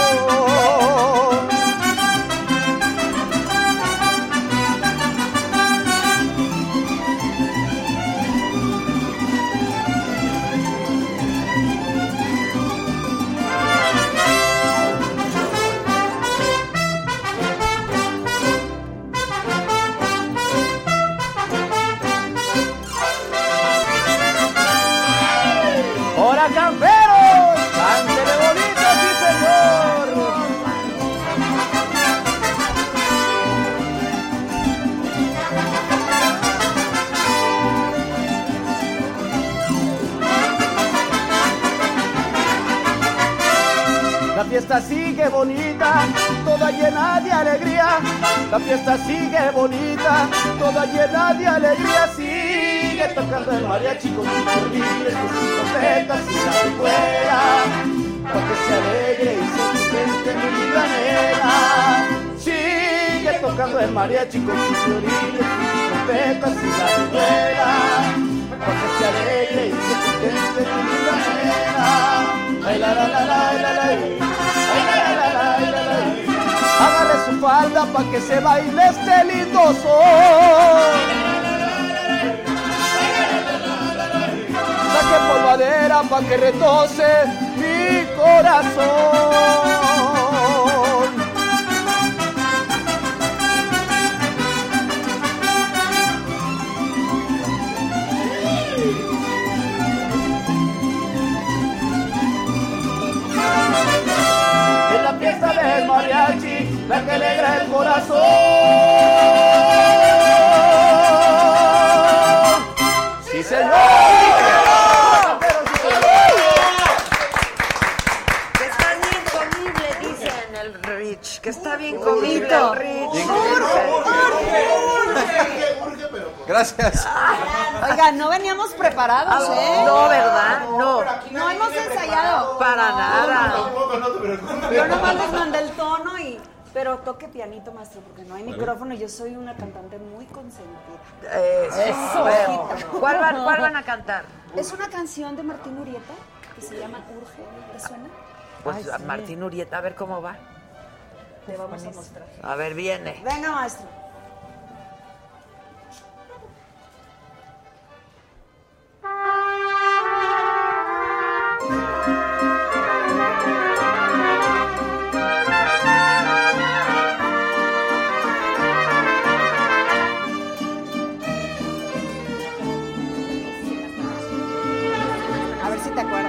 Speaker 21: ¡Hola, camperos! ¡Cántele bonito, fiesta sigue bonita, toda llena de alegría. La fiesta sigue bonita, toda llena de alegría. Sigue tocando el mariachi con sus violines, con sus trompetas y la vihuela, para que se alegre y se contente mi granera. Sigue tocando el mariachi con sus violines, sus trompetas y la vihuela, para que se alegre y se contente mi granera. Ay, la, la, la, la, la, la, ay, la, la, la, la, la, la. Hágale su falda pa' que se baile este lindo son. Saque polvadera pa' que retose mi corazón. Es la fiesta del mariachi, la que alegra el corazón. ¡Sí, señor!
Speaker 3: Que está bien comible, dicen el Rich. Que está bien comible el Rich.
Speaker 1: Gracias.
Speaker 18: Oiga, no veníamos preparados, ¿eh?
Speaker 3: No, ¿verdad? No.
Speaker 18: No hemos ensayado.
Speaker 3: Para nada.
Speaker 18: Yo nomás les mandé el tono y... Pero toque pianito, maestro, porque no hay micrófono y yo soy una cantante muy consentida.
Speaker 3: Eso. ¿Cuál van a cantar?
Speaker 18: Es una canción de Martín Urieta que se llama Urge. ¿Te suena?
Speaker 3: Pues
Speaker 18: Ay, sí.
Speaker 3: Martín Urieta, a ver cómo va.
Speaker 18: Te vamos a mostrar.
Speaker 3: A ver, viene.
Speaker 18: Venga, maestro. A ver si te acuerdas.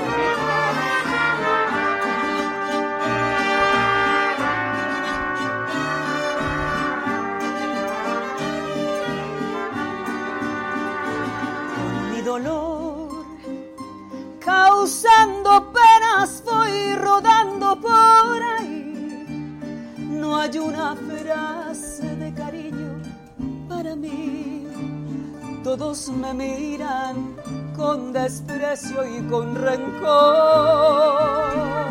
Speaker 16: Con mi dolor, causando penas, voy rodando por ahí. No hay una frase de cariño para mí. Todos me miran con desprecio y con rencor.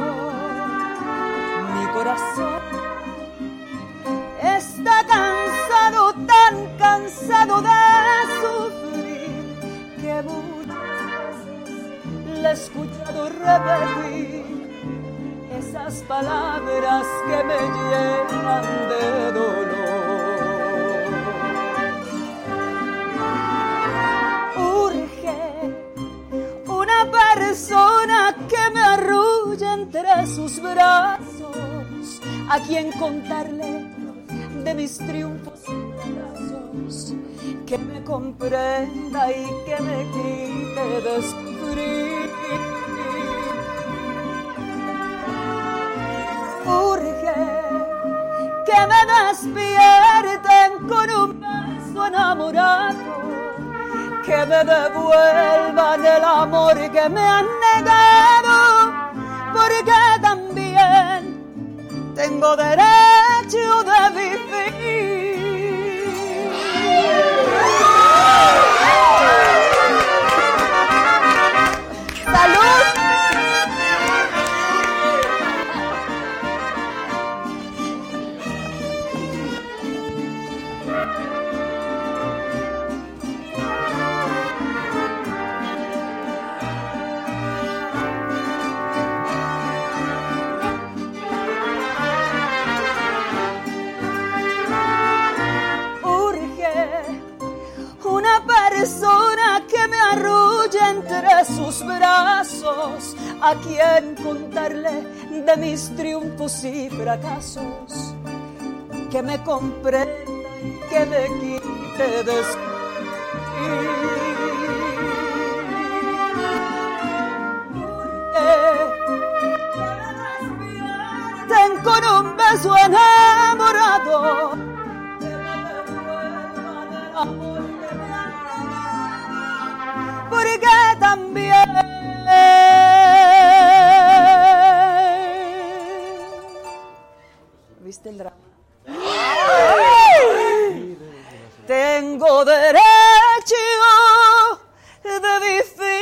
Speaker 16: Mi corazón está cansado, tan cansado de sufrir, que muchas veces le he escuchado repetir esas palabras que me llenan de dolor. Una persona que me arrulla entre sus brazos, a quien contarle de mis triunfos y fracasos, que me comprenda y que me quite de sufrir. Urge que me despierten con un beso enamorado, que me devuelvan el amor que me han negado, porque también tengo derecho de vivir. ¡Salud! Persona que me arrulla entre sus brazos, a quien contarle de mis triunfos y fracasos, que me comprenda y que me quite de ten con un beso enamorado, porque también
Speaker 18: ¿Viste el drama? Tengo derecho de vivir.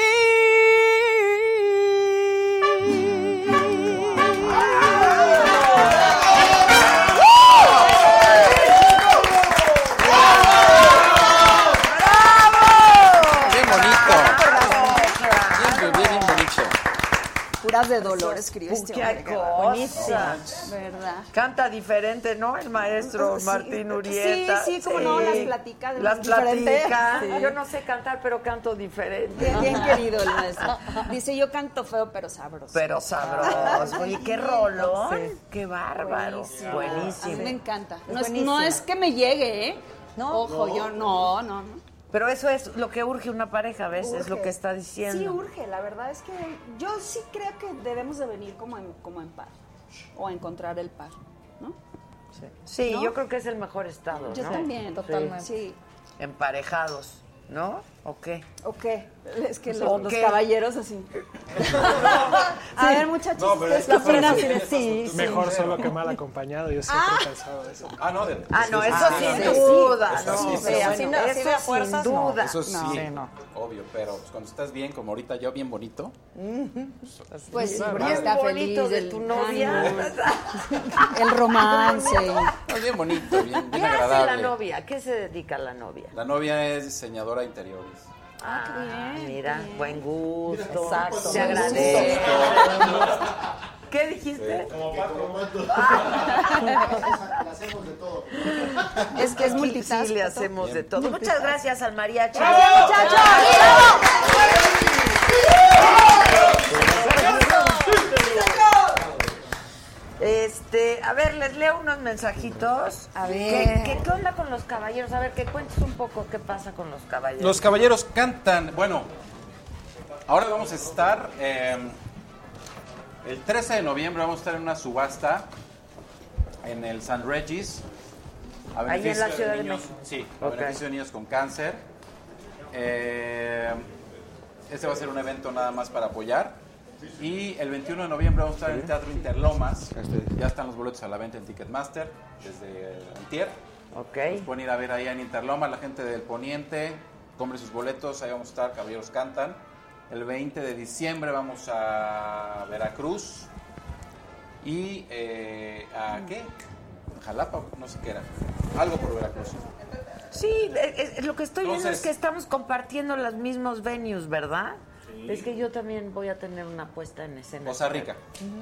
Speaker 18: Puras de dolor escribe este hombre.
Speaker 3: ¡Qué cosa!
Speaker 18: ¿Verdad?
Speaker 3: Canta diferente, ¿no? El maestro Martín Urieta.
Speaker 18: Sí, como no, las platica de
Speaker 3: las
Speaker 18: diferente.
Speaker 3: platica.
Speaker 18: Sí.
Speaker 3: Yo no sé cantar, pero canto diferente.
Speaker 18: Bien querido el maestro. Dice, yo canto feo, pero sabroso.
Speaker 3: Pero sabroso. Oye, qué rolón.
Speaker 18: Sí.
Speaker 3: Qué bárbaro. Buenísimo.
Speaker 18: A mí me encanta.
Speaker 3: Es
Speaker 18: No es que me llegue, ¿eh?
Speaker 3: No.
Speaker 18: Ojo, yo no.
Speaker 3: Pero eso es lo que urge una pareja, ¿ves?
Speaker 18: Urge.
Speaker 3: Es lo que está diciendo.
Speaker 18: Sí, urge. La verdad es que yo sí creo que debemos de venir como en par. O a encontrar el par, ¿no?
Speaker 3: Sí,
Speaker 18: ¿no?
Speaker 3: yo creo que es el mejor estado,
Speaker 18: Yo
Speaker 3: ¿no?
Speaker 18: también, totalmente. Sí.
Speaker 3: Emparejados, ¿no? ¿O qué?
Speaker 18: ¿O qué? Es que
Speaker 3: ¿O
Speaker 18: los
Speaker 3: qué?
Speaker 18: caballeros así. A ver, muchachos,
Speaker 20: No, pero es que
Speaker 18: sí.
Speaker 20: mejor solo que mal acompañado. Yo siempre he pensado eso.
Speaker 3: No, eso sin duda.
Speaker 19: Eso
Speaker 3: No,
Speaker 19: sí,
Speaker 3: así no, eso
Speaker 18: de fuerzas,
Speaker 3: sin duda.
Speaker 19: Eso sí,
Speaker 3: No.
Speaker 19: obvio, pero pues, cuando estás bien, como ahorita yo, bien bonito.
Speaker 18: Pues sí, porque
Speaker 3: Bien
Speaker 18: está
Speaker 3: bonito
Speaker 18: feliz.
Speaker 3: de tu novia.
Speaker 18: El romance.
Speaker 19: No, bien bonito, bien
Speaker 3: ¿Qué hace
Speaker 19: agradable.
Speaker 3: la novia? ¿A qué se dedica la novia?
Speaker 19: La novia es diseñadora de interiores.
Speaker 3: Qué bien. Mira, buen gusto.
Speaker 12: Exacto.
Speaker 3: Se agradece. ¿Qué dijiste?
Speaker 1: Como Paco Mato. Le hacemos de todo.
Speaker 18: Es que es
Speaker 3: Aquí
Speaker 18: multitask.
Speaker 3: sí le hacemos de todo. Muchas gracias al mariachi. A ver, les leo unos mensajitos.
Speaker 18: A ver.
Speaker 3: ¿Qué onda con los caballeros? A ver, que cuentes un poco qué pasa con los caballeros.
Speaker 19: Los caballeros cantan. Bueno, ahora vamos a estar. El 13 de noviembre vamos a estar en una subasta en el San Regis. A
Speaker 3: Ahí en la
Speaker 19: beneficio
Speaker 3: Ciudad de
Speaker 19: niños,
Speaker 3: México.
Speaker 19: Sí, a
Speaker 3: Ok.
Speaker 19: beneficio de niños con cáncer. Este va a ser un evento nada más para apoyar. Y el 21 de noviembre vamos a estar en el Teatro Interlomas. Ya están los boletos a la venta en Ticketmaster desde antier.
Speaker 3: Ok.
Speaker 19: Los pueden ir a ver ahí en Interlomas, la gente del Poniente. Compre sus boletos, ahí vamos a estar, Caballeros Cantan. El 20 de diciembre vamos a Veracruz. ¿Y a qué? Jalapa, no sé qué era. Algo por Veracruz.
Speaker 3: Sí, lo que estoy viendo
Speaker 19: Entonces-
Speaker 3: es que estamos compartiendo los mismos venues, ¿verdad? Es que yo también voy a tener una puesta en escena.
Speaker 19: Costa Rica.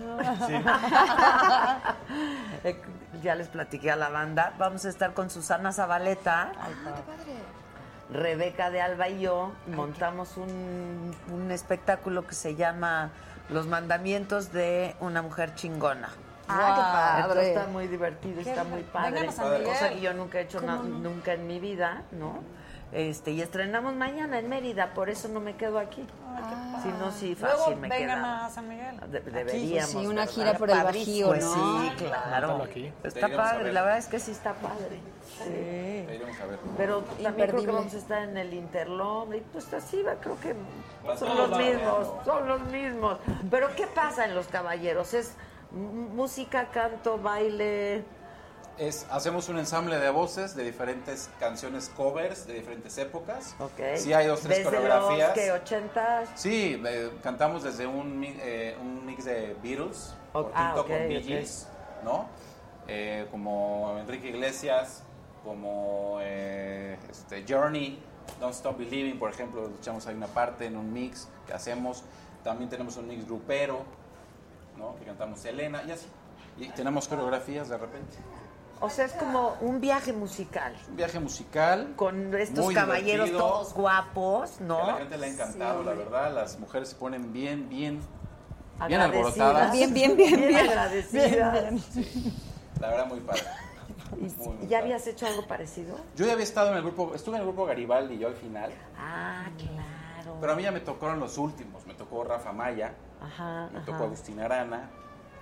Speaker 3: Ya les platiqué a la banda. Vamos a estar con Susana Zabaleta. Rebeca de Alba y yo montamos un espectáculo que se llama Los Mandamientos de una Mujer Chingona.
Speaker 18: Qué padre.
Speaker 3: Entonces está muy divertido,
Speaker 18: Qué
Speaker 3: está muy padre.
Speaker 18: Vénganos a Miguel.
Speaker 3: Cosa que yo nunca he hecho
Speaker 18: ¿Cómo no?
Speaker 3: nunca en mi vida, ¿no? Y estrenamos mañana en Mérida, por eso no me quedo aquí. Si no, sí, fácil
Speaker 12: Luego
Speaker 3: me
Speaker 12: vengan
Speaker 3: quedaba.
Speaker 12: a San Miguel.
Speaker 3: Deberíamos.
Speaker 18: Pues sí, una
Speaker 3: ¿verdad?
Speaker 18: gira por el
Speaker 3: Padrísimo.
Speaker 18: Bajío,
Speaker 3: Pues
Speaker 18: ¿no?
Speaker 3: sí, claro.
Speaker 20: Cuéntalo aquí.
Speaker 3: Está
Speaker 19: Te iremos a
Speaker 3: padre,
Speaker 19: ver.
Speaker 3: la verdad es que sí está padre. Sí.
Speaker 19: Te iremos a ver.
Speaker 3: Pero también creo que
Speaker 18: Imperdible.
Speaker 3: vamos a estar en el Interlón y pues así va, creo que
Speaker 19: Para
Speaker 3: son
Speaker 19: todos
Speaker 3: los
Speaker 19: lados.
Speaker 3: mismos. Pero ¿qué pasa en Los Caballeros? ¿Es música, canto, baile?
Speaker 19: Hacemos un ensamble de voces de diferentes canciones covers de diferentes épocas.
Speaker 3: Ok.
Speaker 19: Sí hay 2, 3
Speaker 3: Desde
Speaker 19: coreografías.
Speaker 3: los que 80s.
Speaker 19: Sí, cantamos desde un mix de Beatles,
Speaker 3: Ok,
Speaker 19: cortito
Speaker 3: ok,
Speaker 19: con Bee
Speaker 3: ok.
Speaker 19: Gees, ¿no? Como Enrique Iglesias, como Journey, Don't Stop Believing, por ejemplo, echamos ahí una parte en un mix que hacemos. También tenemos un mix grupero, ¿no? Que cantamos Selena y así. Y tenemos coreografías de repente.
Speaker 3: O sea, es como un viaje musical.
Speaker 19: Un viaje musical.
Speaker 3: Con estos
Speaker 19: muy
Speaker 3: caballeros
Speaker 19: divertido,
Speaker 3: todos guapos,
Speaker 19: que a
Speaker 3: ¿no?
Speaker 19: la gente le ha encantado,
Speaker 3: Sí,
Speaker 19: la
Speaker 3: hombre.
Speaker 19: verdad. Las mujeres se ponen bien
Speaker 3: Agradecidas.
Speaker 19: alborotadas.
Speaker 18: Bien
Speaker 3: agradecidas.
Speaker 19: La verdad, muy padre. Muy
Speaker 3: ¿Ya
Speaker 19: padre.
Speaker 3: habías hecho algo parecido?
Speaker 19: Yo ya había estado en el grupo, estuve en el grupo Garibaldi yo al final,
Speaker 3: Ah, claro.
Speaker 19: pero a mí ya me tocaron los últimos. Me tocó Rafa Maya,
Speaker 3: Ajá,
Speaker 19: me
Speaker 3: ajá.
Speaker 19: tocó Agustín Arana.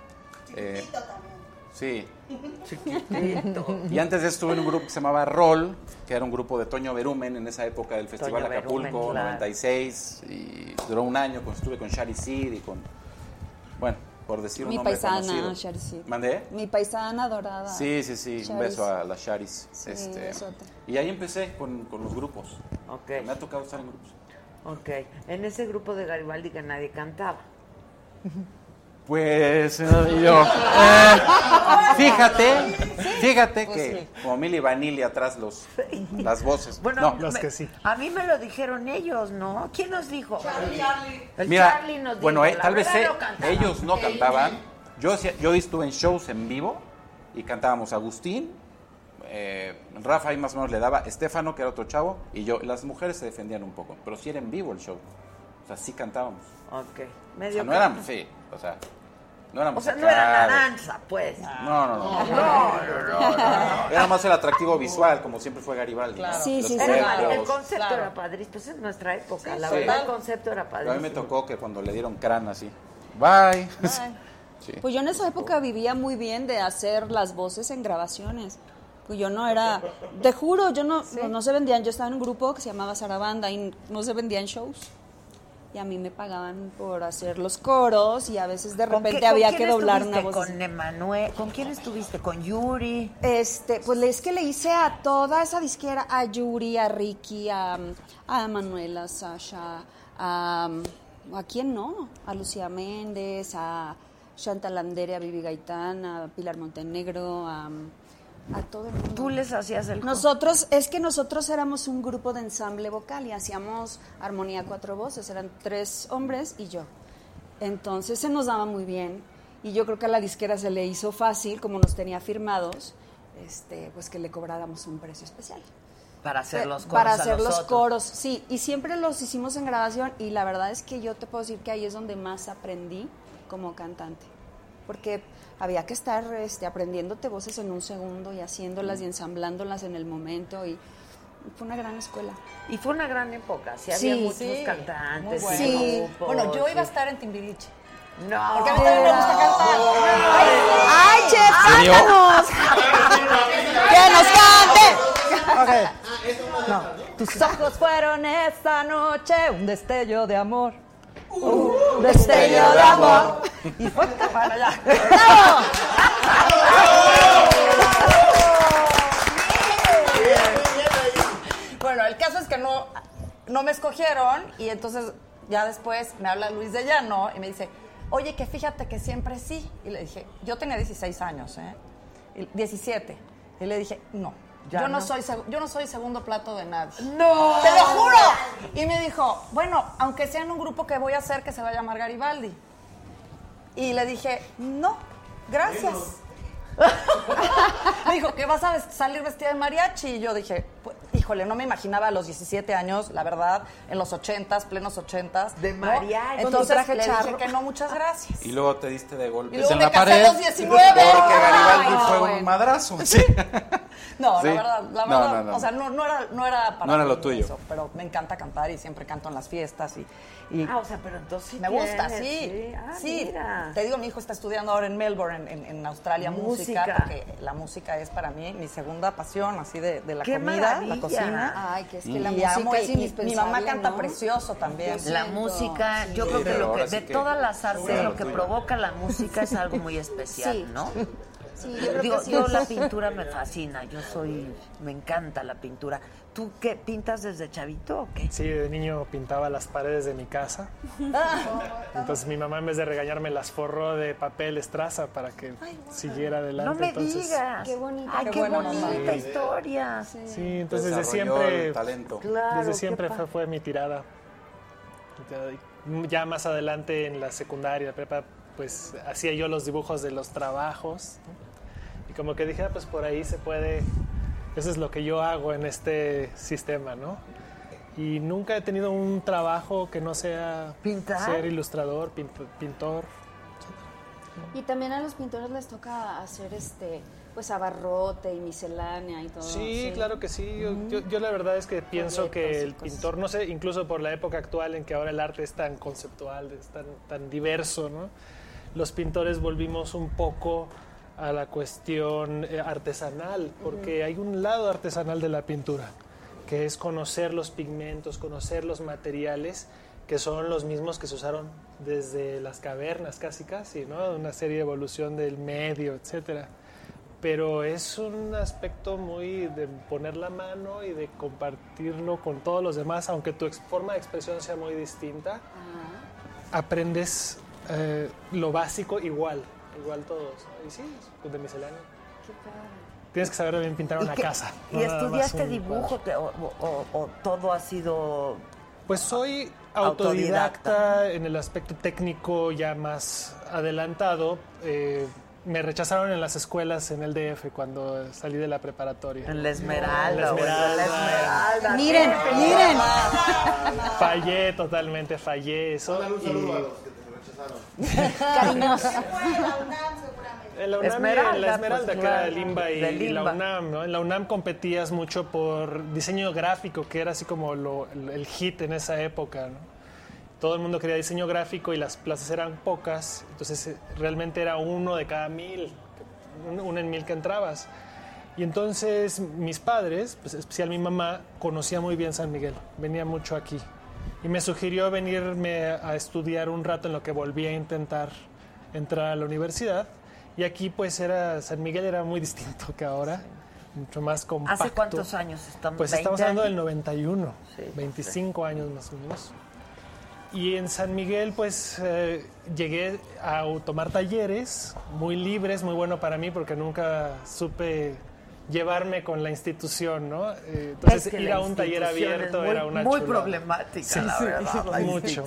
Speaker 19: Sí.
Speaker 3: Chiquitito.
Speaker 19: Y antes de eso estuve en un grupo que se llamaba Roll, que era un grupo de Toño Berumen en esa época del Festival
Speaker 3: Toño
Speaker 19: de Acapulco,
Speaker 3: Berumen, claro.
Speaker 19: 96, y duró un año, estuve con Shari Sid y con... Bueno, por decir un
Speaker 18: Mi
Speaker 19: nombre
Speaker 18: paisana,
Speaker 19: conocido.
Speaker 18: Shari, sí.
Speaker 19: ¿Mandé?
Speaker 18: Mi paisana dorada.
Speaker 19: Sí, un
Speaker 18: Charis.
Speaker 19: beso a las Charis.
Speaker 18: Sí, besote.
Speaker 19: Y ahí empecé con los grupos.
Speaker 3: Okay.
Speaker 19: Me ha tocado estar en grupos.
Speaker 3: Ok, en ese grupo de Garibaldi que nadie cantaba.
Speaker 19: Pues fíjate
Speaker 3: Pues
Speaker 19: que
Speaker 3: sí.
Speaker 19: como Milli Vanilli atrás las voces.
Speaker 3: Bueno,
Speaker 19: no.
Speaker 3: A mí me lo dijeron ellos, ¿no? ¿Quién nos dijo? El
Speaker 19: Mira,
Speaker 3: Charlie nos
Speaker 19: bueno,
Speaker 3: dijo.
Speaker 19: tal vez
Speaker 3: Cantaba.
Speaker 19: ellos no cantaban. Yo estuve en shows en vivo y cantábamos Agustín, Rafa ahí más o menos le daba, Estefano, que era otro chavo, y yo. Las mujeres se defendían un poco, pero sí era en vivo el show. O sea, sí cantábamos.
Speaker 3: Ok.
Speaker 19: O sea, no éramos, no éramos
Speaker 3: O sea, no
Speaker 19: acá
Speaker 3: era
Speaker 19: de-
Speaker 3: naranja, pues.
Speaker 19: No.
Speaker 3: No.
Speaker 19: Era más el atractivo visual, como siempre fue Garibaldi. ¿no?
Speaker 3: Sí,
Speaker 19: Los
Speaker 3: sí,
Speaker 19: efectos.
Speaker 3: el concepto era padrísimo. Pues en nuestra época, la
Speaker 19: Sí.
Speaker 3: verdad, el concepto era
Speaker 19: Pero
Speaker 3: padrísimo.
Speaker 19: a mí me tocó que cuando le dieron crán así. Bye. Sí.
Speaker 18: Pues yo en esa época vivía muy bien de hacer las voces en grabaciones. Pues yo no era, te juro, yo no se vendían, yo estaba en un grupo que se llamaba Sarabanda y no se vendían shows. Y a mí me pagaban por hacer los coros y a veces de repente había que doblar una voz.
Speaker 3: ¿Con Emanuel? ¿Con quién estuviste? ¿Con Yuri?
Speaker 18: Pues es que le hice a toda esa disquera, a Yuri, a Ricky, a Manuela, a Sasha, ¿a quién no? A Lucía Méndez, a Chantal Andere, a Vivi Gaitán, a Pilar Montenegro, a todo el mundo.
Speaker 3: ¿Tú les hacías el
Speaker 18: Nosotros éramos un grupo de ensamble vocal y hacíamos armonía 4 voces, eran 3 hombres y yo. Entonces se nos daba muy bien y yo creo que a la disquera se le hizo fácil, como nos tenía firmados, pues que le cobráramos un precio especial.
Speaker 3: Para hacer los coros.
Speaker 18: Para
Speaker 3: a
Speaker 18: hacer los
Speaker 3: nosotros.
Speaker 18: coros, sí. Y siempre los hicimos en grabación y la verdad es que yo te puedo decir que ahí es donde más aprendí como cantante. Porque había que estar aprendiéndote voces en un segundo y haciéndolas y ensamblándolas en el momento y fue una gran escuela.
Speaker 3: Y fue una gran época, sí, había muchos cantantes.
Speaker 18: muy bueno.
Speaker 3: y
Speaker 18: Sí.
Speaker 3: grupos,
Speaker 2: Bueno, yo iba a
Speaker 3: sí.
Speaker 2: estar en Timbiriche.
Speaker 3: No.
Speaker 2: Porque a mí también me gusta cantar.
Speaker 18: ¡Ay, chef,
Speaker 2: ¿serio?
Speaker 18: cántanos! ¡Que nos cante!
Speaker 12: No. Tus ojos fueron esta noche un destello de amor. Un
Speaker 18: destello de amor.
Speaker 12: Y fue para allá. Bueno, el caso es que no me escogieron y entonces ya después me habla Luis de Llano y me dice, oye, que fíjate que siempre sí. Y le dije, yo tenía 16 años, 17. Y le dije, no.
Speaker 3: Ya
Speaker 12: Yo
Speaker 3: no.
Speaker 12: no soy segundo plato de nadie.
Speaker 3: ¡No!
Speaker 12: ¡Te lo juro! Y me dijo, bueno, aunque sea en un grupo que voy a hacer que se va a llamar Garibaldi. Y le dije, no, gracias. Me dijo, ¿qué vas a salir vestida de mariachi? Y yo dije, pues, híjole, no me imaginaba a los 17 años, la verdad, en los 80s, plenos 80s.
Speaker 3: De
Speaker 12: ¿no?
Speaker 3: mariachi.
Speaker 12: Entonces
Speaker 18: Con tu traje
Speaker 12: le dije
Speaker 18: charro.
Speaker 12: que no, muchas gracias.
Speaker 19: Y luego te diste de golpes
Speaker 12: Y luego
Speaker 19: en
Speaker 12: me
Speaker 19: la
Speaker 12: casé
Speaker 19: pared.
Speaker 12: a los 19.
Speaker 19: Porque Garibaldi
Speaker 12: Ay, no,
Speaker 19: fue
Speaker 12: bueno.
Speaker 19: un madrazo. Sí.
Speaker 12: No,
Speaker 19: Sí.
Speaker 12: la verdad,
Speaker 19: No.
Speaker 12: o sea, no era para
Speaker 19: No era
Speaker 12: mí
Speaker 19: lo tuyo.
Speaker 12: eso, pero me encanta cantar y siempre canto en las fiestas y
Speaker 3: Ah, o sea, pero entonces sí
Speaker 12: me gusta,
Speaker 3: tienes,
Speaker 12: sí.
Speaker 3: Ah,
Speaker 12: Sí,
Speaker 3: mira.
Speaker 12: te digo, mi hijo está estudiando ahora en Melbourne, en Australia, música, porque la música es para mí mi segunda pasión, así de la
Speaker 3: ¡Qué
Speaker 12: comida,
Speaker 3: maravilla!
Speaker 12: la cocina.
Speaker 18: Ay, que es que la
Speaker 12: Y
Speaker 18: música
Speaker 12: amo,
Speaker 18: es
Speaker 12: y
Speaker 18: indispensable,
Speaker 12: mi mamá canta
Speaker 18: ¿no?
Speaker 12: precioso también.
Speaker 3: La música, yo creo que
Speaker 19: pero ahora
Speaker 3: de
Speaker 19: sí que
Speaker 3: todas las artes,
Speaker 19: fuera
Speaker 3: lo
Speaker 19: lo
Speaker 3: que
Speaker 19: tuyo.
Speaker 3: provoca la música es algo muy especial,
Speaker 18: Sí.
Speaker 3: ¿no?
Speaker 18: Sí, yo creo
Speaker 3: Digo,
Speaker 18: que sí.
Speaker 3: yo la pintura me fascina, me encanta la pintura. ¿Tú qué pintas desde chavito o qué?
Speaker 20: Sí, de niño pintaba las paredes de mi casa. Entonces mi mamá en vez de regañarme las forró de papel estraza para que siguiera adelante.
Speaker 3: No me
Speaker 20: entonces,
Speaker 3: digas.
Speaker 18: Qué bonita.
Speaker 3: Ay, qué
Speaker 12: buena
Speaker 3: bonita
Speaker 12: mamá.
Speaker 3: historia.
Speaker 20: Sí, entonces desde
Speaker 19: Desarrolló
Speaker 20: siempre,
Speaker 19: el talento.
Speaker 3: Claro,
Speaker 20: desde
Speaker 3: qué
Speaker 20: siempre
Speaker 3: pa-
Speaker 20: fue mi tirada. Ya más adelante en la secundaria, prepa, pues hacía yo los dibujos de los trabajos, ¿no? Y como que dije, pues por ahí se puede, eso es lo que yo hago en este sistema, ¿no? Y nunca he tenido un trabajo que no sea
Speaker 3: ¿Pintar?
Speaker 20: ser ilustrador, pintor.
Speaker 18: Y también a los pintores les toca hacer pues abarrote y miscelánea y todo.
Speaker 20: Sí, claro que sí. Yo la verdad es que pienso que el pintor, no sé, incluso por la época actual en que ahora el arte es tan conceptual, es tan diverso, ¿no? Los pintores volvimos un poco a la cuestión artesanal, porque hay un lado artesanal de la pintura, que es conocer los pigmentos, conocer los materiales que son los mismos que se usaron desde las cavernas casi, ¿no? Una serie de evolución del medio, etcétera. Pero es un aspecto muy de poner la mano y de compartirlo con todos los demás, aunque tu forma de expresión sea muy distinta, aprendes lo básico igual todos. Y sí, pues de miscelánea.
Speaker 3: Qué padre.
Speaker 20: Tienes que saber bien pintar una casa.
Speaker 3: ¿Y estudiaste dibujo o todo ha sido...?
Speaker 20: Pues soy autodidacta en el aspecto técnico ya más adelantado. Me rechazaron en las escuelas en el DF cuando salí de la preparatoria.
Speaker 3: En la Esmeralda.
Speaker 20: En la Esmeralda.
Speaker 18: Miren.
Speaker 20: Fallé totalmente, eso.
Speaker 21: Un saludo a los que te rechazaron.
Speaker 18: Cariñoso.
Speaker 20: En la Esmeralda, pues, que era el IMBA y la UNAM, ¿no? En la UNAM competías mucho por diseño gráfico, que era así como el hit en esa época, ¿no? Todo el mundo quería diseño gráfico y las plazas eran pocas, entonces realmente era 1 de cada 1000, 1 en 1000 que entrabas. Y entonces mis padres, pues especial mi mamá, conocía muy bien San Miguel, venía mucho aquí. Y me sugirió venirme a estudiar un rato en lo que volví a intentar entrar a la universidad. Y aquí pues San Miguel era muy distinto que ahora, mucho más compacto.
Speaker 3: ¿Hace cuántos años estamos?
Speaker 20: Pues estamos hablando del 91,
Speaker 3: sí,
Speaker 20: 25 años más o menos. Y en San Miguel pues llegué a tomar talleres muy libres, muy bueno para mí porque nunca supe llevarme con la institución, ¿no? Entonces es que ir a un taller abierto era una
Speaker 3: muy
Speaker 20: chulada.
Speaker 3: Problemática, la verdad.
Speaker 20: Mucho.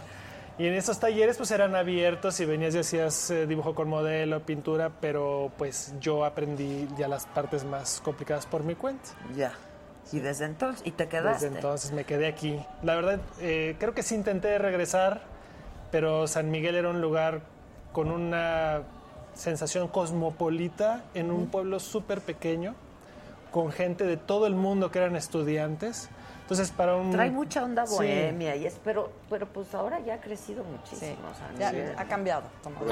Speaker 20: Y en esos talleres pues eran abiertos y venías y hacías dibujo con modelo, pintura, pero pues yo aprendí ya las partes más complicadas por mi cuenta.
Speaker 3: Ya. ¿Y desde entonces? ¿Y te quedaste?
Speaker 20: Desde entonces me quedé aquí. La verdad, creo que sí intenté regresar, pero San Miguel era un lugar con una sensación cosmopolita en un pueblo súper pequeño, con gente de todo el mundo que eran estudiantes. Entonces, para un...
Speaker 3: Trae mucha onda bohemia, y pero pues ahora ya ha crecido muchísimo.
Speaker 12: Sí. Ha cambiado.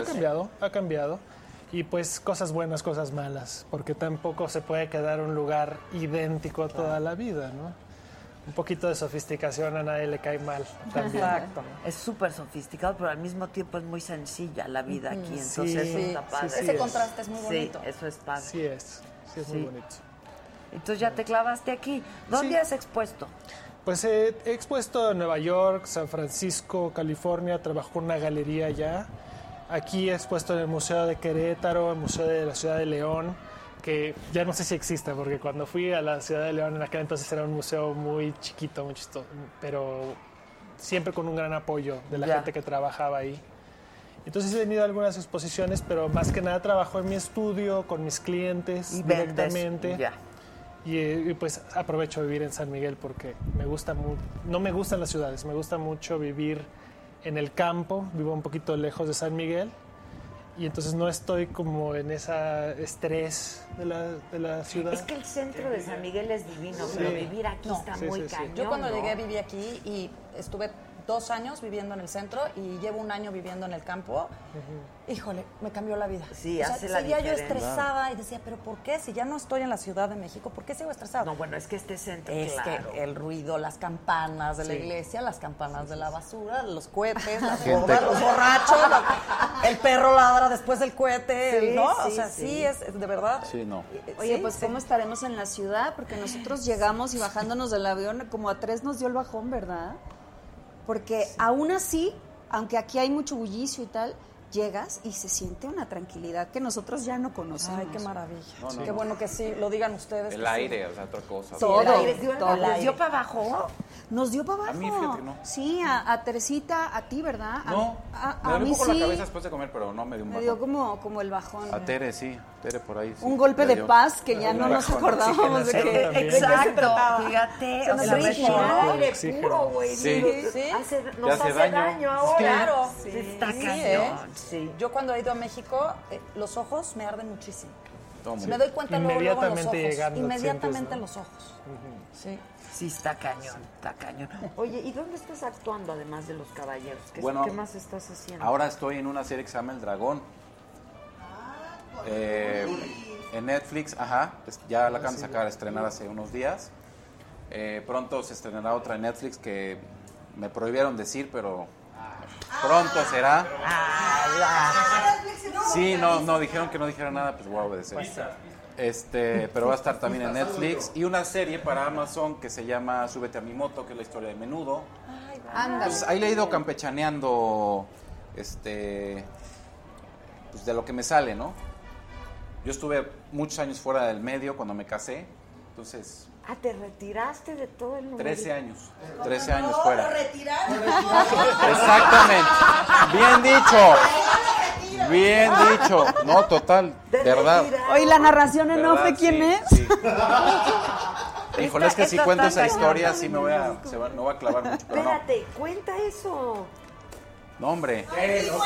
Speaker 20: Ha cambiado. Y pues cosas buenas, cosas malas, porque tampoco se puede quedar un lugar idéntico toda la vida, ¿no? Un poquito de sofisticación a nadie le cae mal también.
Speaker 3: Exacto. Es súper sofisticado, pero al mismo tiempo es muy sencilla la vida aquí, entonces está padre.
Speaker 12: Ese contraste es muy bonito.
Speaker 3: Sí, eso es padre.
Speaker 20: Sí es muy bonito.
Speaker 3: Entonces ya te clavaste aquí. ¿Dónde has expuesto?
Speaker 20: Pues he expuesto en Nueva York, San Francisco, California, trabajo en una galería allá. Aquí he expuesto en el Museo de Querétaro, el Museo de la Ciudad de León, que ya no sé si existe, porque cuando fui a la Ciudad de León en aquel entonces era un museo muy chiquito, muy chistoso, pero siempre con un gran apoyo de la gente que trabajaba ahí. Entonces he venido a algunas exposiciones, pero más que nada trabajo en mi estudio, con mis clientes directamente. Y pues aprovecho vivir en San Miguel porque me gusta mucho, no me gustan las ciudades, me gusta mucho vivir en el campo, vivo un poquito lejos de San Miguel y entonces no estoy como en ese estrés de la ciudad.
Speaker 3: Es que el centro de San Miguel es divino, pero vivir aquí está muy cañón.
Speaker 12: Yo cuando llegué viví aquí y estuve 2 años viviendo en el centro y llevo 1 año viviendo en el campo. Híjole, me cambió la vida.
Speaker 3: Sí, hace la diferencia.
Speaker 12: Seguía yo estresada y decía, pero ¿por qué? Si ya no estoy en la Ciudad de México, ¿por qué sigo estresada?
Speaker 3: No, bueno, es que este centro,
Speaker 12: es que el ruido, las campanas de la iglesia, las campanas de la basura, los cohetes, las bodas, los borrachos, el perro ladra después del cohete, ¿no? O sea, sí, es de verdad.
Speaker 17: Sí, no.
Speaker 18: Oye, pues ¿cómo estaremos en la ciudad? Porque nosotros llegamos y bajándonos del avión, como a 3 nos dio el bajón, ¿verdad? Porque aún así, aunque aquí hay mucho bullicio y tal, llegas y se siente una tranquilidad que nosotros ya no conocemos.
Speaker 12: Ay, qué maravilla.
Speaker 19: No,
Speaker 12: qué bueno que sí, lo digan ustedes.
Speaker 19: El aire, o sea, otra cosa.
Speaker 18: Todo.
Speaker 3: El aire. ¿Nos dio para abajo?
Speaker 18: Nos dio para abajo.
Speaker 19: A mí, fíjate, no.
Speaker 18: Sí, a Teresita, a ti, ¿verdad?
Speaker 19: No, me
Speaker 18: a
Speaker 19: dio
Speaker 18: mí
Speaker 19: un poco
Speaker 18: sí.
Speaker 19: la cabeza después de comer, pero no me dio un bajón.
Speaker 18: Me dio como el bajón.
Speaker 19: A Tere, sí. Tere por ahí. Sí.
Speaker 18: Un golpe de paz que ya no nos acordábamos de que...
Speaker 3: Exacto, fíjate. O sea, aire puro, güey.
Speaker 19: Sí.
Speaker 3: Nos hace daño ahora.
Speaker 12: Claro.
Speaker 3: Sí. Está cañón.
Speaker 12: Sí. Yo cuando he ido a México, los ojos me arden muchísimo.
Speaker 20: Sí.
Speaker 12: Me doy cuenta luego en los
Speaker 20: Inmediatamente
Speaker 12: ojos.
Speaker 20: llegando,
Speaker 12: Inmediatamente
Speaker 20: sientes, ¿no?
Speaker 12: en los ojos. Sí.
Speaker 3: Sí, está cañón, está cañón. Oye, ¿y dónde estás actuando además de Los Caballeros? ¿Qué más estás haciendo?
Speaker 19: Ahora estoy en una serie que se llama El Dragón. En Netflix, ya la acaban de sacar, estrenar hace unos días. Pronto se estrenará otra en Netflix que me prohibieron decir, pero pronto será. Sí, no, dijeron que no dijera nada, pues voy a obedecer. Pero va a estar también en Netflix. Y una serie para Amazon que se llama Súbete a mi moto, que es la historia de Menudo. Pues ahí le he ido campechaneando, pues de lo que me sale, ¿no? Yo estuve muchos años fuera del medio cuando me casé, entonces...
Speaker 5: ¿te retiraste de todo el mundo?
Speaker 19: 13 años fuera.
Speaker 5: ¿Lo retiraste?
Speaker 19: Exactamente. Bien dicho. No, total, verdad.
Speaker 18: Oye, la narración en off, ¿quién
Speaker 19: sí,
Speaker 18: es?
Speaker 19: Sí. Híjole, es que si cuento esa historia, sí me voy a clavar mucho. Pero
Speaker 5: espérate, cuenta eso.
Speaker 19: No, hombre.
Speaker 5: ¡Que lo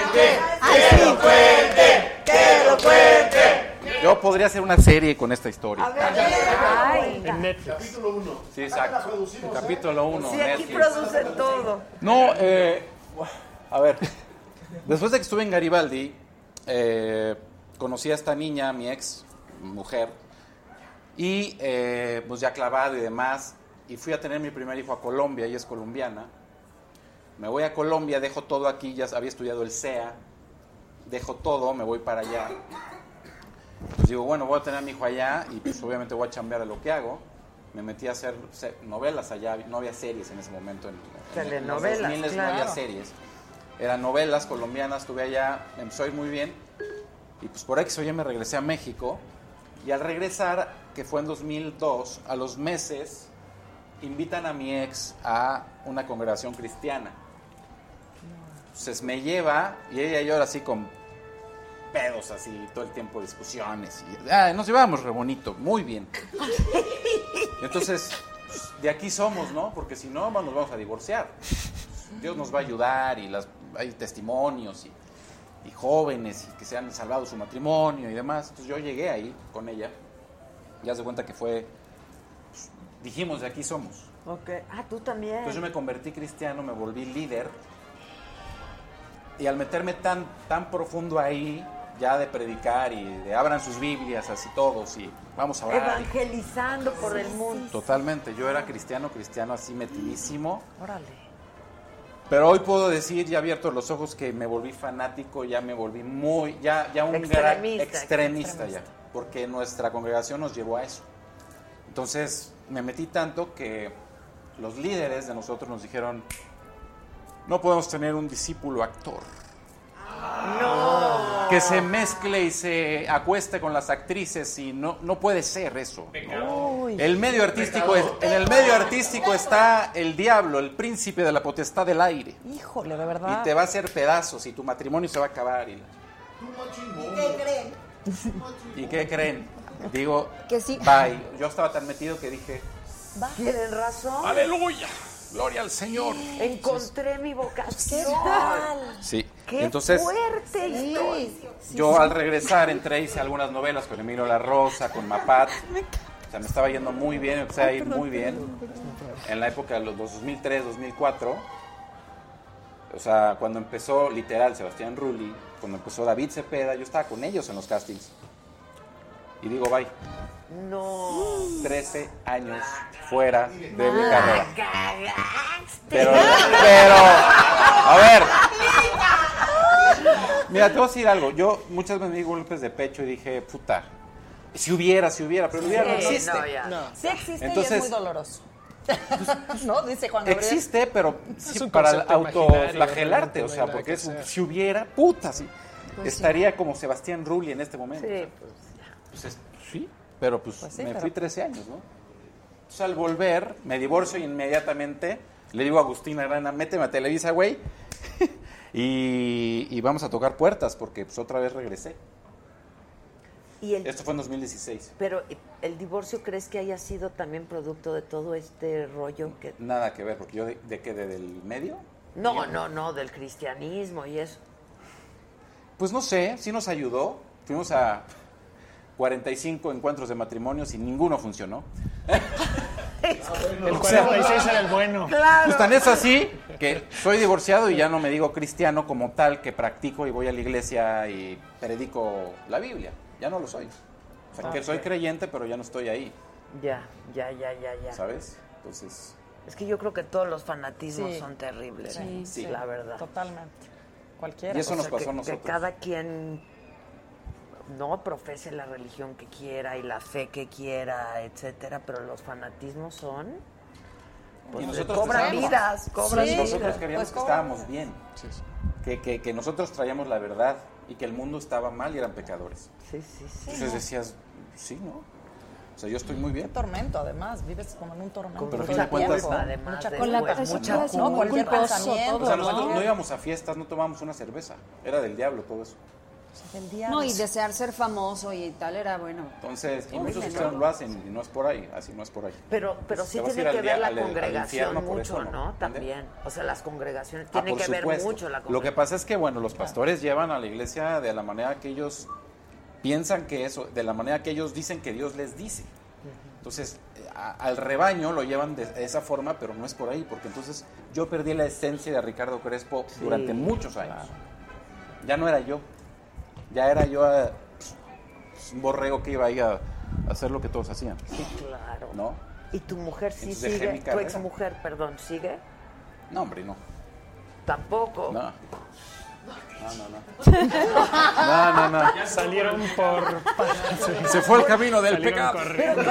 Speaker 5: cuente! ¡Que lo cuente!
Speaker 19: Yo podría hacer una serie con esta historia.
Speaker 20: En Netflix.
Speaker 13: Capítulo 1.
Speaker 19: Sí, exacto. Capítulo 1.
Speaker 5: Sí, aquí producen todo.
Speaker 19: No, a ver. Después de que estuve en Garibaldi, conocí a esta niña, mi ex mujer, y pues ya clavado y demás, y fui a tener mi primer hijo a Colombia, ella es colombiana. Me voy a Colombia, dejo todo aquí, ya había estudiado el CEA, dejo todo, me voy para allá. Pues digo, bueno, voy a tener a mi hijo allá y pues obviamente voy a chambear de lo que hago. Me metí a hacer novelas allá, no había series en ese momento.
Speaker 5: Telenovelas,
Speaker 19: en los 2000
Speaker 5: claro.
Speaker 19: no había series. Eran novelas colombianas, estuve allá, me empezó a ir muy bien. Y pues por X o Y me regresé a México. Y al regresar, que fue en 2002, a los meses, invitan a mi ex a una congregación cristiana. Entonces me lleva, y ella y yo ahora así con pedos, así, todo el tiempo discusiones. Y, nos llevábamos re bonito, muy bien. Entonces, pues, de aquí somos, ¿no? Porque si no, nos vamos a divorciar. Dios nos va a ayudar y hay testimonios y jóvenes y que se han salvado su matrimonio y demás. Entonces yo llegué ahí con ella. Ya se cuenta que fue, pues, dijimos, de aquí somos.
Speaker 5: Okay. Tú también.
Speaker 19: Entonces yo me convertí cristiano, me volví líder. Y al meterme tan profundo ahí, ya de predicar y de abran sus Biblias así todos y vamos a orar.
Speaker 5: Evangelizando por el mundo.
Speaker 19: Totalmente, yo era cristiano así metidísimo.
Speaker 5: Órale.
Speaker 19: Pero hoy puedo decir, ya abierto los ojos, que me volví fanático, ya me volví ya un gran extremista ya, porque nuestra congregación nos llevó a eso. Entonces me metí tanto que los líderes de nosotros nos dijeron, no podemos tener un discípulo actor.
Speaker 5: No.
Speaker 19: Que se mezcle y se acueste con las actrices y no puede ser eso. En el medio artístico está el diablo, el príncipe de la potestad del aire.
Speaker 5: Híjole, de verdad.
Speaker 19: Y te va a hacer pedazos y tu matrimonio se va a acabar. ¿Y qué creen? Digo,
Speaker 5: que sí.
Speaker 19: Bye. Yo estaba tan metido que dije,
Speaker 5: tienen razón.
Speaker 19: ¡Aleluya! Gloria al Señor.
Speaker 5: Encontré mi vocación.
Speaker 19: ¿Qué
Speaker 5: tal?
Speaker 19: Sí.
Speaker 5: Qué
Speaker 19: entonces,
Speaker 5: fuerte historia.
Speaker 19: Yo al regresar hice algunas novelas con Emilio La Rosa, con Mapat. O sea, me estaba yendo muy bien, empecé a ir muy bien. En la época de los 2003, 2004. O sea, cuando empezó literal Sebastián Rulli, cuando empezó David Cepeda, yo estaba con ellos en los castings. Y digo, bye.
Speaker 5: No.
Speaker 19: 13 años fuera de mi carrera. Pero, a ver. Mira, te voy a decir algo. Yo muchas veces me di golpes de pecho y dije, puta, si hubiera, pero hubiera no existe.
Speaker 5: Sí existe.
Speaker 19: Entonces,
Speaker 5: y es muy doloroso. ¿No? Dice Juan Gabriel.
Speaker 19: Existe, pero sí, para autoflagelarte, o sea, porque si hubiera, puta, sí. Pues estaría como Sebastián Rulli en este momento.
Speaker 5: Sí,
Speaker 19: pues sí, pero pues sí, me fui 13 años, ¿no? Entonces al volver, me divorcio y inmediatamente le digo a Agustín Arana, méteme a Televisa, güey, y vamos a tocar puertas, porque pues otra vez regresé. Esto fue en 2016.
Speaker 5: Pero ¿el divorcio crees que haya sido también producto de todo este rollo?
Speaker 19: Nada que ver, porque yo ¿de qué? ¿Del medio?
Speaker 5: No, del cristianismo y eso.
Speaker 19: Pues no sé, sí nos ayudó. Fuimos a 45 encuentros de matrimonios y ninguno funcionó.
Speaker 20: El 46 era el bueno.
Speaker 5: Claro.
Speaker 19: Pues tan es así que soy divorciado y ya no me digo cristiano como tal, que practico y voy a la iglesia y predico la Biblia. Ya no lo soy. O sea, que soy creyente, pero ya no estoy ahí.
Speaker 5: Ya.
Speaker 19: ¿Sabes? Entonces,
Speaker 3: Es que yo creo que todos los fanatismos
Speaker 12: Sí.
Speaker 3: son terribles,
Speaker 12: Sí,
Speaker 3: la verdad.
Speaker 12: Totalmente. Cualquiera.
Speaker 19: Y eso nos pasó a
Speaker 3: que
Speaker 19: nosotros.
Speaker 3: cada quien no profese la religión que quiera y la fe que quiera, etcétera, pero los fanatismos son... Pues
Speaker 19: Y nosotros
Speaker 3: cobran
Speaker 19: pensamos.
Speaker 3: vidas, cobran
Speaker 19: Sí,
Speaker 3: vidas.
Speaker 19: nosotros queríamos
Speaker 3: Pues
Speaker 19: que
Speaker 3: cobran
Speaker 19: estábamos bien. Que nosotros traíamos la verdad y que el mundo estaba mal y eran pecadores.
Speaker 3: Sí, sí, sí.
Speaker 19: Entonces decías, sí, ¿no? O sea, yo estoy muy bien.
Speaker 12: Qué tormento, además. Vives como en un tormento.
Speaker 19: Pero a
Speaker 12: todo
Speaker 19: fin de
Speaker 12: el
Speaker 19: cuentas,
Speaker 12: tiempo.
Speaker 3: además,
Speaker 12: Mucha
Speaker 3: después,
Speaker 12: culpa.
Speaker 3: mucha
Speaker 12: No,
Speaker 3: culpa.
Speaker 12: cualquier
Speaker 3: Culposo,
Speaker 12: pensamiento.
Speaker 19: O sea, nosotros no íbamos a fiestas, no tomábamos una cerveza. Era del diablo todo eso.
Speaker 18: No, y desear ser famoso y tal era bueno.
Speaker 19: Entonces, y muchos
Speaker 18: Horrible,
Speaker 19: cristianos
Speaker 18: ¿no?
Speaker 19: lo hacen y no es por ahí, así no es por ahí.
Speaker 3: Pero
Speaker 19: Pues,
Speaker 3: sí
Speaker 19: te vas a
Speaker 3: tiene
Speaker 19: ir
Speaker 3: que
Speaker 19: al
Speaker 3: ver
Speaker 19: dia-
Speaker 3: la
Speaker 19: al
Speaker 3: congregación
Speaker 19: infierno por
Speaker 3: mucho,
Speaker 19: eso,
Speaker 3: ¿no?
Speaker 19: ¿Mande?
Speaker 3: También. O sea, las congregaciones
Speaker 19: Ah,
Speaker 3: tiene
Speaker 19: por
Speaker 3: que ver
Speaker 19: supuesto.
Speaker 3: mucho la
Speaker 19: Lo
Speaker 3: congregación.
Speaker 19: que pasa es que, bueno, los pastores llevan a la iglesia de la manera que ellos piensan que eso, de la manera que ellos dicen que Dios les dice. Entonces, al rebaño lo llevan de esa forma, pero no es por ahí, porque entonces yo perdí la esencia de Ricardo Crespo durante muchos años. Ya no era yo. Ya era yo un borrego que iba ahí a hacer lo que todos hacían.
Speaker 3: Sí, claro.
Speaker 19: ¿No?
Speaker 3: ¿Y tu mujer sí
Speaker 19: Entonces dejé mi
Speaker 3: sigue? ¿Tu
Speaker 19: carrera.
Speaker 3: exmujer, perdón, sigue?
Speaker 19: No, hombre, no.
Speaker 3: Tampoco.
Speaker 19: No. No.
Speaker 20: Salieron por...
Speaker 19: Se fue el camino del
Speaker 20: Salieron
Speaker 19: pecado.
Speaker 20: corriendo.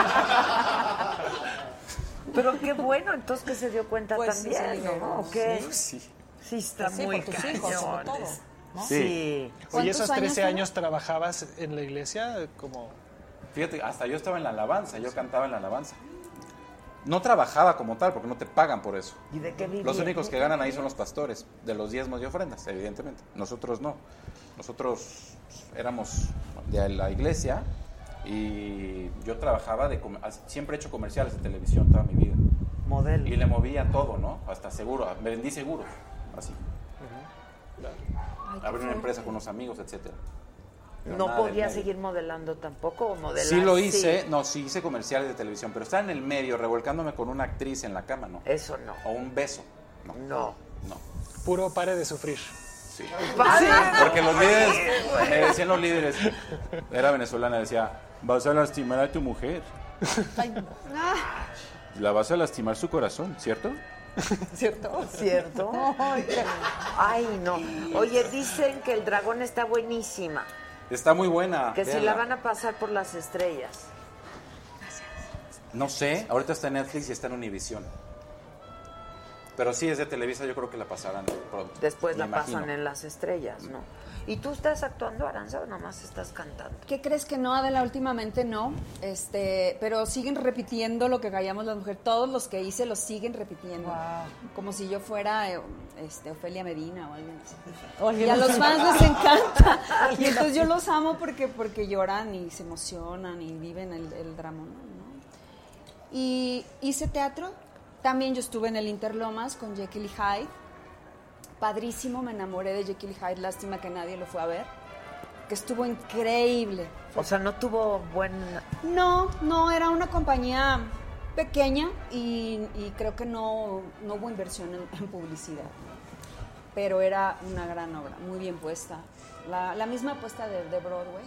Speaker 3: Pero qué bueno, entonces que se dio cuenta
Speaker 18: Pues sí,
Speaker 3: también,
Speaker 18: se
Speaker 3: ¿no?
Speaker 18: liberó.
Speaker 3: ¿O qué?
Speaker 19: Sí.
Speaker 3: Sí, está
Speaker 12: Sí,
Speaker 3: muy
Speaker 12: por tus hijos, sobre todo,
Speaker 3: cañones.
Speaker 12: ¿no?
Speaker 3: Sí.
Speaker 20: Oye, esos
Speaker 18: ¿Cuántos
Speaker 20: 13
Speaker 18: años
Speaker 20: años trabajabas en la iglesia como...
Speaker 19: Fíjate, hasta yo estaba en la alabanza, yo cantaba en la alabanza. No trabajaba como tal, porque no te pagan por eso.
Speaker 3: ¿Y de qué vivían?
Speaker 19: Los únicos que ganan ahí son los pastores, de los diezmos y ofrendas, evidentemente. Nosotros no. Nosotros éramos de la iglesia y yo trabajaba siempre he hecho comerciales de televisión toda mi vida.
Speaker 3: Modelo.
Speaker 19: Y le movía todo, ¿no? Hasta seguro, me vendí seguros, así. Abrí una empresa con unos amigos, etcétera. Pero
Speaker 3: ¿No
Speaker 19: nada del
Speaker 3: podía
Speaker 19: medio.
Speaker 3: seguir modelando tampoco o modelar?
Speaker 19: Sí lo hice, no, sí hice comerciales de televisión, pero estaba en el medio revolcándome con una actriz en la cama, ¿no?
Speaker 3: Eso no.
Speaker 19: O un beso, no.
Speaker 3: No.
Speaker 20: Puro pare de sufrir.
Speaker 19: Sí. Porque los líderes, me decían los líderes, era venezolana, decía, vas a lastimar a tu mujer. La vas a lastimar su corazón, ¿cierto?
Speaker 12: ¿Cierto?
Speaker 3: ¿Cierto? Ay, no. Oye, dicen que El Dragón está buenísima.
Speaker 19: Está muy buena.
Speaker 3: Que si
Speaker 19: véanla.
Speaker 3: la van a pasar por las estrellas.
Speaker 19: No sé, ahorita está en Netflix y está en Univision. Pero sí, es de Televisa, yo creo que la pasarán pronto.
Speaker 3: Después
Speaker 19: me
Speaker 3: la
Speaker 19: imagino.
Speaker 3: pasan en las estrellas, ¿no? ¿Y tú estás actuando, Aranza, o nomás estás cantando?
Speaker 18: ¿Qué crees que no, Adela? Últimamente no, pero siguen repitiendo lo que callamos las mujeres. Todos los que hice los siguen repitiendo. Como si yo fuera Ofelia Medina o alguien así. Y a los fans les encanta. Y entonces yo los amo porque lloran y se emocionan y viven el drama, ¿no? Y hice teatro. También yo estuve en el Interlomas con Jekyll y Hyde. Padrísimo, me enamoré de Jekyll y Hyde. Lástima que nadie lo fue a ver. Que estuvo increíble.
Speaker 3: O sea, no tuvo buen...
Speaker 18: No, era una compañía pequeña y creo que no hubo inversión en publicidad. Pero era una gran obra, muy bien puesta. La misma puesta de Broadway.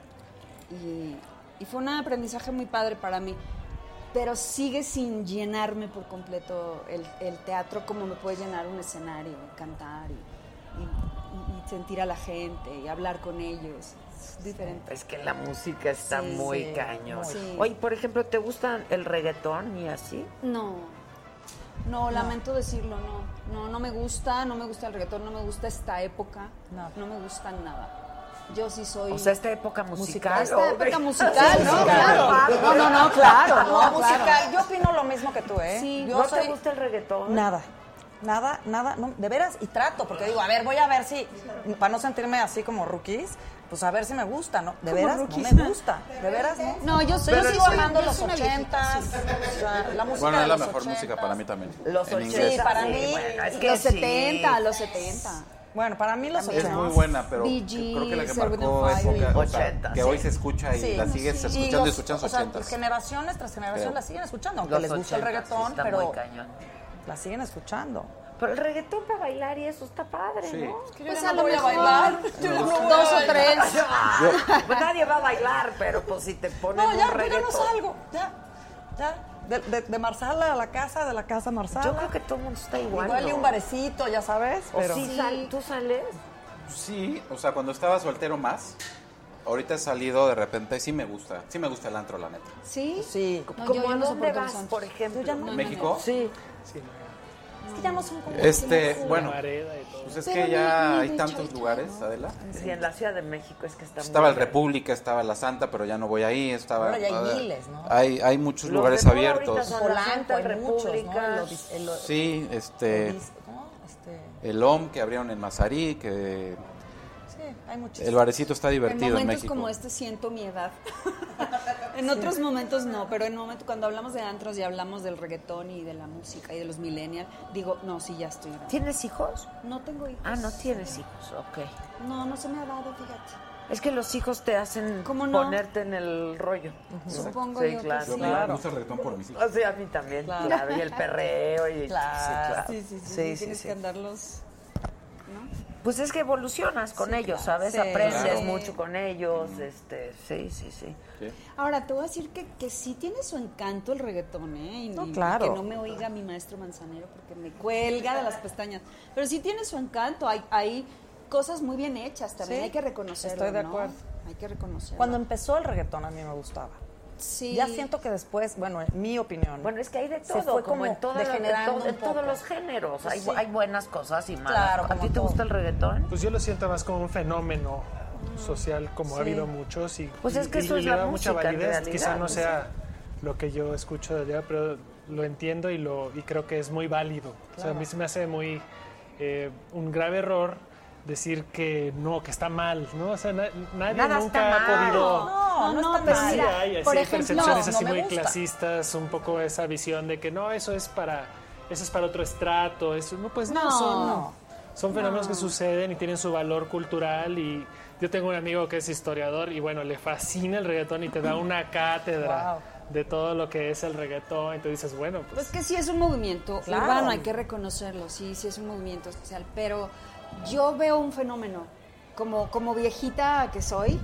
Speaker 18: Y fue un aprendizaje muy padre para mí. Pero sigue sin llenarme por completo el teatro como me puede llenar un escenario, y cantar y sentir a la gente y hablar con ellos. Es diferente.
Speaker 3: Es que la música está
Speaker 18: Sí,
Speaker 3: muy
Speaker 18: sí,
Speaker 3: cañón.
Speaker 18: sí.
Speaker 3: Oye, por ejemplo, ¿te gusta el reggaetón y así?
Speaker 18: No, lamento decirlo, no me gusta el reggaetón, no me gusta esta época, no me gusta nada. Yo sí soy...
Speaker 3: O sea, esta época musical.
Speaker 18: Esta época musical,
Speaker 3: Sí,
Speaker 18: ¿no?
Speaker 3: sí,
Speaker 18: Claro. No, claro.
Speaker 12: No, musical.
Speaker 18: claro.
Speaker 12: Yo opino lo mismo que tú, ¿eh?
Speaker 18: Sí,
Speaker 12: yo
Speaker 3: ¿No te gusta el reggaetón?
Speaker 12: Nada, no, de veras, y trato, porque digo, a ver, voy a ver si, para no sentirme así como rookies, pues a ver si me gusta, ¿no? De
Speaker 18: ¿Cómo
Speaker 12: veras,
Speaker 18: rookies?
Speaker 12: no me gusta, de veras, ¿no?
Speaker 18: No, yo
Speaker 12: Pero
Speaker 18: sí
Speaker 12: sigo
Speaker 18: soy-
Speaker 12: amando
Speaker 18: yo
Speaker 12: los
Speaker 18: soy una
Speaker 12: 80s,
Speaker 18: viejita,
Speaker 12: o sea, la música
Speaker 19: Bueno,
Speaker 12: de
Speaker 19: es la
Speaker 12: los
Speaker 19: mejor
Speaker 12: 80s.
Speaker 19: música para mí también.
Speaker 3: Los
Speaker 19: en
Speaker 3: 80,
Speaker 19: inglés.
Speaker 12: Sí, para
Speaker 3: sí,
Speaker 12: mí,
Speaker 3: bueno, es que
Speaker 18: los
Speaker 3: sí.
Speaker 18: 70.
Speaker 12: Bueno, para mí los 80s.
Speaker 19: Es muy buena, pero
Speaker 18: Bee Gees,
Speaker 19: creo que la que
Speaker 18: Servant
Speaker 19: marcó
Speaker 18: on Fire.
Speaker 19: época, o sea,
Speaker 3: 80,
Speaker 19: que
Speaker 3: sí.
Speaker 19: hoy se escucha y
Speaker 12: Sí,
Speaker 19: la sigues
Speaker 12: y
Speaker 19: escuchando y
Speaker 12: los-
Speaker 19: escuchando
Speaker 12: o sea,
Speaker 19: ochentas.
Speaker 12: generaciones tras generación
Speaker 19: Pero
Speaker 12: la siguen escuchando, aunque
Speaker 3: Los
Speaker 12: les gusta el
Speaker 3: 80,
Speaker 12: reggaetón,
Speaker 3: sí, está
Speaker 12: pero
Speaker 3: muy cañón.
Speaker 12: la siguen escuchando.
Speaker 3: Pero el reggaetón para bailar y eso está padre,
Speaker 19: Sí.
Speaker 3: ¿no?
Speaker 18: Pues
Speaker 12: ya
Speaker 18: a
Speaker 12: no
Speaker 18: lo
Speaker 12: voy a
Speaker 18: mejor
Speaker 12: bailar. Yo no voy a
Speaker 18: dos o
Speaker 12: bailar.
Speaker 18: tres.
Speaker 3: Pues nadie va a bailar, pero pues si te ponen
Speaker 12: No,
Speaker 3: un
Speaker 12: ya, yo ya
Speaker 3: reggaetón.
Speaker 12: no salgo, ya. Ya, de Marsala a la casa, de la casa a Marsala.
Speaker 5: Yo creo que todo el mundo está igual.
Speaker 12: Igual y
Speaker 5: ¿no?
Speaker 12: un barecito, ya sabes. Pero...
Speaker 5: ¿Tú sales?
Speaker 19: Sí, o sea, cuando estaba soltero más. Ahorita he salido de repente, sí me gusta el antro, la neta.
Speaker 18: ¿Sí?
Speaker 12: Sí.
Speaker 18: No,
Speaker 5: ¿Cómo
Speaker 18: yo
Speaker 5: a
Speaker 18: no
Speaker 5: dónde
Speaker 18: soporto
Speaker 5: vas,
Speaker 18: los
Speaker 5: por
Speaker 18: antros.
Speaker 5: ejemplo?
Speaker 19: ¿México?
Speaker 5: Sí.
Speaker 12: Es que ya no son como...
Speaker 19: Bueno, pues es que ya hay tantos lugares, Adela.
Speaker 5: Sí, en la Ciudad de México es que está
Speaker 19: Estaba
Speaker 5: muy
Speaker 19: el República, estaba la Santa, pero ya no voy ahí. Estaba,
Speaker 12: ahora ya hay miles, ¿no?
Speaker 19: Hay muchos
Speaker 5: Los
Speaker 19: lugares
Speaker 5: de moda
Speaker 19: abiertos.
Speaker 5: ahorita son la Santa, el República.
Speaker 19: Sí, el OM que abrieron en Mazarí, que
Speaker 12: Sí, hay muchos.
Speaker 19: el barecito está divertido en
Speaker 18: momentos
Speaker 19: México.
Speaker 18: como este siento mi edad. En otros momentos no, pero en momentos cuando hablamos de antros y hablamos del reggaetón y de la música y de los millennials, digo, no, sí, ya estoy grande.
Speaker 5: ¿Tienes hijos?
Speaker 18: No tengo hijos.
Speaker 5: Ah, no tienes hijos, ok.
Speaker 18: No se me ha dado, fíjate.
Speaker 5: Es que los hijos te hacen ponerte en el rollo.
Speaker 18: Supongo
Speaker 5: sí,
Speaker 18: yo
Speaker 5: claro.
Speaker 18: que sí.
Speaker 19: Me gusta el reggaetón por mis hijos.
Speaker 5: Sí, a mí también. Claro. Y el perreo. Y,
Speaker 18: Claro.
Speaker 5: Sí,
Speaker 18: Tienes que andarlos, ¿no?
Speaker 5: Pues es que evolucionas con ellos, ¿sabes?
Speaker 18: Sí.
Speaker 5: Aprendes
Speaker 18: Claro.
Speaker 5: mucho con ellos. Sí.
Speaker 18: Ahora, te voy a decir que sí tiene su encanto el reggaetón, ¿eh? Y
Speaker 12: claro.
Speaker 18: que no me oiga mi maestro Manzanero porque me cuelga de las pestañas. Pero sí tiene su encanto. Hay cosas muy bien hechas también.
Speaker 12: Sí,
Speaker 18: Hay que reconocerlo,
Speaker 12: estoy de
Speaker 18: ¿no?
Speaker 12: acuerdo.
Speaker 18: Hay que reconocerlo.
Speaker 12: Cuando empezó el reggaetón a mí me gustaba.
Speaker 18: Sí.
Speaker 12: Ya siento que después, bueno, en mi opinión.
Speaker 5: Bueno, es que hay de
Speaker 12: se
Speaker 5: todo,
Speaker 12: fue
Speaker 5: como en,
Speaker 12: degenerando
Speaker 5: en
Speaker 12: un poco.
Speaker 5: todos los géneros.
Speaker 12: Pues
Speaker 5: Hay,
Speaker 12: sí.
Speaker 5: hay buenas cosas y malas.
Speaker 12: Claro,
Speaker 5: ¿A
Speaker 12: como
Speaker 5: ti te
Speaker 12: todo.
Speaker 5: gusta el reggaetón?
Speaker 20: Pues yo lo siento más como un fenómeno social, como
Speaker 5: Sí.
Speaker 20: ha habido muchos. Y,
Speaker 5: Pues es que
Speaker 20: y
Speaker 5: eso es
Speaker 20: le
Speaker 5: la
Speaker 20: da mucha
Speaker 5: música, en
Speaker 20: validez.
Speaker 5: realidad,
Speaker 20: Quizá no
Speaker 5: ¿no?
Speaker 20: sea lo que yo escucho de allá, pero lo entiendo y creo que es muy válido. O sea, a mí se me hace muy un grave error decir que no, que está mal, ¿no? O sea, nadie
Speaker 5: Nada
Speaker 20: nunca
Speaker 5: está
Speaker 20: ha
Speaker 5: mal.
Speaker 20: podido...
Speaker 18: No,
Speaker 20: Pero
Speaker 18: pero
Speaker 20: sí
Speaker 18: mira,
Speaker 20: hay
Speaker 18: por
Speaker 20: así
Speaker 18: ejemplo,
Speaker 20: percepciones así
Speaker 18: no me
Speaker 20: muy
Speaker 18: gusta.
Speaker 20: clasistas, un poco esa visión de que no, eso es para otro estrato, eso no, pues son fenómenos que suceden y tienen su valor cultural. Y yo tengo un amigo que es historiador y bueno, le fascina el reggaetón y te da una cátedra de todo lo que es el reggaetón, entonces dices, bueno,
Speaker 18: Pues que sí es un movimiento
Speaker 12: Claro.
Speaker 18: urbano, hay que reconocerlo, sí es un movimiento especial, pero yo veo un fenómeno. Como viejita que soy,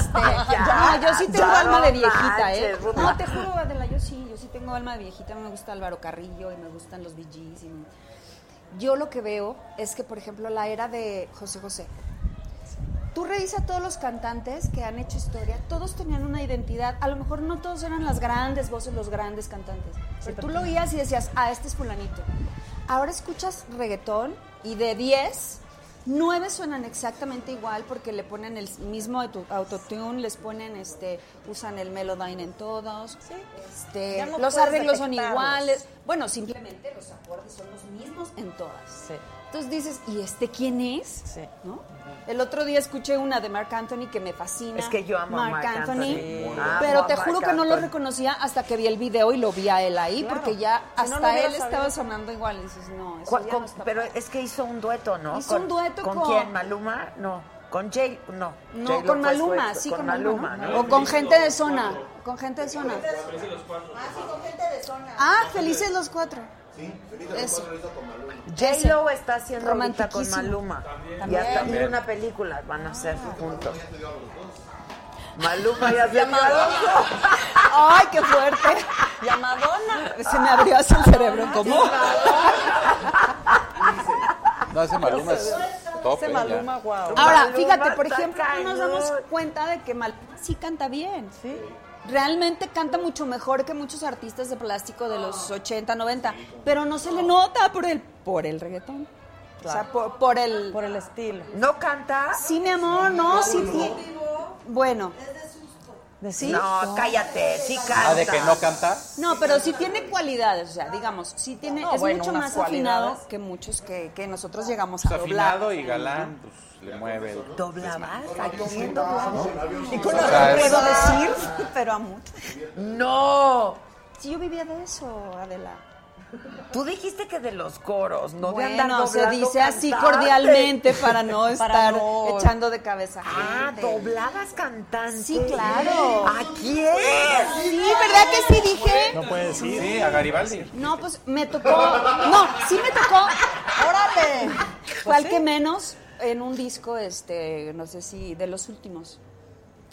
Speaker 18: yo sí tengo alma de viejita, ¿eh? No, te juro, Adela, yo sí tengo alma de viejita. Me gusta Álvaro Carrillo y me gustan los Bee Gees. Yo lo que veo es que, por ejemplo, la era de José José. Tú revisas a todos los cantantes que han hecho historia, todos tenían una identidad. A lo mejor no todos eran las grandes voces, los grandes cantantes. Pero tú lo oías y decías, este es fulanito. Ahora escuchas reggaetón y de 10... 9 suenan exactamente igual porque le ponen el mismo autotune, les ponen usan el Melodyne en todos.
Speaker 12: Ya no
Speaker 18: los
Speaker 12: puedes
Speaker 18: arreglos son
Speaker 12: detectarlos.
Speaker 18: iguales. Bueno, simplemente los acordes son los mismos en todas.
Speaker 12: Sí.
Speaker 18: Entonces dices, ¿y quién es?
Speaker 12: Sí.
Speaker 18: ¿No? El otro día escuché una de Marc Anthony que me fascina.
Speaker 5: Es que yo amo a Marc Anthony.
Speaker 18: Pero te juro que no lo reconocía hasta que vi el video y lo vi a él ahí,
Speaker 12: Claro.
Speaker 18: porque ya
Speaker 12: Si no
Speaker 18: hasta
Speaker 12: lo hubiera
Speaker 18: él estaba
Speaker 12: sabido.
Speaker 18: sonando igual. Y dices, no, eso ya no está
Speaker 5: Pero
Speaker 18: padre.
Speaker 5: es que hizo un dueto, ¿no?
Speaker 18: Hizo un dueto
Speaker 5: ¿Con quién? ¿Maluma? No. ¿Con Jay? No.
Speaker 18: No,
Speaker 5: J-Lo
Speaker 18: con
Speaker 5: fue su
Speaker 18: Maluma,
Speaker 5: ex,
Speaker 18: sí,
Speaker 5: con
Speaker 18: con
Speaker 5: Maluma,
Speaker 18: Maluma.
Speaker 5: ¿no?
Speaker 18: O con gente de zona. Con gente de zona. Felices los cuatro.
Speaker 1: Sí, Felices
Speaker 18: Eso.
Speaker 1: los cuatro lo hizo con Maluma.
Speaker 5: J-Lo está haciendo ahorita con
Speaker 18: Romantiquísimo.
Speaker 5: Maluma.
Speaker 18: También.
Speaker 5: Y hasta
Speaker 18: También.
Speaker 5: una película van a hacer juntos. Maluma ya se dio a los dos.
Speaker 18: ¡Ay, qué fuerte!
Speaker 12: Y a Madonna.
Speaker 18: Se me abrió así el cerebro. ¿Cómo?
Speaker 19: No, ese Maluma es top.
Speaker 12: Ese Maluma, wow.
Speaker 18: Ahora,
Speaker 5: Maluma
Speaker 18: fíjate, por
Speaker 5: está
Speaker 18: ejemplo, nos
Speaker 5: cañón.
Speaker 18: damos cuenta de que Maluma sí canta bien. Sí. Realmente canta mucho mejor que muchos artistas de plástico de los 80, 90, pero no se le nota por el reggaetón.
Speaker 12: Claro.
Speaker 18: O sea, por el
Speaker 12: estilo.
Speaker 5: ¿No canta?
Speaker 18: Sí, mi amor, no, sí. Bueno. ¿Sí?
Speaker 5: No, cállate, sí canta.
Speaker 19: ¿De que no canta?
Speaker 18: No, pero sí tiene cualidades, o sea, digamos, sí tiene,
Speaker 12: No,
Speaker 18: es
Speaker 12: bueno,
Speaker 18: mucho
Speaker 12: unas
Speaker 18: más afinado
Speaker 12: cualidades.
Speaker 18: que muchos que nosotros llegamos a
Speaker 19: Pues
Speaker 18: doblar.
Speaker 19: afinado y galán, pues le mueve el...
Speaker 5: ¿Doblabas? ¿A quién doblabas?
Speaker 18: Y con
Speaker 19: O
Speaker 18: lo
Speaker 19: sea,
Speaker 18: que puedo
Speaker 19: es-
Speaker 18: decir, pero a muchos.
Speaker 5: ¡No!
Speaker 18: Sí, yo vivía de eso, Adela.
Speaker 5: Tú dijiste que de los coros, no de
Speaker 18: Bueno,
Speaker 5: andar
Speaker 18: se
Speaker 5: doblando
Speaker 18: dice así
Speaker 5: cantantes.
Speaker 18: cordialmente para no estar
Speaker 12: no-
Speaker 18: echando de cabeza.
Speaker 5: Ah,
Speaker 18: gente.
Speaker 5: ¿doblabas cantantes?
Speaker 18: Sí, claro.
Speaker 5: ¿A quién?
Speaker 18: Sí, ¿verdad que sí dije?
Speaker 20: No puede decir.
Speaker 19: Sí, a Garibaldi.
Speaker 18: No, pues me tocó. No, sí me tocó.
Speaker 12: ¡Órale!
Speaker 18: Fue al que menos en un disco, no sé si de los últimos.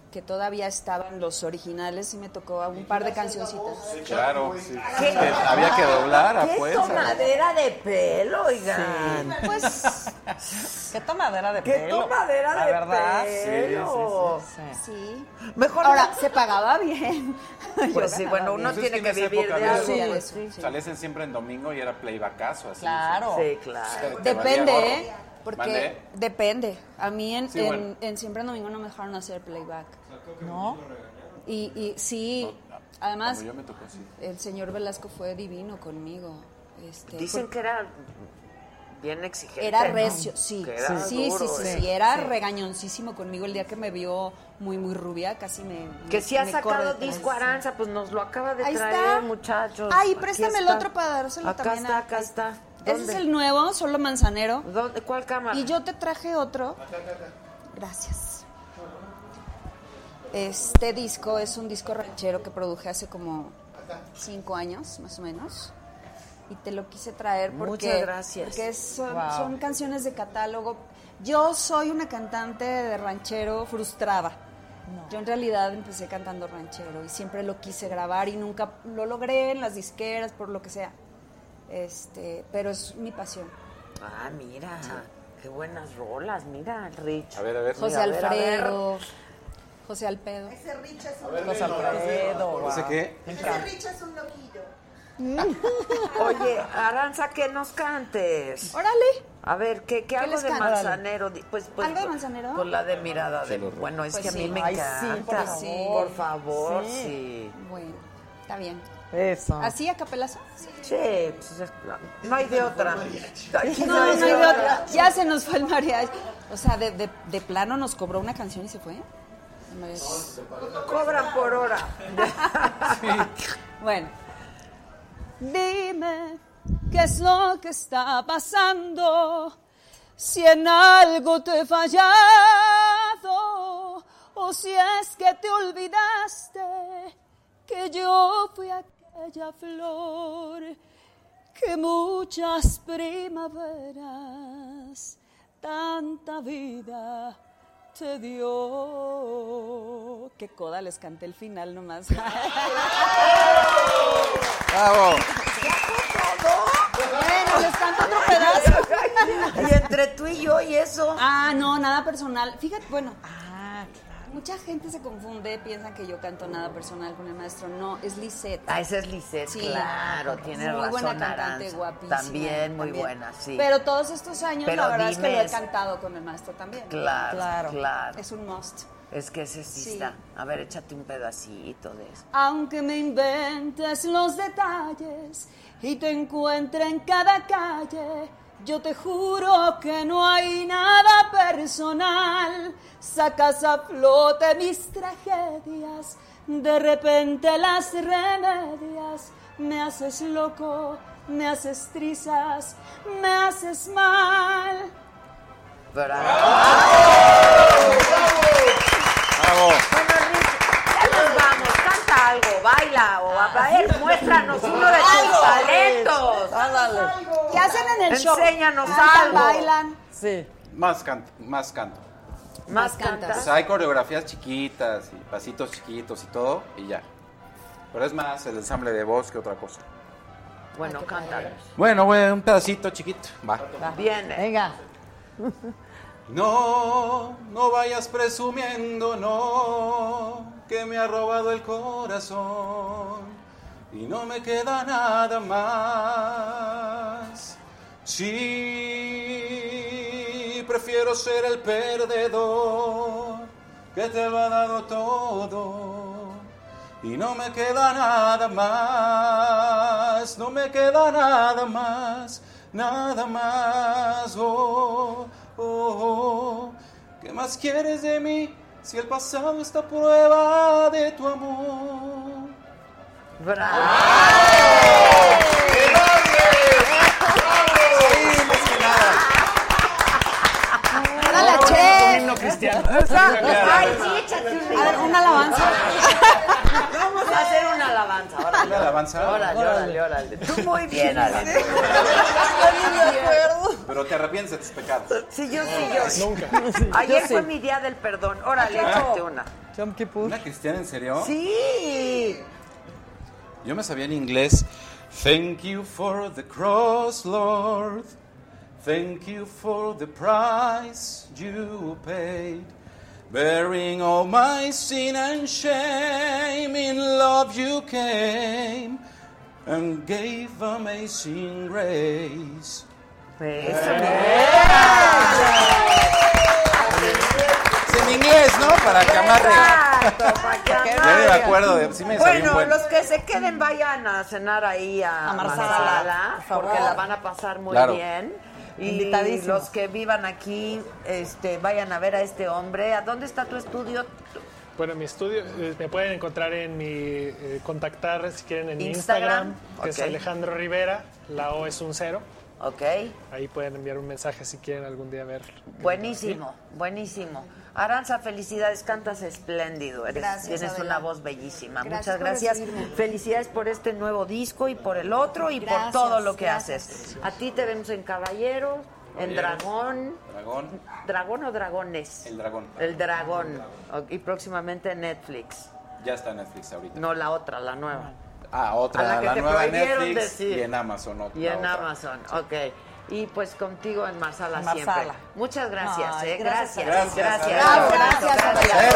Speaker 18: que todavía estaban los originales y me tocó un par de cancioncitas.
Speaker 19: Sí, claro. Sí. Había que doblar a fuerza.
Speaker 5: ¡Qué tomadera de pelo, oigan!
Speaker 2: Sí. Pues, ¿qué tomadera de pelo?
Speaker 5: ¡Qué tomadera
Speaker 2: la
Speaker 5: de
Speaker 2: verdad?
Speaker 5: pelo!
Speaker 18: Sí.
Speaker 5: Mejor
Speaker 18: ahora, se pagaba bien.
Speaker 5: Pues sí, bueno, uno
Speaker 19: Pues
Speaker 5: tiene que
Speaker 19: en esa
Speaker 5: vivir
Speaker 19: época
Speaker 5: de algo.
Speaker 19: había-
Speaker 5: Pues, sí.
Speaker 19: Salían siempre en domingo y era playbackazo así.
Speaker 2: Claro.
Speaker 5: Sí, claro.
Speaker 19: Te valía
Speaker 18: Depende,
Speaker 19: gorro.
Speaker 18: ¿eh? Porque
Speaker 19: ¿Mandé?
Speaker 18: depende. A mí
Speaker 19: Sí, bueno.
Speaker 18: en Siempre en Domingo no me dejaron hacer playback.
Speaker 2: ¿No?
Speaker 18: Y sí, además,
Speaker 19: Cuando yo me tocó, sí.
Speaker 18: el señor Velasco fue divino conmigo.
Speaker 5: Dicen que era bien exigente.
Speaker 18: Era
Speaker 5: ¿no?
Speaker 18: recio, sí.
Speaker 5: Que era
Speaker 18: Sí,
Speaker 5: duro,
Speaker 18: era regañoncísimo conmigo el día que me vio muy rubia, casi me
Speaker 5: Que si ha
Speaker 18: me
Speaker 5: sacado
Speaker 18: corre detrás.
Speaker 5: disco Aranza, pues nos lo acaba de
Speaker 18: Ahí
Speaker 5: traer,
Speaker 18: está.
Speaker 5: muchachos.
Speaker 18: Ay,
Speaker 5: Aquí
Speaker 18: préstame el
Speaker 5: está.
Speaker 18: otro para dárselo
Speaker 5: Acá
Speaker 18: también.
Speaker 5: Acá está.
Speaker 18: Ese
Speaker 5: ¿Dónde?
Speaker 18: es el nuevo, solo manzanero.
Speaker 5: ¿Dónde? ¿Cuál cámara?
Speaker 18: Y yo te traje otro. Gracias. Este disco es un disco ranchero que produje hace como 5 años, más o menos. Y te lo quise traer porque,
Speaker 5: Muchas gracias.
Speaker 18: porque son canciones de catálogo. Yo soy una cantante de ranchero frustrada. Yo en realidad empecé cantando ranchero y siempre lo quise grabar y nunca lo logré en las disqueras, por lo que sea. Pero es mi pasión.
Speaker 5: Ah, mira. Qué buenas rolas, mira, Rich.
Speaker 19: A ver.
Speaker 18: José
Speaker 5: Mira, a ver, a ver.
Speaker 18: Alfredo. José Alpedo.
Speaker 6: Ese Rich es un
Speaker 2: José Alfredo.
Speaker 19: ¿Ese qué?
Speaker 6: Ese Rich es un loquillo.
Speaker 5: Oye, Aranza, que nos cantes.
Speaker 18: Órale.
Speaker 5: A ver, ¿qué algo
Speaker 18: les
Speaker 5: de
Speaker 18: canto?
Speaker 5: Manzanero? Pues,
Speaker 18: ¿Algo de Manzanero?
Speaker 5: Pues la de Mirada de... Bueno, es
Speaker 18: Pues
Speaker 5: que a mí
Speaker 18: sí.
Speaker 5: me
Speaker 2: Ay, sí,
Speaker 5: encanta.
Speaker 2: por
Speaker 5: Por favor,
Speaker 2: Sí.
Speaker 5: sí.
Speaker 18: Bueno, está bien.
Speaker 2: Eso.
Speaker 18: ¿Así a capelazo?
Speaker 5: Sí, pues, no hay de otra. Aquí
Speaker 18: No hay de otra. Ya se nos fue el mariachi. O sea, de plano nos cobró una canción y se fue. El mariachi.
Speaker 5: Cobran por hora.
Speaker 18: Bueno. Dime qué es lo que está pasando, si en algo te he fallado o si es que te olvidaste que yo fui aquella flor que muchas primaveras tanta vida te dio. Qué coda les canté el final nomás.
Speaker 19: ¡Bravo!
Speaker 18: Bueno, les canto otro pedazo.
Speaker 5: Y entre tú y yo y eso.
Speaker 18: Ah, no, nada personal. Fíjate, bueno. Mucha gente se confunde, piensan que yo canto nada personal con el maestro. No, es Lisette.
Speaker 5: Ah, esa es Lisette,
Speaker 18: Sí,
Speaker 5: claro, tiene
Speaker 18: muy
Speaker 5: razón,
Speaker 18: buena cantante,
Speaker 5: Aranza.
Speaker 18: guapísima.
Speaker 5: También muy buena, sí.
Speaker 18: Pero todos estos años,
Speaker 5: Pero
Speaker 18: la verdad es que lo he
Speaker 5: dime
Speaker 18: cantado con el maestro también.
Speaker 5: Claro.
Speaker 18: Es un must.
Speaker 5: Es que ese sí está. A ver, échate un pedacito de eso.
Speaker 18: Aunque me inventes los detalles y te encuentre en cada calle, yo te juro que no hay nada personal. Sacas a flote mis tragedias, de repente las remedias. Me haces loco, me haces trizas, me haces mal.
Speaker 5: ¡Bravo!
Speaker 19: ¡Bravo!
Speaker 5: Bueno, Rich, ya nos vamos. Canta algo, baila o a ver, muéstranos uno de tus talentos.
Speaker 2: Ándale.
Speaker 18: ¿Qué hacen en el show?
Speaker 5: Enséñanos
Speaker 18: Cantan,
Speaker 5: algo.
Speaker 18: bailan.
Speaker 2: Sí.
Speaker 19: Más canto.
Speaker 5: Más cantas.
Speaker 19: Pues hay coreografías chiquitas y pasitos chiquitos y todo, y ya. Pero es más el ensamble de voz que otra cosa.
Speaker 5: Bueno, cántanos.
Speaker 19: Bueno, un pedacito chiquito. Va.
Speaker 5: Viene.
Speaker 2: Venga.
Speaker 19: No vayas presumiendo, no, que me ha robado el corazón y no me queda nada más. Sí, prefiero ser el perdedor que te lo ha dado todo y no me queda nada más, no me queda nada más, nada más. ¿Qué más quieres de mí si el pasado está a prueba de tu amor?
Speaker 5: ¡Bravo!
Speaker 18: ¡Ahora la che!
Speaker 5: cristiano. Ay, sí, échate
Speaker 18: A ver, una alabanza.
Speaker 5: Vamos a hacer una alabanza ahora.
Speaker 19: cantarle alabanza?
Speaker 3: Órale. Tú muy bien, Ale.
Speaker 19: Pero te arrepientes de tus pecados.
Speaker 3: Sí, yo.
Speaker 19: Nunca.
Speaker 3: Ayer fue mi día del perdón. Órale, échate una.
Speaker 19: ¿Una cristiana en serio?
Speaker 3: Sí.
Speaker 19: Yo me sabía en inglés. Thank you for the cross, Lord. Thank you for the price you paid. Bearing all my sin and shame, in love you came and gave amazing grace.
Speaker 3: Eso.
Speaker 19: Es en inglés, ¿no? Para que amarre. Ya me acuerdo de... Sí me sabía un
Speaker 3: Bueno,
Speaker 19: buen.
Speaker 3: los que se queden vayan a cenar ahí a Marsala,
Speaker 2: por favor.
Speaker 3: porque la van a pasar muy
Speaker 19: Claro.
Speaker 3: bien. Y
Speaker 2: Invitadísimos.
Speaker 3: los que vivan aquí, vayan a ver a este hombre. ¿A dónde está tu estudio?
Speaker 20: Bueno, mi estudio me pueden encontrar en mi contactar si quieren en
Speaker 3: Instagram,
Speaker 20: Instagram, que es
Speaker 3: ok.
Speaker 20: Alejandro Rivera, la O es un 0.
Speaker 3: Ok.
Speaker 20: Ahí pueden enviar un mensaje si quieren algún día ver.
Speaker 3: Buenísimo. Aranza, felicidades, cantas espléndido.
Speaker 18: Gracias,
Speaker 3: Tienes
Speaker 18: Adela.
Speaker 3: una voz bellísima.
Speaker 18: Gracias
Speaker 3: Muchas
Speaker 18: por
Speaker 3: gracias.
Speaker 18: recibirme.
Speaker 3: Felicidades por este nuevo disco y por el otro y por
Speaker 18: Gracias,
Speaker 3: todo lo que
Speaker 18: gracias.
Speaker 3: haces. A ti te vemos en Caballeros, en Dragón. ¿Dragón o Dragones?
Speaker 19: El dragón.
Speaker 3: El Dragón. Y próximamente en Netflix.
Speaker 19: Ya está en Netflix ahorita.
Speaker 3: No la otra, la nueva.
Speaker 19: Ah,
Speaker 3: A
Speaker 19: otra,
Speaker 3: la que
Speaker 19: la
Speaker 3: te
Speaker 19: nueva
Speaker 3: prohibieron
Speaker 19: Netflix
Speaker 3: decir.
Speaker 19: y en Amazon.
Speaker 3: Y en
Speaker 19: otra.
Speaker 3: Amazon, ok. Y pues contigo en Marsala
Speaker 2: Marsala.
Speaker 3: siempre. Muchas gracias,
Speaker 2: Ay,
Speaker 3: gracias.
Speaker 19: gracias.
Speaker 3: Bravo,
Speaker 18: Gracias,
Speaker 3: gracias.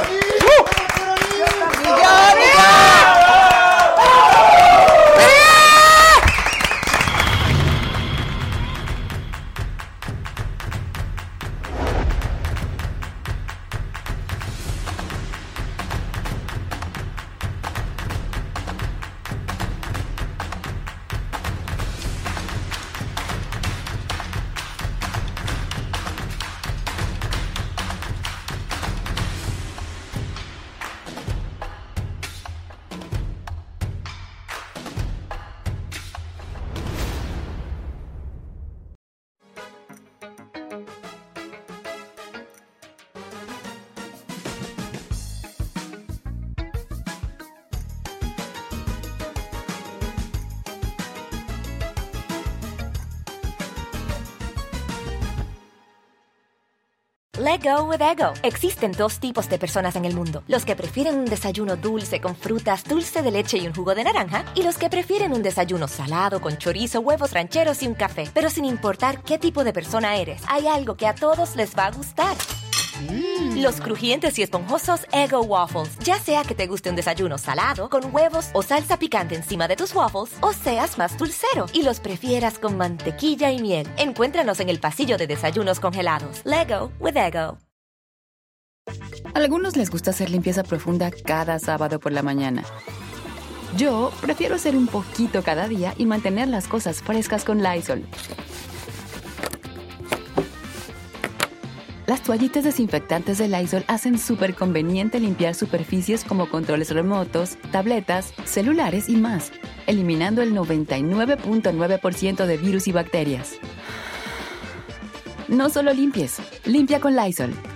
Speaker 7: Let go with ego. Existen dos tipos de personas en el mundo. Los que prefieren un desayuno dulce con frutas, dulce de leche y un jugo de naranja. Y los que prefieren un desayuno salado con chorizo, huevos rancheros y un café. Pero sin importar qué tipo de persona eres, hay algo que a todos les va a gustar. Los crujientes y esponjosos Eggo Waffles. Ya sea que te guste un desayuno salado, con huevos o salsa picante encima de tus waffles, o seas más dulcero y los prefieras con mantequilla y miel. Encuéntranos en el pasillo de desayunos congelados. Lego with Eggo.
Speaker 22: A algunos les gusta hacer limpieza profunda cada sábado por la mañana. Yo prefiero hacer un poquito cada día y mantener las cosas frescas con Lysol. Las toallitas desinfectantes de Lysol hacen súper conveniente limpiar superficies como controles remotos, tabletas, celulares y más, eliminando el 99.9% de virus y bacterias. No solo limpies, limpia con Lysol.